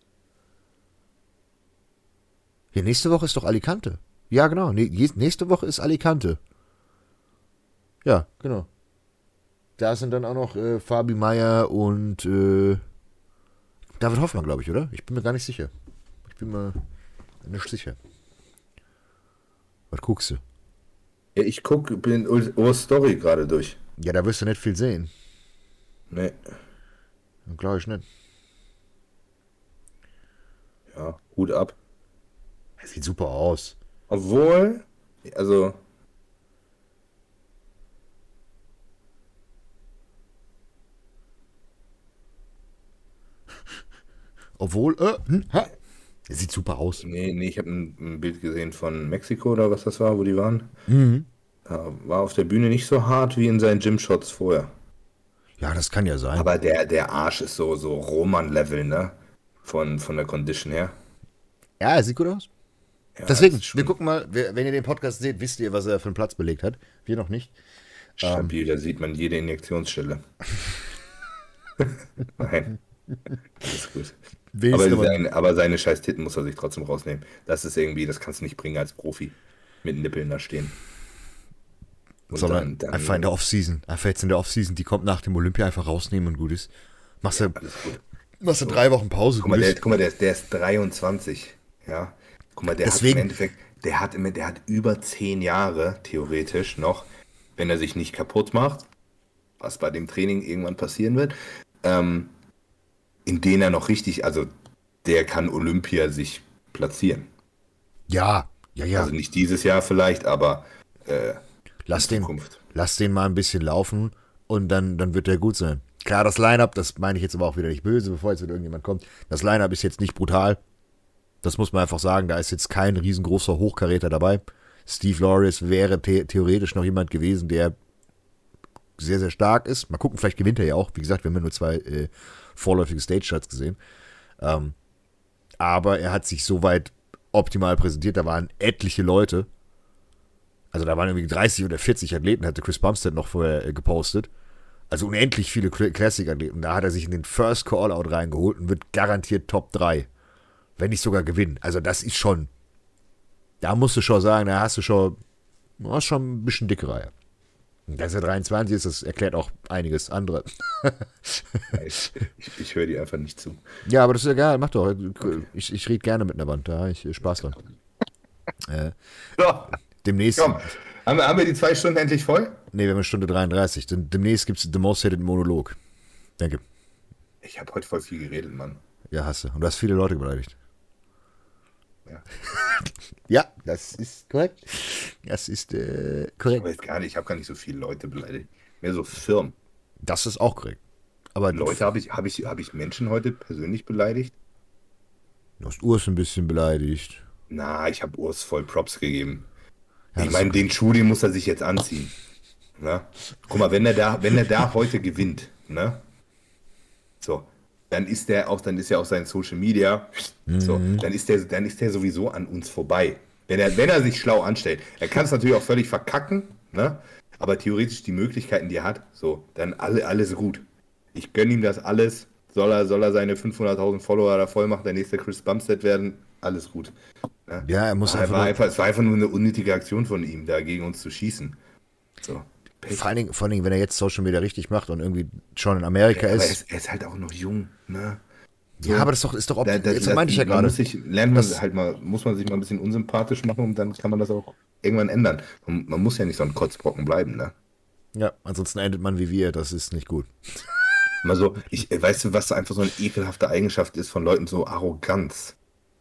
Ja, nächste Woche ist doch Alicante. Ja, genau. Nächste Woche ist Alicante. Ja, genau. Da sind dann auch noch Fabi Meier und David Hoffmann, glaube ich, oder? Ich bin mir gar nicht sicher. Ich bin mir nicht sicher. Was guckst du? Ja, bin Urs Story gerade durch. Ja, da wirst du nicht viel sehen. Nee. Glaube ich nicht. Ja, Hut ab. Das sieht super aus. Obwohl, also. Obwohl, das sieht super aus. Nee, ich habe ein Bild gesehen von Mexiko oder was das war, wo die waren. Mhm. War auf der Bühne nicht so hart wie in seinen Gym-Shots vorher. Ja, das kann ja sein. Aber der Arsch ist so Roman-Level, ne? Von der Condition her. Ja, er sieht gut aus. Ja, deswegen, wir gucken mal, wenn ihr den Podcast seht, wisst ihr, was er für einen Platz belegt hat. Wir noch nicht. Stabil, da sieht man jede Injektionsstelle. Nein. Alles gut. Aber seine scheiß Titten muss er sich trotzdem rausnehmen. Das ist irgendwie, das kannst du nicht bringen als Profi. Mit Nippeln da stehen. Sondern einfach in der Offseason. Einfach jetzt in der Offseason, die kommt nach dem Olympia, einfach rausnehmen und gut ist. Machst du 3 Wochen Pause. Guck mal, der ist 23. Ja. Guck mal, hat im Endeffekt, der hat über 10 Jahre, theoretisch noch, wenn er sich nicht kaputt macht, was bei dem Training irgendwann passieren wird, in denen er noch richtig, also der kann Olympia sich platzieren. Ja. Also nicht dieses Jahr vielleicht, aber lass den mal ein bisschen laufen und dann wird der gut sein. Klar, das Line-Up, das meine ich jetzt aber auch wieder nicht böse, bevor jetzt wieder irgendjemand kommt. Das Line-Up ist jetzt nicht brutal. Das muss man einfach sagen, da ist jetzt kein riesengroßer Hochkaräter dabei. Steve Loris wäre theoretisch noch jemand gewesen, der sehr, sehr stark ist. Mal gucken, vielleicht gewinnt er ja auch. Wie gesagt, wir haben ja nur 2 vorläufige Stage-Shots gesehen. Aber er hat sich soweit optimal präsentiert. Da waren etliche Leute. Also da waren irgendwie 30 oder 40 Athleten, hatte Chris Bumstead noch vorher gepostet. Also unendlich viele Classic-Athleten. Da hat er sich in den First Call-Out reingeholt und wird garantiert Top 3. Wenn nicht sogar gewinnen. Also das ist schon, da musst du schon sagen, da hast du schon ein bisschen dicke Reihe. Und dass er 23 ist, das erklärt auch einiges andere. Ich höre dir einfach nicht zu. Ja, aber das ist egal, mach doch. Okay. Ich rede gerne mit einer Wand, da habe ich Spaß dran. So, demnächst. Komm, haben wir die 2 Stunden endlich voll? Nee, wir haben eine Stunde 33. Demnächst gibt es The Most Hated Monolog. Danke. Ich habe heute voll viel geredet, Mann. Ja, hast du. Und du hast viele Leute beleidigt. Ja. Ja, das ist korrekt. Das ist korrekt. Ich habe gar nicht so viele Leute beleidigt. Mehr so Firmen. Das ist auch korrekt. Aber Leute, habe ich Menschen heute persönlich beleidigt? Du hast Urs ein bisschen beleidigt. Na, ich habe Urs voll Props gegeben. Ja, ich meine, den Schuh, den muss er sich jetzt anziehen. Ne? Guck mal, wenn er da heute gewinnt, ne? So, dann ist ja auch sein Social Media, so, dann ist der sowieso an uns vorbei. Wenn er sich schlau anstellt. Er kann es natürlich auch völlig verkacken, ne? Aber theoretisch die Möglichkeiten, die er hat, so, dann alles gut. Ich gönne ihm das alles. Soll er seine 500.000 Follower da voll machen, der nächste Chris Bumstead werden, alles gut. Ne? Ja, er muss es war einfach nur eine unnötige Aktion von ihm, da gegen uns zu schießen. So. Vor allen Dingen, wenn er jetzt Social Media richtig macht und irgendwie schon in Amerika aber ist. Er ist halt auch noch jung, ne? So. Ja, aber das ist doch das meinte ich ja gerade. Muss man sich mal ein bisschen unsympathisch machen und dann kann man das auch irgendwann ändern. Man muss ja nicht so ein Kotzbrocken bleiben, ne? Ja, ansonsten endet man wie wir, das ist nicht gut. Mal so, weißt du, was einfach so eine ekelhafte Eigenschaft ist von Leuten, so Arroganz.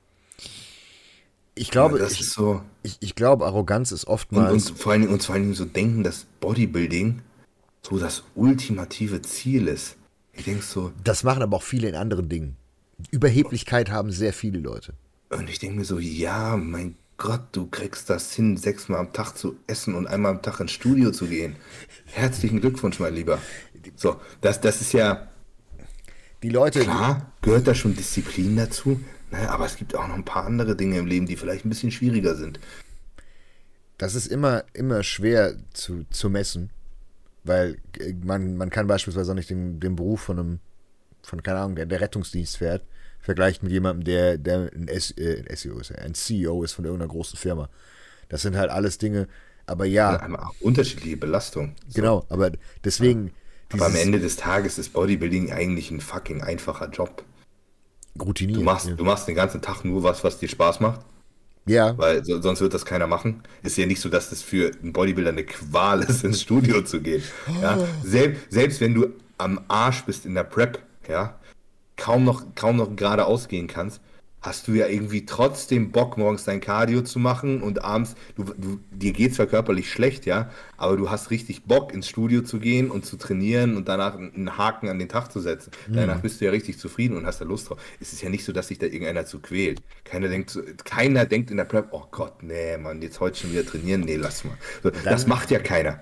Ich glaube, ja, ist so. Ich glaube, Arroganz ist oftmals. Und vor allen Dingen so denken, dass Bodybuilding so das ultimative Ziel ist. Ich denke so. Das machen aber auch viele in anderen Dingen. Überheblichkeit haben sehr viele Leute. Und ich denke mir so, ja, mein Gott, du kriegst das hin, 6-mal am Tag zu essen und einmal am Tag ins Studio zu gehen. Herzlichen Glückwunsch, mein Lieber. So, das ist ja. Die Leute. Klar, gehört da schon Disziplin dazu. Naja, aber es gibt auch noch ein paar andere Dinge im Leben, die vielleicht ein bisschen schwieriger sind. Das ist immer schwer zu messen, weil man kann beispielsweise auch nicht den Beruf von keine Ahnung, der Rettungsdienst fährt, vergleicht mit jemandem, der ein SEO ist, ein CEO ist von irgendeiner großen Firma. Das sind halt alles Dinge, aber ja. Einmal unterschiedliche Belastung. So. Genau, aber deswegen. Ja. Aber am Ende des Tages ist Bodybuilding eigentlich ein fucking einfacher Job. Routiniert. Du machst den ganzen Tag nur was dir Spaß macht. Ja. Weil sonst wird das keiner machen. Ist ja nicht so, dass das für einen Bodybuilder eine Qual ist, ins Studio zu gehen. Ja? Selbst wenn du am Arsch bist in der Prep, ja, kaum noch geradeaus gehen kannst, hast du ja irgendwie trotzdem Bock, morgens dein Cardio zu machen und abends, dir geht zwar körperlich schlecht, ja, aber du hast richtig Bock, ins Studio zu gehen und zu trainieren und danach einen Haken an den Tag zu setzen. Danach bist du ja richtig zufrieden und hast da Lust drauf. Es ist ja nicht so, dass sich da irgendeiner zu quält. Keiner denkt in der Prep, oh Gott, nee, Mann, jetzt heute schon wieder trainieren, nee, lass mal. So, das macht ja keiner.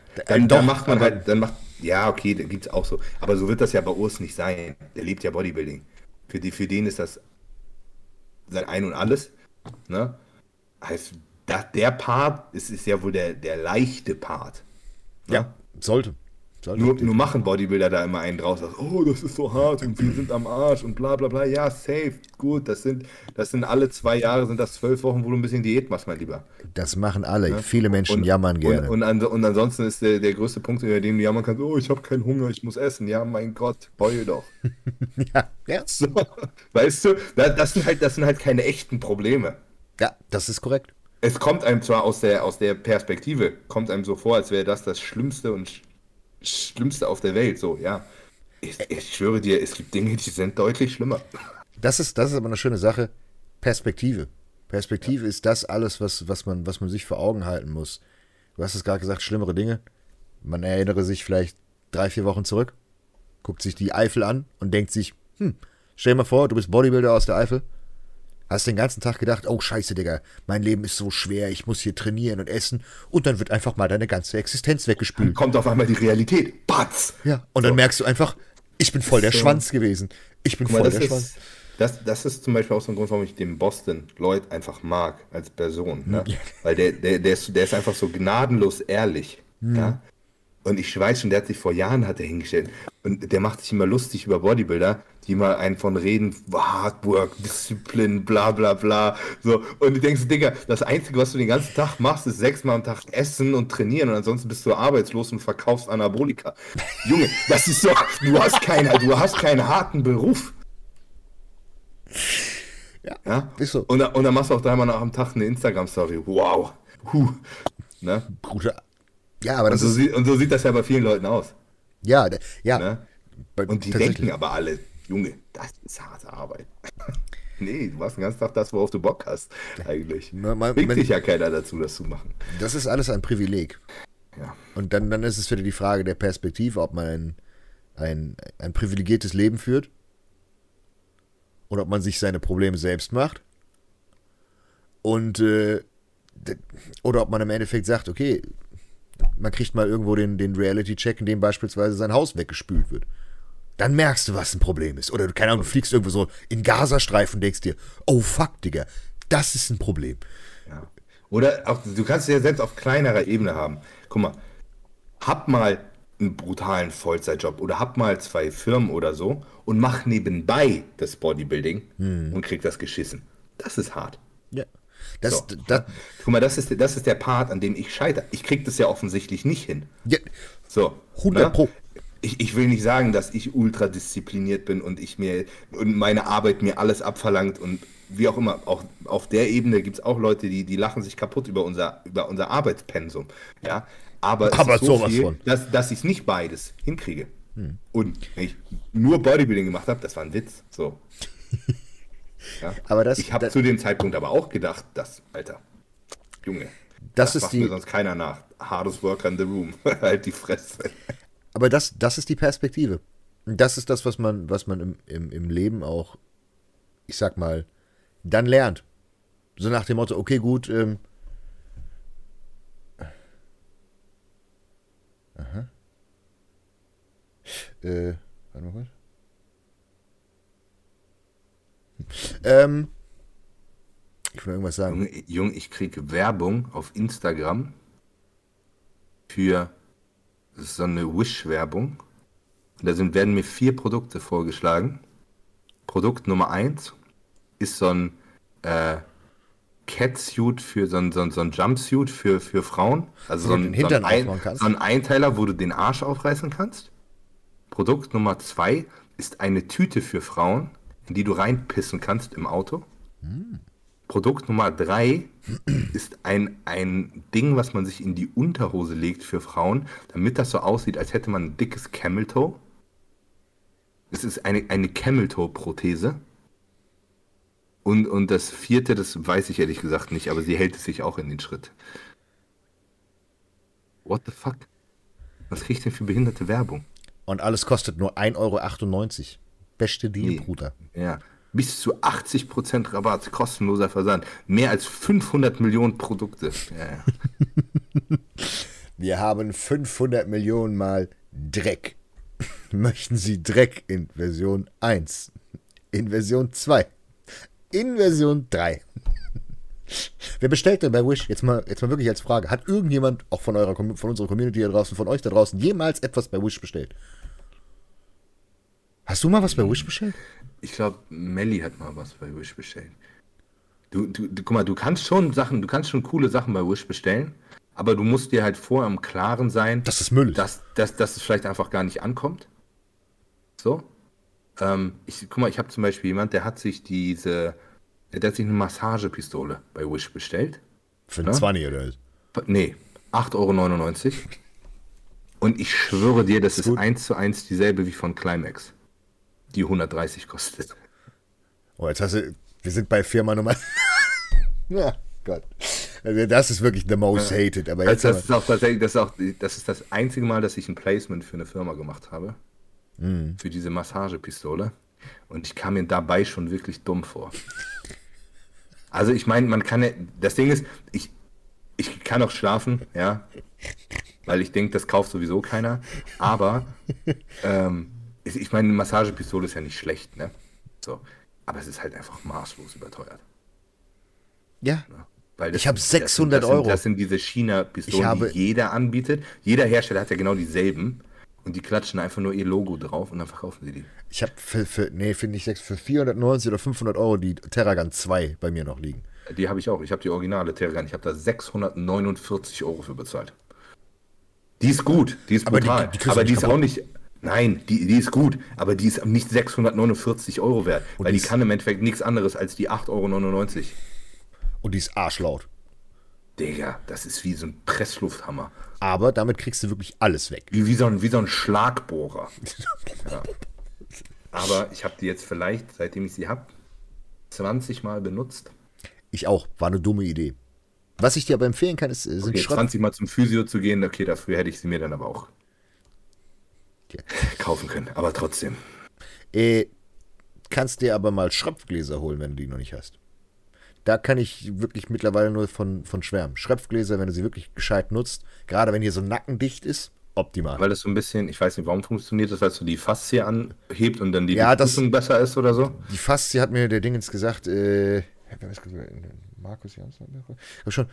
Ja, okay, da gibt's auch so. Aber so wird das ja bei Urs nicht sein. Der lebt ja Bodybuilding. Für den ist das sein Ein und Alles, ne? Heißt, der Part ist ja wohl der leichte Part. Ne? Ja, sollte. Nur machen Bodybuilder da immer einen draus, oh, das ist so hart und wir sind am Arsch und bla bla bla. Ja, safe, gut, das sind alle 2 Jahre, sind das 12 Wochen, wo du ein bisschen Diät machst, mein Lieber. Das machen alle. Ja? Viele Menschen und, jammern gerne. Und ansonsten ist der größte Punkt, über den du jammern kannst, oh, ich habe keinen Hunger, ich muss essen. Ja, mein Gott, heul doch. ja. So, weißt du, das sind halt keine echten Probleme. Ja, das ist korrekt. Es kommt einem zwar aus der Perspektive, kommt einem so vor, als wäre das Schlimmste auf der Welt, so, ja. Ich schwöre dir, es gibt Dinge, die sind deutlich schlimmer. Das ist aber eine schöne Sache. Perspektive. Perspektive ist das alles, was man sich vor Augen halten muss. Du hast es gerade gesagt, schlimmere Dinge. Man erinnere sich vielleicht 3-4 Wochen zurück, guckt sich die Eifel an und denkt sich, stell dir mal vor, du bist Bodybuilder aus der Eifel. Hast den ganzen Tag gedacht, oh scheiße, Digga, mein Leben ist so schwer, ich muss hier trainieren und essen. Und dann wird einfach mal deine ganze Existenz weggespült. Dann kommt auf einmal die Realität. Batz! Ja, und dann merkst du einfach, ich bin voll der Schwanz gewesen. Ich bin voll der Schwanz. Das ist zum Beispiel auch so ein Grund, warum ich den Boston Lloyd einfach mag als Person. Ne? Weil der ist einfach so gnadenlos ehrlich. Ja? Und ich weiß schon, der hat sich vor Jahren hingestellt. Und der macht sich immer lustig über Bodybuilder, die mal einen von reden, Hardwork, Disziplin, bla bla bla. So. Und du denkst, Digga, das Einzige, was du den ganzen Tag machst, ist 6-mal am Tag essen und trainieren. Und ansonsten bist du arbeitslos und verkaufst Anabolika. Junge, das ist doch, du hast keinen harten Beruf. Ja? Ist so. Und dann machst du auch 3-mal am Tag eine Instagram-Story. Wow. Ne? Bruder. Ja, aber und so sieht das ja bei vielen Leuten aus. Ja. Ne? Und die denken aber alle, Junge, das ist harte Arbeit. Nee, du machst den ganzen Tag das, worauf du Bock hast, eigentlich. Bringt dich ja keiner dazu, das zu machen. Das ist alles ein Privileg. Ja. Und dann ist es wieder die Frage der Perspektive, ob man ein privilegiertes Leben führt oder ob man sich seine Probleme selbst macht. Und oder ob man im Endeffekt sagt, okay, man kriegt mal irgendwo den Reality-Check, in dem beispielsweise sein Haus weggespült wird. Dann merkst du, was ein Problem ist. Oder, keine Ahnung, du fliegst irgendwo so in Gazastreifen und denkst dir, oh fuck, Digga, das ist ein Problem. Ja. Oder auch, du kannst es ja selbst auf kleinerer Ebene haben. Guck mal, hab mal einen brutalen Vollzeitjob oder hab mal 2 Firmen oder so und mach nebenbei das Bodybuilding und krieg das geschissen. Das ist hart. Ja. So. Guck mal, das ist der Part, an dem ich scheitere. Ich krieg das ja offensichtlich nicht hin. Ja, So. 100 Pro. Ich will nicht sagen, dass ich ultra diszipliniert bin und meine Arbeit mir alles abverlangt und wie auch immer. Auch auf der Ebene gibt es auch Leute, die lachen sich kaputt über unser Arbeitspensum. Ja? Aber es ist so sowas viel, von. dass ich nicht beides hinkriege. Und wenn ich nur Bodybuilding gemacht habe, das war ein Witz. So. Ja? Aber ich habe zu dem Zeitpunkt aber auch gedacht, Alter, Junge, das ist macht die, mir sonst keiner nach. Hardest worker in the room. Halt die Fresse. aber das ist die Perspektive. Und das ist das, was man im Leben auch, ich sag mal, dann lernt. So nach dem Motto, okay, gut, warte mal kurz. Ich will irgendwas sagen. Junge, ich kriege Werbung auf Instagram für das ist so eine Wish-Werbung. Und da werden mir 4 Produkte vorgeschlagen. Produkt Nummer 1 ist so ein Catsuit für so ein Jumpsuit für Frauen. Also Wo du den Hintern aufmachen kannst. so ein Einteiler, wo du den Arsch aufreißen kannst. Produkt Nummer 2 ist eine Tüte für Frauen, in die du reinpissen kannst im Auto. Produkt Nummer 3 ist ein Ding, was man sich in die Unterhose legt für Frauen, damit das so aussieht, als hätte man ein dickes Camel Toe. Es ist eine Camel Toe Prothese. Und das 4, das weiß ich ehrlich gesagt nicht, aber sie hält es sich auch in den Schritt. What the fuck? Was krieg ich denn für behinderte Werbung? Und alles kostet nur 1,98 €. Beste Deal, Bruder. Ja. Bis zu 80% Rabatt, kostenloser Versand. Mehr als 500 Millionen Produkte. Ja. Wir haben 500 Millionen Mal Dreck. Möchten Sie Dreck in Version 1, in Version 2, in Version 3? Wer bestellt denn bei Wish? Jetzt mal wirklich als Frage. Hat irgendjemand, auch von unserer Community da draußen, von euch da draußen, jemals etwas bei Wish bestellt? Hast du mal was bei Wish bestellt? Ich glaube, Melli hat mal was bei Wish bestellt. Guck mal, du kannst schon coole Sachen bei Wish bestellen, aber du musst dir halt vorher im Klaren sein, Das ist Müll. dass es vielleicht einfach gar nicht ankommt. So. Guck mal, ich habe zum Beispiel jemand, der hat sich eine Massagepistole bei Wish bestellt. Für einen 20 oder was? Nee, 8,99 €. Und ich schwöre dir, das ist gut. 1:1 dieselbe wie von Climax, die 130 kostet. Oh, jetzt wir sind bei Firma Nummer. Ja, Gott. Also das ist wirklich the most hated. Aber jetzt Das ist auch tatsächlich, das ist das einzige Mal, dass ich ein Placement für eine Firma gemacht habe. Für diese Massagepistole. Und ich kam mir dabei schon wirklich dumm vor. Also ich meine, man kann ja, das Ding ist, ich kann auch schlafen, ja, weil ich denke, das kauft sowieso keiner. Aber ich meine, eine Massagepistole ist ja nicht schlecht, ne? So. Aber es ist halt einfach maßlos überteuert. ja. Weil Ich habe 600 €. Das sind diese China-Pistolen, die jeder anbietet. Jeder Hersteller hat ja genau dieselben. Und die klatschen einfach nur ihr Logo drauf und dann verkaufen sie die. Ich habe für 490 oder 500 € die Terragun 2 bei mir noch liegen. Die habe ich auch. Ich habe die originale Terragun. Ich habe da 649 € für bezahlt. Die ist gut. Die ist Aber die- brutal. die kriegst du aber nicht die ist kaputt. auch nicht... Nein, die ist gut. Aber die ist nicht 649 € wert. Weil die die ist- kann im Endeffekt nichts anderes als die 8,99 €. Und die ist arschlaut. Digga, das ist wie so ein Presslufthammer. Aber damit kriegst du wirklich alles weg. Wie so ein Schlagbohrer. Ja. Aber ich habe die jetzt vielleicht, seitdem ich sie habe, 20 Mal benutzt. Ich auch. War eine dumme Idee. Was ich dir aber empfehlen kann, sind Okay, 20 Mal zum Physio zu gehen, okay, dafür hätte ich sie mir dann aber auch Ja. kaufen können. Aber trotzdem. Kannst dir aber mal Schröpfgläser holen, wenn du die noch nicht hast. Da kann ich wirklich mittlerweile nur von schwärmen. Schröpfgläser, wenn du sie wirklich gescheit nutzt, gerade wenn hier so nackendicht ist, optimal. Weil das so ein bisschen, ich weiß nicht, warum funktioniert das, weil es so die Faszie anhebt und dann die Ja, das- Durchblutung besser ist oder so. Die Faszie hat mir der Dingens gesagt, Markus Jansson? Ja, schon.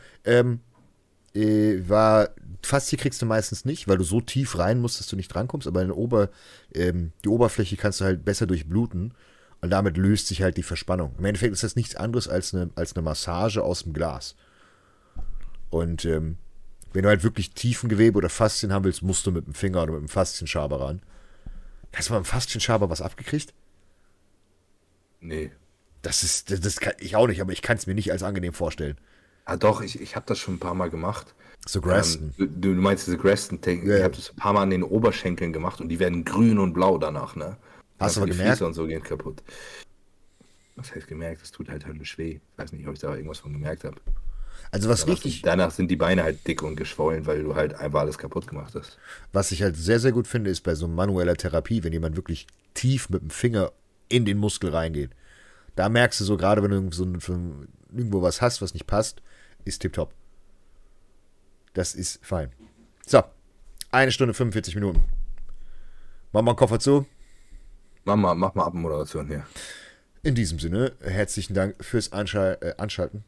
Faszie kriegst du meistens nicht, weil du so tief rein musst, dass du nicht drankommst, aber die Oberfläche kannst du halt besser durchbluten und damit löst sich halt die Verspannung. Im Endeffekt ist das nichts anderes als eine Massage aus dem Glas. Und wenn du halt wirklich Tiefengewebe oder Faszien haben willst, musst du mit dem Finger oder mit dem Faszienschaber ran. Hast du mal mit dem Faszienschaber was abgekriegt? Nee. Das kann ich auch nicht, aber ich kann es mir nicht als angenehm vorstellen. Ah doch, ich habe das schon ein paar Mal gemacht. So Graston. Du meinst diese Graston-Technik. Ja. Ich habe das ein paar Mal an den Oberschenkeln gemacht und die werden grün und blau danach, ne? Hast du aber die gemerkt? Füße und so gehen kaputt. Was heißt gemerkt? Das tut halt höllisch weh. Ich weiß nicht, ob ich da irgendwas von gemerkt habe. Also Danach sind die Beine halt dick und geschwollen, weil du halt einfach alles kaputt gemacht hast. Was ich halt sehr, sehr gut finde, ist bei so manueller Therapie, wenn jemand wirklich tief mit dem Finger in den Muskel reingeht. Da merkst du so, gerade wenn du irgendwo was hast, was nicht passt, ist tipptopp. Das ist fein. So, 1 Stunde 45 Minuten. Machen wir den Koffer zu. Mach mal Abmoderation hier. In diesem Sinne, herzlichen Dank fürs Einschalten.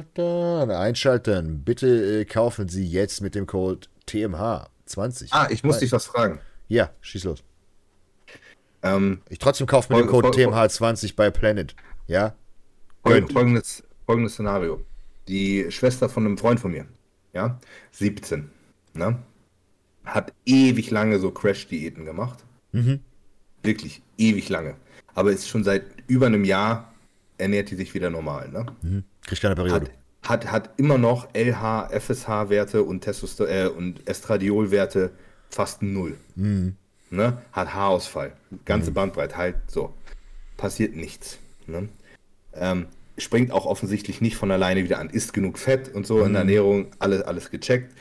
Bitte kaufen Sie jetzt mit dem Code TMH20. Ich muss dich was fragen. Ja, schieß los. Ich trotzdem kaufe mit dem Code TMH20 bei Planet. Ja? Folgendes Szenario. Die Schwester von einem Freund von mir, ja, 17, ne, hat ewig lange so Crash-Diäten gemacht. Wirklich ewig lange. Aber ist schon seit über einem Jahr ernährt die sich wieder normal, ne? Kriegt keine Periode. Hat immer noch LH, FSH-Werte und und Estradiol-Werte fast 0. Ne? Hat Haarausfall. Ganze Bandbreite, halt so. Passiert nichts. Ne? Springt auch offensichtlich nicht von alleine wieder an. Isst genug Fett und so in der Ernährung, alles gecheckt.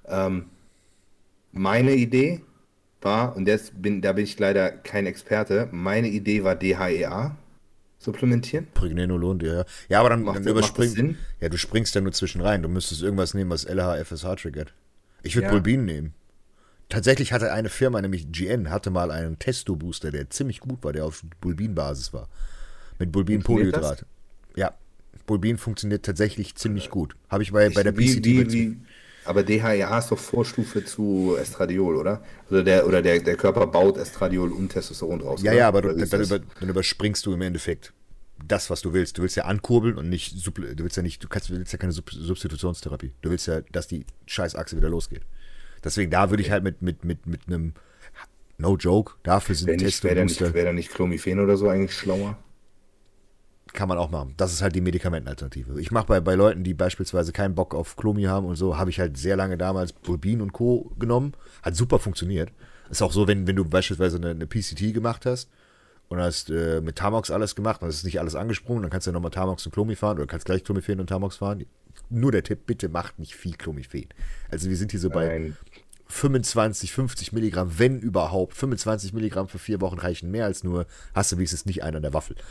Meine Idee war, und da bin ich leider kein Experte, meine Idee war DHEA supplementieren. Pregnenolon, ja. Ja, aber dann Macht überspringst das Sinn? ja, du springst ja nur zwischen rein. Du müsstest irgendwas nehmen, was LH, FSH triggert. Ich würde Ja. Bulbin nehmen. Tatsächlich hatte eine Firma, nämlich GN, hatte mal einen Testo-Booster, der ziemlich gut war, der auf Bulbin-Basis war. Mit Bulbin-Polyhydrat. Ja, Bulbin funktioniert tatsächlich ziemlich gut. Habe ich bei der PCT. Aber DHEA ist doch Vorstufe zu Estradiol, oder? Der Körper baut Estradiol und Testosteron draus. Ja, oder? ja, aber Oder wie ist das? dann überspringst du im Endeffekt das, was du willst. Du willst ja ankurbeln und nicht, du willst ja keine Substitutionstherapie. Du willst ja, dass die Scheißachse wieder losgeht. Deswegen, da würde ich halt mit einem, no joke, dafür sind Wäre da nicht Clomiphen oder so eigentlich schlauer? Kann man auch machen. Das ist halt die Medikamentenalternative. Ich mache bei Leuten, die beispielsweise keinen Bock auf Klomi haben und so, habe ich halt sehr lange damals Bulbin und Co. genommen. Hat super funktioniert. Ist auch so, wenn du beispielsweise eine PCT gemacht hast und hast mit Tamox alles gemacht und es ist nicht alles angesprungen, dann kannst du ja nochmal Tamox und Klomi fahren oder kannst gleich Clomiphen und Tamox fahren. Nur der Tipp, bitte macht nicht viel Clomiphen. Also wir sind hier so bei 25, 50 Milligramm, wenn überhaupt. 25 Milligramm für 4 Wochen reichen mehr als nur, hast du wenigstens nicht einen an der Waffel.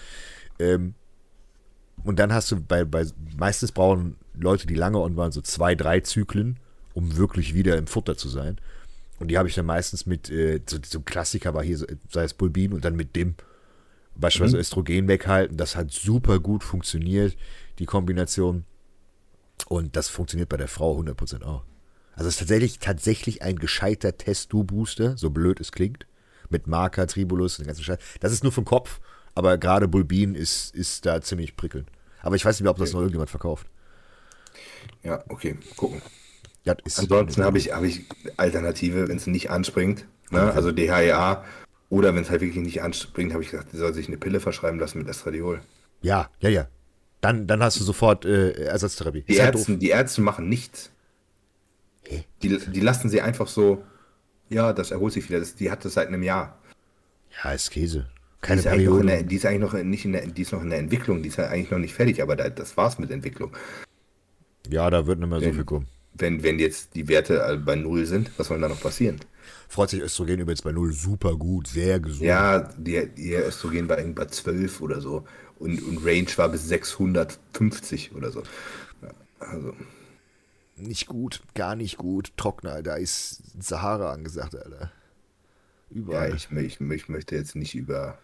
Und dann hast du meistens brauchen Leute, die lange on waren, so 2, 3 Zyklen, um wirklich wieder im Futter zu sein. Und die habe ich dann meistens mit, so Klassiker war hier, sei es Bulbin und dann mit dem beispielsweise Östrogen weghalten. Das hat super gut funktioniert, die Kombination. Und das funktioniert bei der Frau 100% auch. Also es ist tatsächlich ein gescheiter Testo-Booster, so blöd es klingt, mit Marker, Tribulus und den ganzen Scheiß. Das ist nur vom Kopf. Aber gerade Bulbin ist da ziemlich prickelnd. Aber ich weiß nicht mehr, ob das noch irgendjemand verkauft. Ja, okay, gucken. Ja, ist Ansonsten habe ich Alternative, wenn es nicht anspringt. Ne? Also DHEA. Oder wenn es halt wirklich nicht anspringt, habe ich gesagt, die soll sich eine Pille verschreiben lassen mit Estradiol. Ja. Dann hast du sofort Ersatztherapie. Die Ärzte machen nichts. Die lassen sie einfach so, ja, das erholt sich wieder. Die hat das seit einem Jahr. Ja, ist Käse. Keine Die ist Periode. die ist eigentlich noch die ist noch in der Entwicklung, die ist ja eigentlich noch nicht fertig, aber das war's mit Entwicklung. Ja, da wird nicht mehr so viel kommen. Wenn jetzt die Werte bei 0 sind, was soll da noch passieren? Freut sich Östrogen übrigens bei 0 super gut, sehr gesund. Ja, ihr Östrogen war irgendwie bei 12 oder so und Range war bis 650 oder so. Ja, also. Nicht gut, gar nicht gut. Trockener, da ist Sahara angesagt, Alter. Überall. Ja, ich möchte jetzt nicht über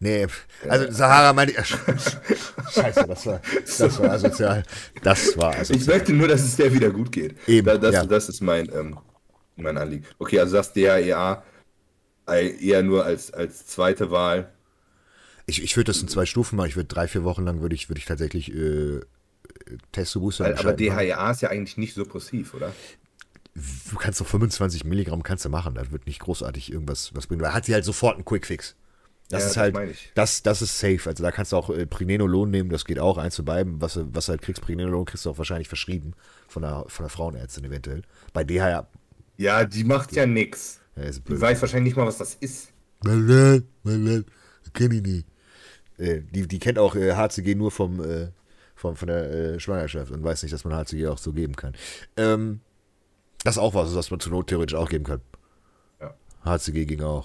Nee, also Sahara meinte ich. Scheiße, das war asozial. Das war asozial. Ich möchte nur, dass es der wieder gut geht. Eben, das ist mein Anliegen. Okay, also das DHEA eher nur als zweite Wahl. Ich würde das in 2 Stufen machen. Ich würde 3-4 Wochen lang würde ich tatsächlich Testo-Booster Aber DHEA ist ja eigentlich nicht suppressiv, oder? Du kannst doch 25 Milligramm kannst du machen. Das wird nicht großartig irgendwas bringen. Da hat sie halt sofort einen Quickfix. Das ist halt, das ist safe. Also da kannst du auch Prinenolon nehmen, das geht auch, 1 zu beiden. Was du halt kriegst, Prinenolon kriegst du auch wahrscheinlich verschrieben von der Frauenärztin eventuell. Bei DHA. Ja, die macht ja nix. Ja, die weiß wahrscheinlich nicht mal, was das ist. Kenn ich nicht. Die kennt auch HCG nur von der Schwangerschaft und weiß nicht, dass man HCG auch so geben kann. Das ist auch was man zur Not theoretisch auch geben kann. Ja. HCG ging auch.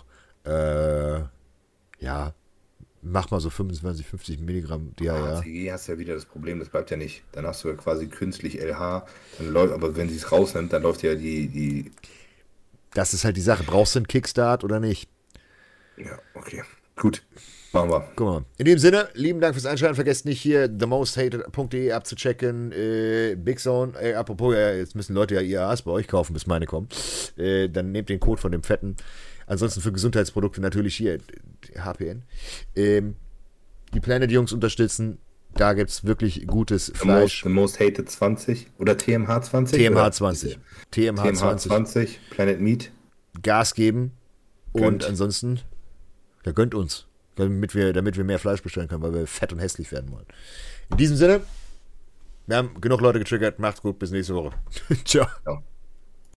Ja, mach mal so 25, 50 Milligramm DHA. HCG hast du ja wieder das Problem, das bleibt ja nicht. Dann hast du ja quasi künstlich LH, dann läuft, aber wenn sie es rausnimmt, dann läuft ja die. Das ist halt die Sache. Brauchst du einen Kickstart oder nicht? Ja, okay. Gut. Machen wir. Guck mal. In dem Sinne, lieben Dank fürs Einschalten. Vergesst nicht hier themosthated.de abzuchecken. Big Zone. Apropos, jetzt müssen Leute ja IAAs bei euch kaufen, bis meine kommen. Dann nehmt den Code von dem Fetten. Ansonsten für Gesundheitsprodukte natürlich hier HPN. Die Planet-Jungs unterstützen. Da gibt es wirklich gutes Fleisch. The Most Hated 20 oder TMH 20? TMH 20. TMH 20. Planet Meat. Gas geben. Und ansonsten, ja, gönnt uns. Damit wir mehr Fleisch bestellen können, weil wir fett und hässlich werden wollen. In diesem Sinne, wir haben genug Leute getriggert. Macht's gut, bis nächste Woche. Ciao.